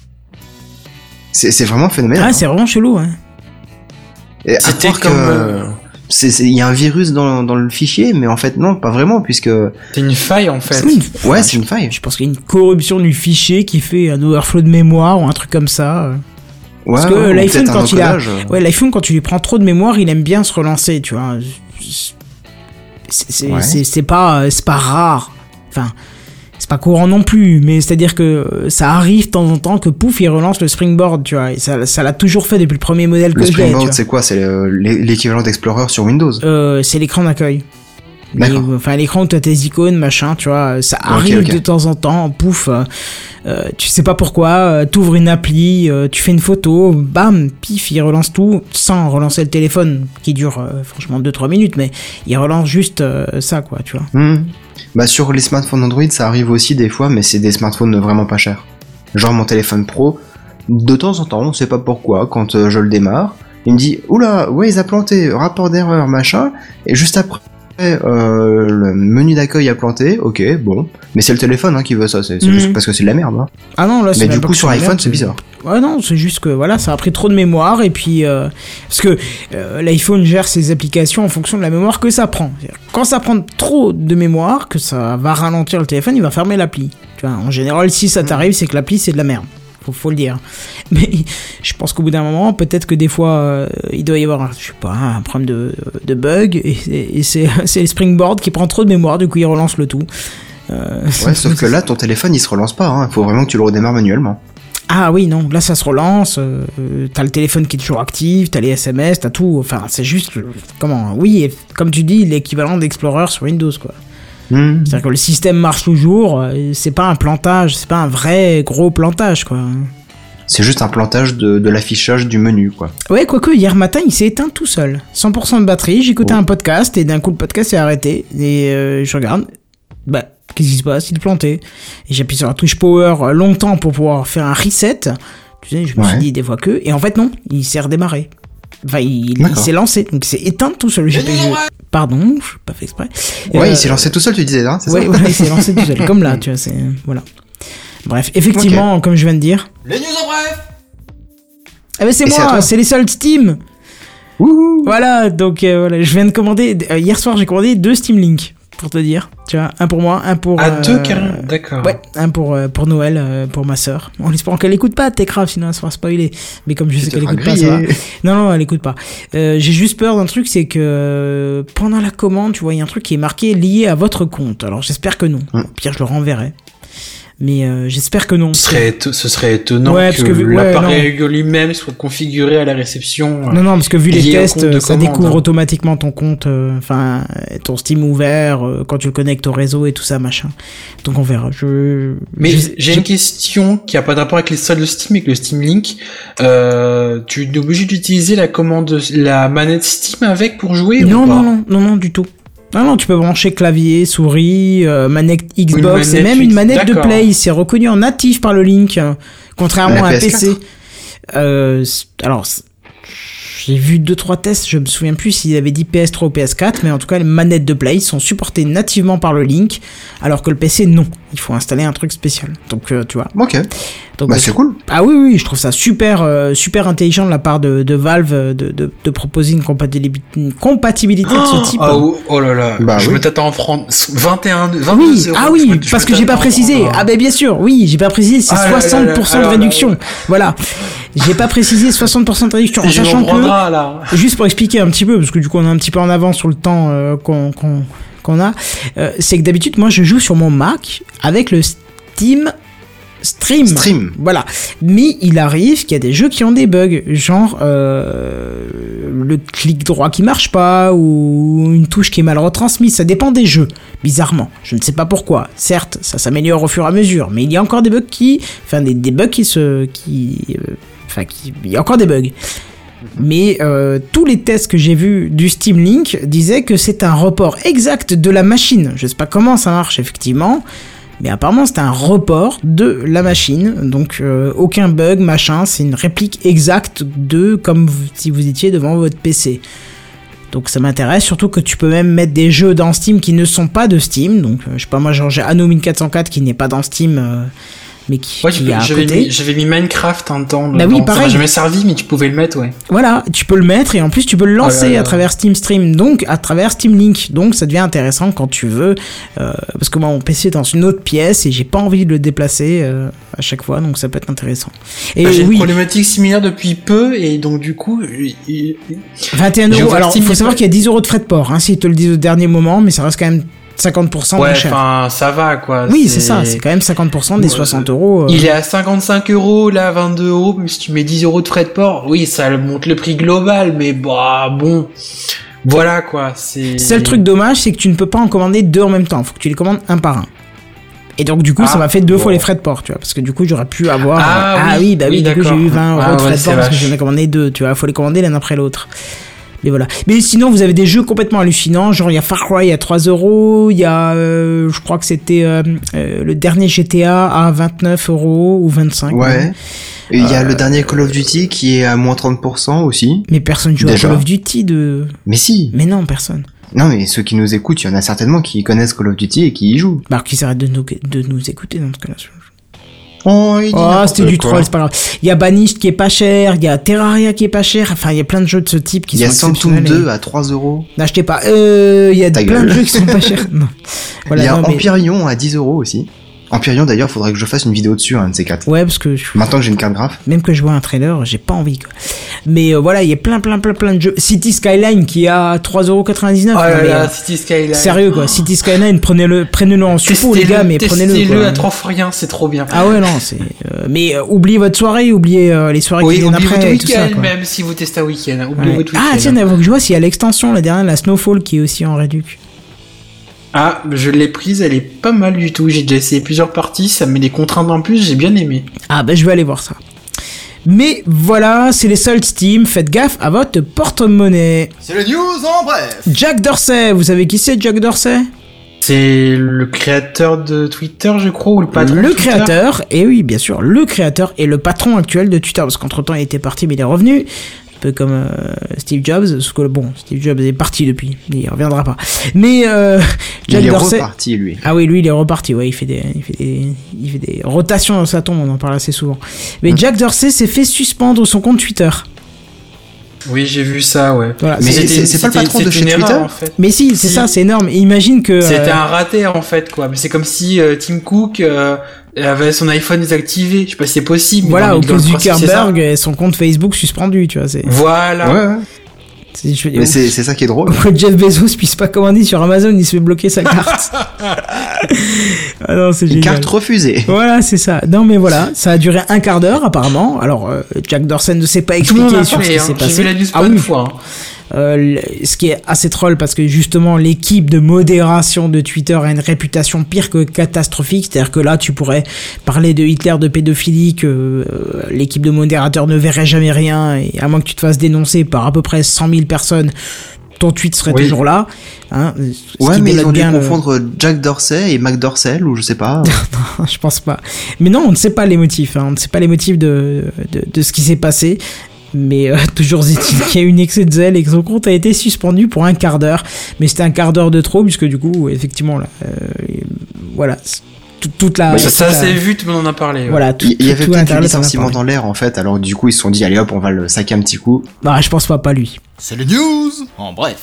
Speaker 4: C'est vraiment phénoménal.
Speaker 1: Ah, c'est vraiment chelou, hein.
Speaker 4: Et à
Speaker 3: C'était
Speaker 4: croire
Speaker 3: comme...
Speaker 4: que il y a un virus dans le fichier, mais en fait non, pas vraiment, puisque...
Speaker 3: C'est une faille en fait.
Speaker 4: Ouais, c'est une faille.
Speaker 1: Je pense qu'il y a une corruption du fichier qui fait un overflow de mémoire ou un truc comme ça.
Speaker 4: Ouais,
Speaker 1: Parce que
Speaker 4: ouais,
Speaker 1: l'iPhone,
Speaker 4: peut-être un
Speaker 1: quand
Speaker 4: encodage.
Speaker 1: ouais, l'iPhone, quand tu lui prends trop de mémoire, il aime bien se relancer, tu vois.
Speaker 4: Ouais.
Speaker 1: C'est pas rare. Enfin, c'est pas courant non plus, mais c'est-à-dire que ça arrive de temps en temps que pouf, il relance le Springboard, tu vois. Et ça l'a toujours fait depuis le premier modèle que
Speaker 4: Le
Speaker 1: j'ai.
Speaker 4: Springboard, c'est quoi? C'est l'équivalent d'Explorer sur Windows.
Speaker 1: C'est l'écran d'accueil.
Speaker 4: D'accord.
Speaker 1: Enfin, l'écran où t'as tes icônes, machin, tu vois, ça arrive
Speaker 4: ok.
Speaker 1: de temps en temps, pouf, tu sais pas pourquoi, t'ouvres une appli, tu fais une photo, bam, pif, il relance tout, sans relancer le téléphone, qui dure franchement 2-3 minutes, mais il relance juste ça, quoi, tu vois.
Speaker 4: Bah sur les smartphones Android, ça arrive aussi des fois, mais c'est des smartphones vraiment pas chers. Genre mon téléphone pro, de temps en temps, on sait pas pourquoi, quand je le démarre, il me dit « Oula, ouais, il a planté, rapport d'erreur, machin », et juste après... le menu d'accueil a planté, ok, bon, mais c'est le téléphone qui veut ça, c'est juste parce que c'est de la merde. Hein.
Speaker 1: Ah non, là, c'est
Speaker 4: mais
Speaker 1: même
Speaker 4: du
Speaker 1: pas
Speaker 4: coup
Speaker 1: que
Speaker 4: sur
Speaker 1: la
Speaker 4: iPhone
Speaker 1: merde,
Speaker 4: c'est bizarre.
Speaker 1: Ouais, non, c'est juste que voilà, ça a pris trop de mémoire et puis parce que l'iPhone gère ses applications en fonction de la mémoire que ça prend. C'est-à-dire, quand ça prend trop de mémoire, que ça va ralentir le téléphone, il va fermer l'appli. Tu vois, en général, si ça t'arrive, c'est que l'appli c'est de la merde. Faut le dire. Mais je pense qu'au bout d'un moment, peut-être que des fois, il doit y avoir, je sais pas, un problème de bug et c'est le Springboard qui prend trop de mémoire, du coup il relance le tout.
Speaker 4: Ouais, sauf que là, ton téléphone il se relance pas, hein. Faut vraiment que tu le redémarres manuellement.
Speaker 1: Ah oui, non, là ça se relance, t'as le téléphone qui est toujours actif, t'as les SMS, t'as tout, enfin c'est juste, comment, oui, et comme tu dis, l'équivalent d'Explorer sur Windows, quoi. C'est-à-dire que le système marche toujours, c'est pas un plantage, c'est pas un vrai gros plantage, quoi.
Speaker 4: C'est juste un plantage de l'affichage du menu, quoi.
Speaker 1: Ouais, quoique hier matin il s'est éteint tout seul, 100% de batterie, j'écoutais un podcast et d'un coup le podcast s'est arrêté, et je regarde, bah... Qu'est-ce qui se passe? Il est planté. Et j'appuie sur la touche Power longtemps pour pouvoir faire un reset. Tu sais, je me suis dit des fois que... Et en fait, non. Il s'est redémarré. Enfin, il s'est lancé. Donc, il s'est éteint tout seul. Pardon, je n'ai pas fait exprès.
Speaker 4: Ouais, il s'est lancé tout seul, tu disais, hein, c'est
Speaker 1: ouais,
Speaker 4: ça?
Speaker 1: Ouais, il s'est lancé tout seul. Comme là, tu vois, c'est... Voilà. Bref, effectivement, comme je viens de dire...
Speaker 5: Les news en bref.
Speaker 1: Ah ben c'est moi, c'est les soldes Steam.
Speaker 4: Wouhou.
Speaker 1: Voilà, donc voilà, je viens de commander... hier soir, j'ai commandé 2 Steam Link. Pour te dire, tu vois, un pour moi, un pour...
Speaker 3: deux carrément, d'accord.
Speaker 1: Ouais, un pour Noël, pour ma sœur. En espérant qu'elle écoute pas Techcraft, sinon elle se fera spoiler. Mais comme je sais qu'elle écoute pas, ça va. Non, elle écoute pas. J'ai juste peur d'un truc, c'est que pendant la commande, tu vois, il y a un truc qui est marqué lié à votre compte. Alors j'espère que non. Au pire, je le renverrai. Mais j'espère que non.
Speaker 3: Ce serait étonnant que l'appareil lui-même soit configuré à la réception.
Speaker 1: Non, parce que vu les tests, ça découvre automatiquement ton compte, enfin ton Steam ouvert quand tu le connectes au réseau et tout ça, machin. Donc on verra.
Speaker 3: Mais j'ai une question qui a pas de rapport avec les soldes de Steam, avec le Steam Link. Tu es obligé d'utiliser la manette Steam avec pour jouer ou pas?
Speaker 1: Non, du tout. Non, tu peux brancher clavier, souris, manette Xbox et même une manette de Play. C'est reconnu en natif par le Link, contrairement à un PC. Alors, j'ai vu 2-3 tests, je me souviens plus s'ils avaient dit PS3 ou PS4, mais en tout cas, les manettes de Play sont supportées nativement par le Link, alors que le PC, non. Il faut installer un truc spécial. Donc, tu vois.
Speaker 4: Ok.
Speaker 1: Donc,
Speaker 4: c'est cool.
Speaker 1: Ah oui, je trouve ça super intelligent de la part de Valve de proposer une compatibilité de ce type.
Speaker 3: Oh là là, je me t'attends en France 22 euros.
Speaker 1: Ah oui, parce que j'ai pas précisé. Ah ben bien sûr, oui, j'ai pas précisé, c'est 60% de réduction. Voilà. J'ai pas précisé 60% de réduction. En sachant que, juste pour expliquer un petit peu, parce que du coup on est un petit peu en avance sur le temps qu'on a, c'est que d'habitude moi je joue sur mon Mac avec le Steam Stream. Voilà. Mais il arrive qu'il y a des jeux qui ont des bugs, genre le clic droit qui marche pas ou une touche qui est mal retransmise. Ça dépend des jeux, bizarrement. Je ne sais pas pourquoi. Certes, ça s'améliore au fur et à mesure, mais il y a encore des bugs il y a encore des bugs. Mais tous les tests que j'ai vus du Steam Link disaient que c'est un report exact de la machine. Je sais pas comment ça marche effectivement, mais apparemment c'est un report de la machine. Donc aucun bug, machin, c'est une réplique exacte de comme si vous étiez devant votre PC. Donc ça m'intéresse, surtout que tu peux même mettre des jeux dans Steam qui ne sont pas de Steam. Donc je sais pas, moi genre j'ai Anno 1404 qui n'est pas dans Steam... mais qui est à côté.
Speaker 3: J'avais mis Minecraft un temps.
Speaker 1: Bah oui, pareil.
Speaker 3: Ça m'a jamais servi, mais tu pouvais le mettre, ouais.
Speaker 1: Voilà, tu peux le mettre et en plus tu peux le lancer à travers Steam Stream, donc à travers Steam Link. Donc ça devient intéressant quand tu veux, parce que moi mon PC est dans une autre pièce et j'ai pas envie de le déplacer à chaque fois, donc ça peut être intéressant. Et
Speaker 3: j'ai une problématique similaire depuis peu et donc du coup...
Speaker 1: 21 €, alors il faut savoir qu'il y a 10 € de frais de port, hein, s'ils te le disent au dernier moment, mais ça reste quand même 50% moins cher.
Speaker 3: Ouais, enfin, ça va, quoi.
Speaker 1: Oui, c'est ça, c'est quand même 50% des 60 €.
Speaker 3: Il est à 55 €, là, 22 €, mais si tu mets 10 € de frais de port, oui, ça monte le prix global, mais bah, bon. Voilà, quoi, c'est...
Speaker 1: Seul truc dommage, c'est que tu ne peux pas en commander deux en même temps. Faut que tu les commandes un par un. Et donc, du coup, ça m'a fait deux fois les frais de port, tu vois, parce que du coup, j'aurais pu avoir... du coup, j'ai eu 20 € de frais de port parce que j'en ai commandé deux, tu vois, faut les commander l'un après l'autre. Mais voilà. Mais sinon, vous avez des jeux complètement hallucinants. Genre, il y a Far Cry à 3 €. Il y a, je crois que c'était le dernier GTA à 29 € ou 25.
Speaker 4: Ouais. Et il y a le dernier Call of Duty qui est à moins 30% aussi.
Speaker 1: Mais personne joue à Call of Duty
Speaker 4: Mais si.
Speaker 1: Mais non, personne.
Speaker 4: Non, mais ceux qui nous écoutent, il y en a certainement qui connaissent Call of Duty et qui y jouent.
Speaker 1: Bah, qui s'arrêtent de nous écouter dans ce cas-là.
Speaker 4: Oh,
Speaker 1: c'était du troll, c'est pas grave. Il y a Banished qui est pas cher, il y a Terraria qui est pas cher, enfin il y a plein de jeux de ce type qui sont exceptionnels.
Speaker 4: Il y a Sanctum 2 à 3 €.
Speaker 1: N'achetez pas, il y a plein de jeux qui sont pas chers. Non.
Speaker 4: Voilà, il y a Empyrion à 10 € aussi. Empyrion d'ailleurs, faudrait que je fasse une vidéo dessus, un de ces quatre.
Speaker 1: Ouais, parce que
Speaker 4: maintenant que j'ai une carte graphe.
Speaker 1: Même que je vois un trailer, j'ai pas envie, quoi. Mais voilà, il y a plein de jeux. City Skyline qui est à 3,99 €.
Speaker 3: Oh là là, City Skyline.
Speaker 1: Sérieux, quoi. City Skyline, prenez-le en suppos, les gars, mais prenez-le.
Speaker 3: Testez-le à 3 fois rien, c'est trop bien.
Speaker 1: Ah ouais, non, c'est, mais oubliez votre soirée, oubliez les soirées qui viennent après et tout ça, quoi.
Speaker 3: Même si vous testez un week-end, oubliez votre week-end.
Speaker 1: Ah, tiens, je vois s'il y a l'extension, la dernière, la Snowfall, qui est aussi en réduc.
Speaker 3: Ah, je l'ai prise, elle est pas mal du tout. J'ai déjà essayé plusieurs parties, ça me met des contraintes en plus, j'ai bien aimé.
Speaker 1: Ah, bah je vais aller voir ça. Mais voilà, c'est les soldes Steam, faites gaffe à votre porte-monnaie.
Speaker 5: C'est le news en bref.
Speaker 1: Jack Dorsey, vous savez qui c'est Jack Dorsey ?
Speaker 3: C'est le créateur de Twitter, je crois, ou le patron de Twitter.
Speaker 1: Le créateur, et oui, bien sûr, le créateur et le patron actuel de Twitter, parce qu'entre-temps, il était parti, mais il est revenu. Un peu comme Steve Jobs, sauf que bon, Steve Jobs est parti depuis, il reviendra pas. Mais Jack Dorsey,
Speaker 4: il est reparti, lui.
Speaker 1: Ah oui, lui il est reparti, ouais, il fait des rotations dans sa tombe, on en parle assez souvent. Mais Jack Dorsey s'est fait suspendre son compte Twitter.
Speaker 3: Oui, j'ai vu ça, ouais.
Speaker 1: Voilà.
Speaker 4: Mais c'est pas le patron de chez Twitter,
Speaker 3: erreur, en fait.
Speaker 1: Mais si, c'est ça, c'est énorme. Et imagine que
Speaker 3: c'était un raté en fait, quoi. Mais c'est comme si Tim Cook avait son iPhone désactivé. Je sais pas si c'est possible.
Speaker 1: Voilà, ou que Zuckerberg ait son compte Facebook suspendu, tu vois.
Speaker 3: Voilà.
Speaker 4: Ouais. Mais c'est ça qui est drôle.
Speaker 1: Que Jeff Bezos puisse pas commander sur Amazon, il se fait bloquer sa carte. Ah non, c'est génial.
Speaker 4: Carte refusée.
Speaker 1: Voilà, c'est ça. Non, mais voilà, ça a duré un quart d'heure apparemment. Alors, Jack Dorsey ne s'est pas expliqué sur ce qui s'est passé.
Speaker 3: J'ai vu la news pas une fois.
Speaker 1: Ce qui est assez troll parce que justement l'équipe de modération de Twitter a une réputation pire que catastrophique, c'est-à-dire que là tu pourrais parler de Hitler, de pédophilie, que l'équipe de modérateurs ne verrait jamais rien, et à moins que tu te fasses dénoncer par à peu près 100 000 personnes, ton tweet serait toujours là, hein,
Speaker 4: ouais, mais ils ont dû confondre Jack Dorsey et Mac Dorsey, ou je sais pas.
Speaker 1: Non, je pense pas. Mais non, on ne sait pas les motifs, hein, on ne sait pas les motifs de ce qui s'est passé. Mais toujours est-il qu'il y a eu une excès de zèle et que son compte a été suspendu pour un quart d'heure. Mais c'était un quart d'heure de trop, puisque du coup, effectivement, là, voilà, toute la...
Speaker 3: ça s'est vu, tout le monde en a parlé. Ouais.
Speaker 1: Voilà,
Speaker 4: il y avait peut-être un licenciement dans l'air, en fait, alors du coup, ils se sont dit, allez hop, on va le saquer un petit coup.
Speaker 1: Bah, je pense pas lui.
Speaker 5: C'est le news
Speaker 6: En bref.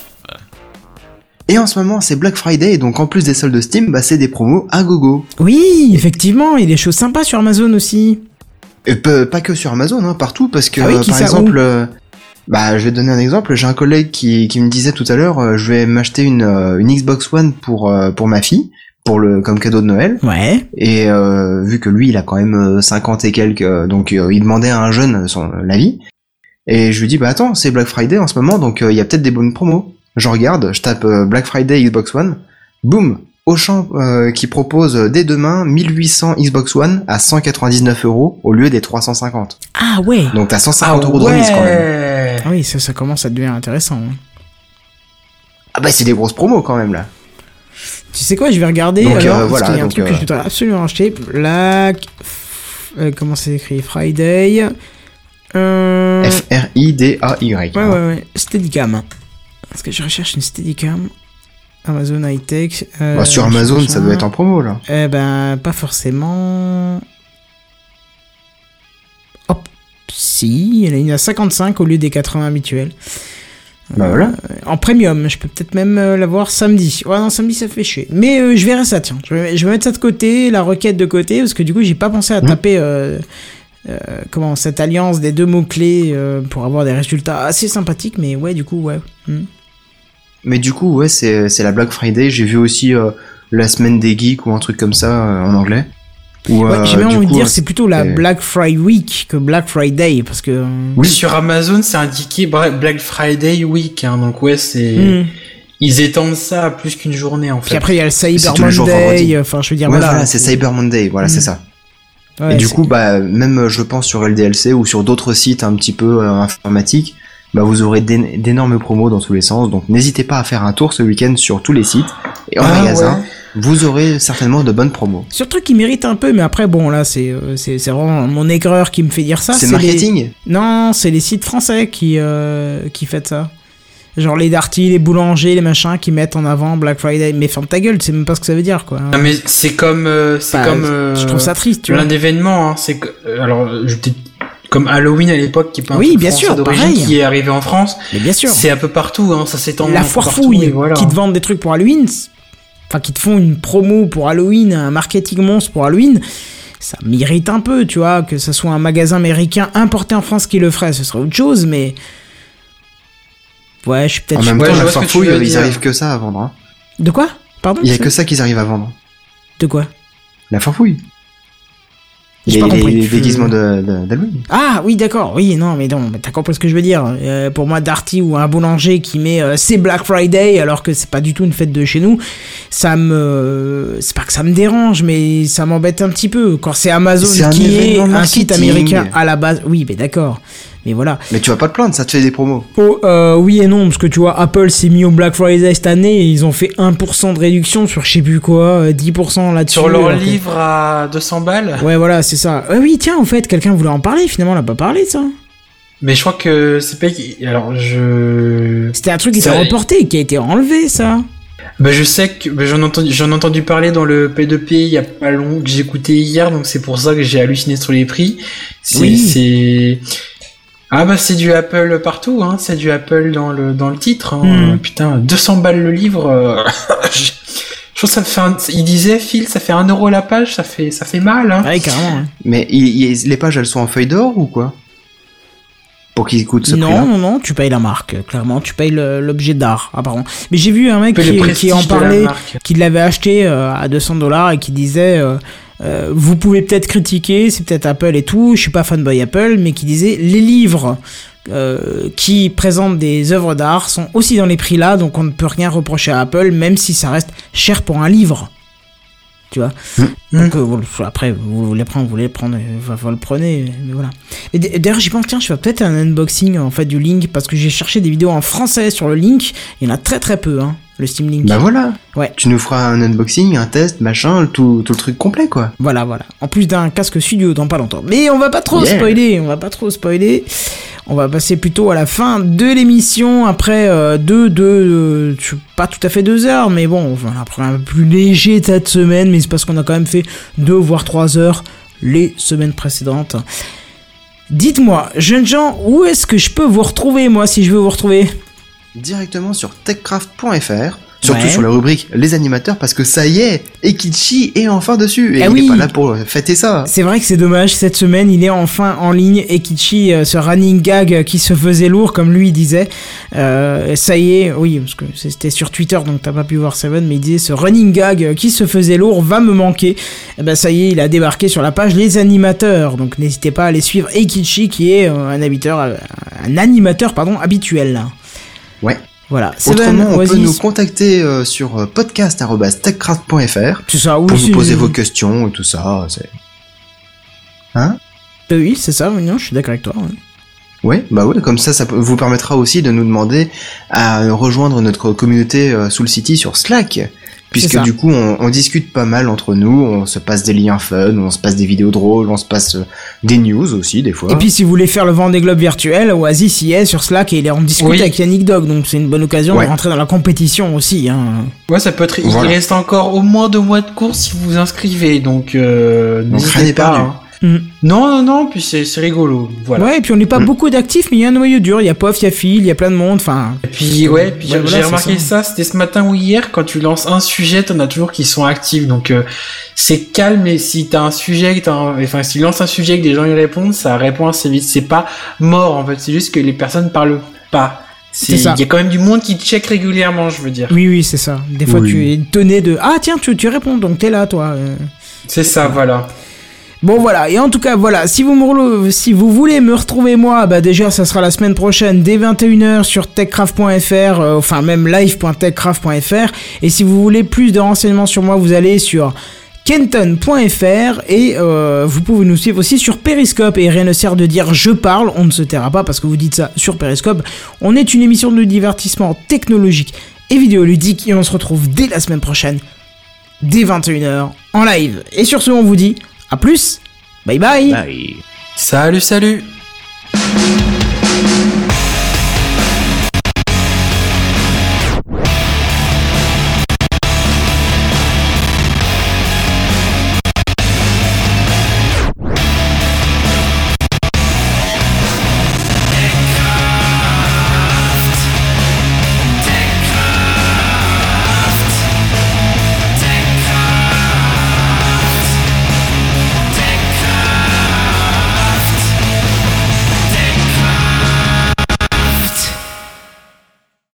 Speaker 4: Et en ce moment, c'est Black Friday, et donc en plus des soldes de Steam, bah c'est des promos à gogo.
Speaker 1: Oui, effectivement, il y a des choses sympas sur Amazon aussi.
Speaker 4: Et pas que sur Amazon, hein, partout, parce que par exemple, je vais te donner un exemple. J'ai un collègue qui me disait tout à l'heure, je vais m'acheter une Xbox One pour ma fille, comme cadeau de Noël.
Speaker 1: Ouais.
Speaker 4: Et vu que lui, il a quand même 50 et quelques, donc il demandait à un jeune l'avis. Et je lui dis, bah attends, c'est Black Friday en ce moment, donc il y a peut-être des bonnes promos. Je regarde, je tape Black Friday Xbox One, boum, Auchan qui propose dès demain 1800 Xbox One à 199 € au lieu des 350.
Speaker 1: Ah ouais.
Speaker 4: Donc t'as 150 € de remise quand même.
Speaker 1: Ah oui, ça commence à devenir intéressant. Hein.
Speaker 4: Ah bah c'est des grosses promos quand même là.
Speaker 1: Tu sais quoi, je vais regarder
Speaker 4: donc,
Speaker 1: alors,
Speaker 4: voilà,
Speaker 1: parce qu'il y a un truc que je voudrais absolument acheter. Black... comment c'est écrit? Friday...
Speaker 4: F-R-I-D-A-Y.
Speaker 1: Ouais. Steadicam. Parce que je recherche une Steadicam. Amazon High-Tech.
Speaker 4: Sur Amazon, ça doit être en promo, là.
Speaker 1: Eh ben, pas forcément. Hop. Si, il y en a une à 55 au lieu des 80 habituels.
Speaker 4: Bah voilà.
Speaker 1: En premium, je peux peut-être même l'avoir samedi. Ouais, non, samedi, ça fait chier. Mais je verrai ça, tiens. Je vais mettre ça de côté, la requête de côté, parce que du coup, j'ai pas pensé à taper... cette alliance des deux mots-clés pour avoir des résultats assez sympathiques, mais ouais, du coup, ouais.
Speaker 4: Mais du coup, ouais, c'est la Black Friday. J'ai vu aussi la semaine des geeks ou un truc comme ça en anglais.
Speaker 1: J'ai même envie de dire c'est plutôt la Black Friday Week que Black Friday, parce que...
Speaker 3: Oui, sur Amazon, c'est indiqué Black Friday Week, hein, donc ouais, c'est... Ils étendent ça à plus qu'une journée, en fait.
Speaker 1: Puis après, il y a le Cyber Monday, enfin, je veux dire,
Speaker 4: voilà, c'est Cyber Monday, voilà, c'est ça. Ouais, et du coup, bah, même je pense sur LDLC ou sur d'autres sites un petit peu informatiques, bah, vous aurez d'énormes promos dans tous les sens. Donc, n'hésitez pas à faire un tour ce week-end sur tous les sites et en magasin. Ouais. Vous aurez certainement de bonnes promos.
Speaker 1: Sur truc qui mérite un peu, mais après, bon, là, c'est vraiment mon aigreur qui me fait dire ça.
Speaker 4: C'est marketing.
Speaker 1: Non, c'est les sites français qui font ça. Genre les Darty, les boulangers, les machins qui mettent en avant Black Friday. Mais ferme ta gueule, tu sais même pas ce que ça veut dire, quoi.
Speaker 3: Ah, mais c'est comme...
Speaker 1: je trouve ça triste, tu vois.
Speaker 3: Plein d'événements, hein. C'est alors, peut-être comme Halloween à l'époque, qui est pas un
Speaker 1: oui, bien sûr,
Speaker 3: d'origine, qui est arrivé en France.
Speaker 1: Mais bien sûr.
Speaker 3: C'est un peu partout, hein. Ça s'étend
Speaker 1: la foire fouille, voilà. Qui te vendent des trucs pour Halloween, enfin, qui te font une promo pour Halloween, un marketing monstre pour Halloween, ça m'irrite un peu, tu vois, que ce soit un magasin américain importé en France qui le ferait, ce serait autre chose, mais... Ouais, je suis peut-être...
Speaker 4: En même temps, la foire fouille, ils arrivent que ça à vendre. Hein.
Speaker 1: De quoi? Pardon?
Speaker 4: Il y a que ça qu'ils arrivent à vendre.
Speaker 1: De quoi?
Speaker 4: La foire fouille.
Speaker 1: J'ai pas compris.
Speaker 4: Les déguisements d'Halloween.
Speaker 1: Ah oui, d'accord. Oui, non, mais non, t'as compris ce que je veux dire. Pour moi, Darty ou un boulanger qui met c'est Black Friday alors que c'est pas du tout une fête de chez nous, c'est pas que ça me dérange, mais ça m'embête un petit peu. Quand c'est Amazon qui est un site américain à la base, oui, mais d'accord. Mais voilà.
Speaker 4: Mais tu vas pas te plaindre, ça te fait des promos.
Speaker 1: Oui et non, parce que tu vois, Apple s'est mis au Black Friday cette année et ils ont fait 1% de réduction sur je sais plus quoi, 10% là-dessus.
Speaker 3: Sur leur livre à 200 balles.
Speaker 1: Ouais, voilà, c'est ça. Oui, tiens, en fait, quelqu'un voulait en parler, finalement, on n'a pas parlé de ça.
Speaker 3: Mais je crois que c'est pas... Alors,
Speaker 1: C'était un truc qui s'est reporté, qui a été enlevé, ça.
Speaker 3: Bah, je sais que j'en ai entendu parler dans le P2P il y a pas longtemps, que j'ai écouté hier, donc c'est pour ça que j'ai halluciné sur les prix. C'est... Ah bah c'est du Apple partout, hein. C'est du Apple dans le titre. Hein. Putain, 200 balles le livre. Je trouve que ça fait il disait Phil, ça fait 1 € la page, ça fait mal. Hein.
Speaker 1: Ouais, carrément. Hein.
Speaker 4: Mais les pages elles sont en feuille d'or ou quoi? Pour qu'ils coûtent ce prix-là.
Speaker 1: Non, tu payes la marque, clairement, tu payes l'objet d'art, apparemment. Mais j'ai vu un mec qui en parlait, qui l'avait acheté à $200 et qui disait vous pouvez peut-être critiquer, c'est peut-être Apple et tout, je suis pas fanboy Apple, mais qui disait les livres qui présentent des œuvres d'art sont aussi dans les prix là, donc on ne peut rien reprocher à Apple, même si ça reste cher pour un livre. Tu vois. Donc après vous voulez prendre, vous le prenez, mais voilà. Et d'ailleurs j'y pense, tiens, je fais peut-être un unboxing en fait du Link, parce que j'ai cherché des vidéos en français sur le Link, il y en a très très peu, hein, le Steam Link.
Speaker 4: Bah voilà.
Speaker 1: Ouais.
Speaker 4: Tu nous feras un unboxing, un test, machin, tout le truc complet quoi.
Speaker 1: Voilà. En plus d'un casque studio dans pas longtemps. Mais on va pas trop spoiler, on va passer plutôt à la fin de l'émission, après pas tout à fait 2 heures, mais bon, enfin, après un peu plus léger cette semaine, mais c'est parce qu'on a quand même fait 2 voire 3 heures les semaines précédentes. Dites-moi, jeunes gens, où est-ce que je peux vous retrouver, moi, si je veux vous retrouver?
Speaker 4: Directement sur techcraft.fr, Surtout
Speaker 1: Ouais.
Speaker 4: sur la rubrique les animateurs, parce que ça y est, Ekichi est enfin dessus, et
Speaker 1: Eh
Speaker 4: il
Speaker 1: oui.
Speaker 4: est pas là pour fêter ça.
Speaker 1: C'est vrai que c'est dommage, cette semaine il est enfin en ligne. Ekichi, ce running gag qui se faisait lourd comme lui disait, ça y est, oui parce que c'était sur Twitter donc t'as pas pu voir Seven, mais il disait ce running gag qui se faisait lourd va me manquer. Et ben ça y est, il a débarqué sur la page les animateurs, donc n'hésitez pas à aller suivre Ekichi qui est un animateur habituel.
Speaker 4: Ouais.
Speaker 1: Voilà. Seven,
Speaker 4: Autrement, on peut
Speaker 1: Oasis,
Speaker 4: nous contacter sur podcast@techcraft.fr
Speaker 1: c'est ça, oui,
Speaker 4: pour nous
Speaker 1: c'est-
Speaker 4: poser vos questions et tout ça. Hein?
Speaker 1: Oui, c'est ça, oui, non, je suis d'accord avec toi. Ouais.
Speaker 4: Ouais, bah ouais, comme ça vous permettra aussi de nous demander à rejoindre notre communauté Soul City sur Slack. Puisque
Speaker 1: ça.
Speaker 4: du coup, on discute pas mal entre nous, on se passe des liens fun, on se passe des vidéos drôles, on se passe des news aussi, des fois.
Speaker 1: Et puis si vous voulez faire le Vendée Globe virtuel, Oasis y est sur Slack et il est en discute
Speaker 3: Oui.
Speaker 1: avec Yannick Dog, donc c'est une bonne occasion
Speaker 4: Ouais.
Speaker 1: de rentrer dans la compétition aussi. Hein.
Speaker 3: Ouais, ça peut être.
Speaker 4: Voilà.
Speaker 3: Il reste encore au moins 2 mois de course si vous vous inscrivez, donc
Speaker 4: rien
Speaker 3: n'hésitez
Speaker 4: n'est
Speaker 3: pas.
Speaker 4: perdu.
Speaker 3: Hein.
Speaker 1: Mm.
Speaker 3: Non, puis c'est rigolo, voilà.
Speaker 1: Ouais, et puis on n'est pas beaucoup d'actifs, mais il y a un noyau dur, il y a Pof, il y a Phil, il y a plein de monde, enfin...
Speaker 3: Et puis ouais, puis
Speaker 1: Ouais,
Speaker 3: j'ai
Speaker 1: voilà,
Speaker 3: remarqué
Speaker 1: c'est
Speaker 3: ça, c'était ce matin ou hier, quand tu lances un sujet, t'en as toujours qui sont actifs, donc c'est calme, et si t'as un sujet, enfin si tu lances un sujet et que des gens y répondent, ça répond assez vite, c'est pas mort en fait, c'est juste que les personnes parlent pas.
Speaker 1: C'est ça.
Speaker 3: Il y a quand même du monde qui check régulièrement, je veux dire.
Speaker 1: Oui, c'est ça. Des fois
Speaker 4: Oui.
Speaker 1: tu es étonné de... Ah tiens, tu réponds, donc t'es là, toi.
Speaker 3: C'est ça, voilà.
Speaker 1: Bon voilà, et en tout cas voilà, si vous voulez me retrouver moi, bah déjà ça sera la semaine prochaine dès 21h sur techcraft.fr, enfin même live.techcraft.fr, et si vous voulez plus de renseignements sur moi, vous allez sur kenton.fr et vous pouvez nous suivre aussi sur Periscope, et rien ne sert de dire je parle, on ne se taira pas parce que vous dites ça sur Periscope. On est une émission de divertissement technologique et vidéoludique et on se retrouve dès la semaine prochaine dès 21h en live. Et sur ce on vous dit à plus, bye bye.
Speaker 6: Bye.
Speaker 3: Salut.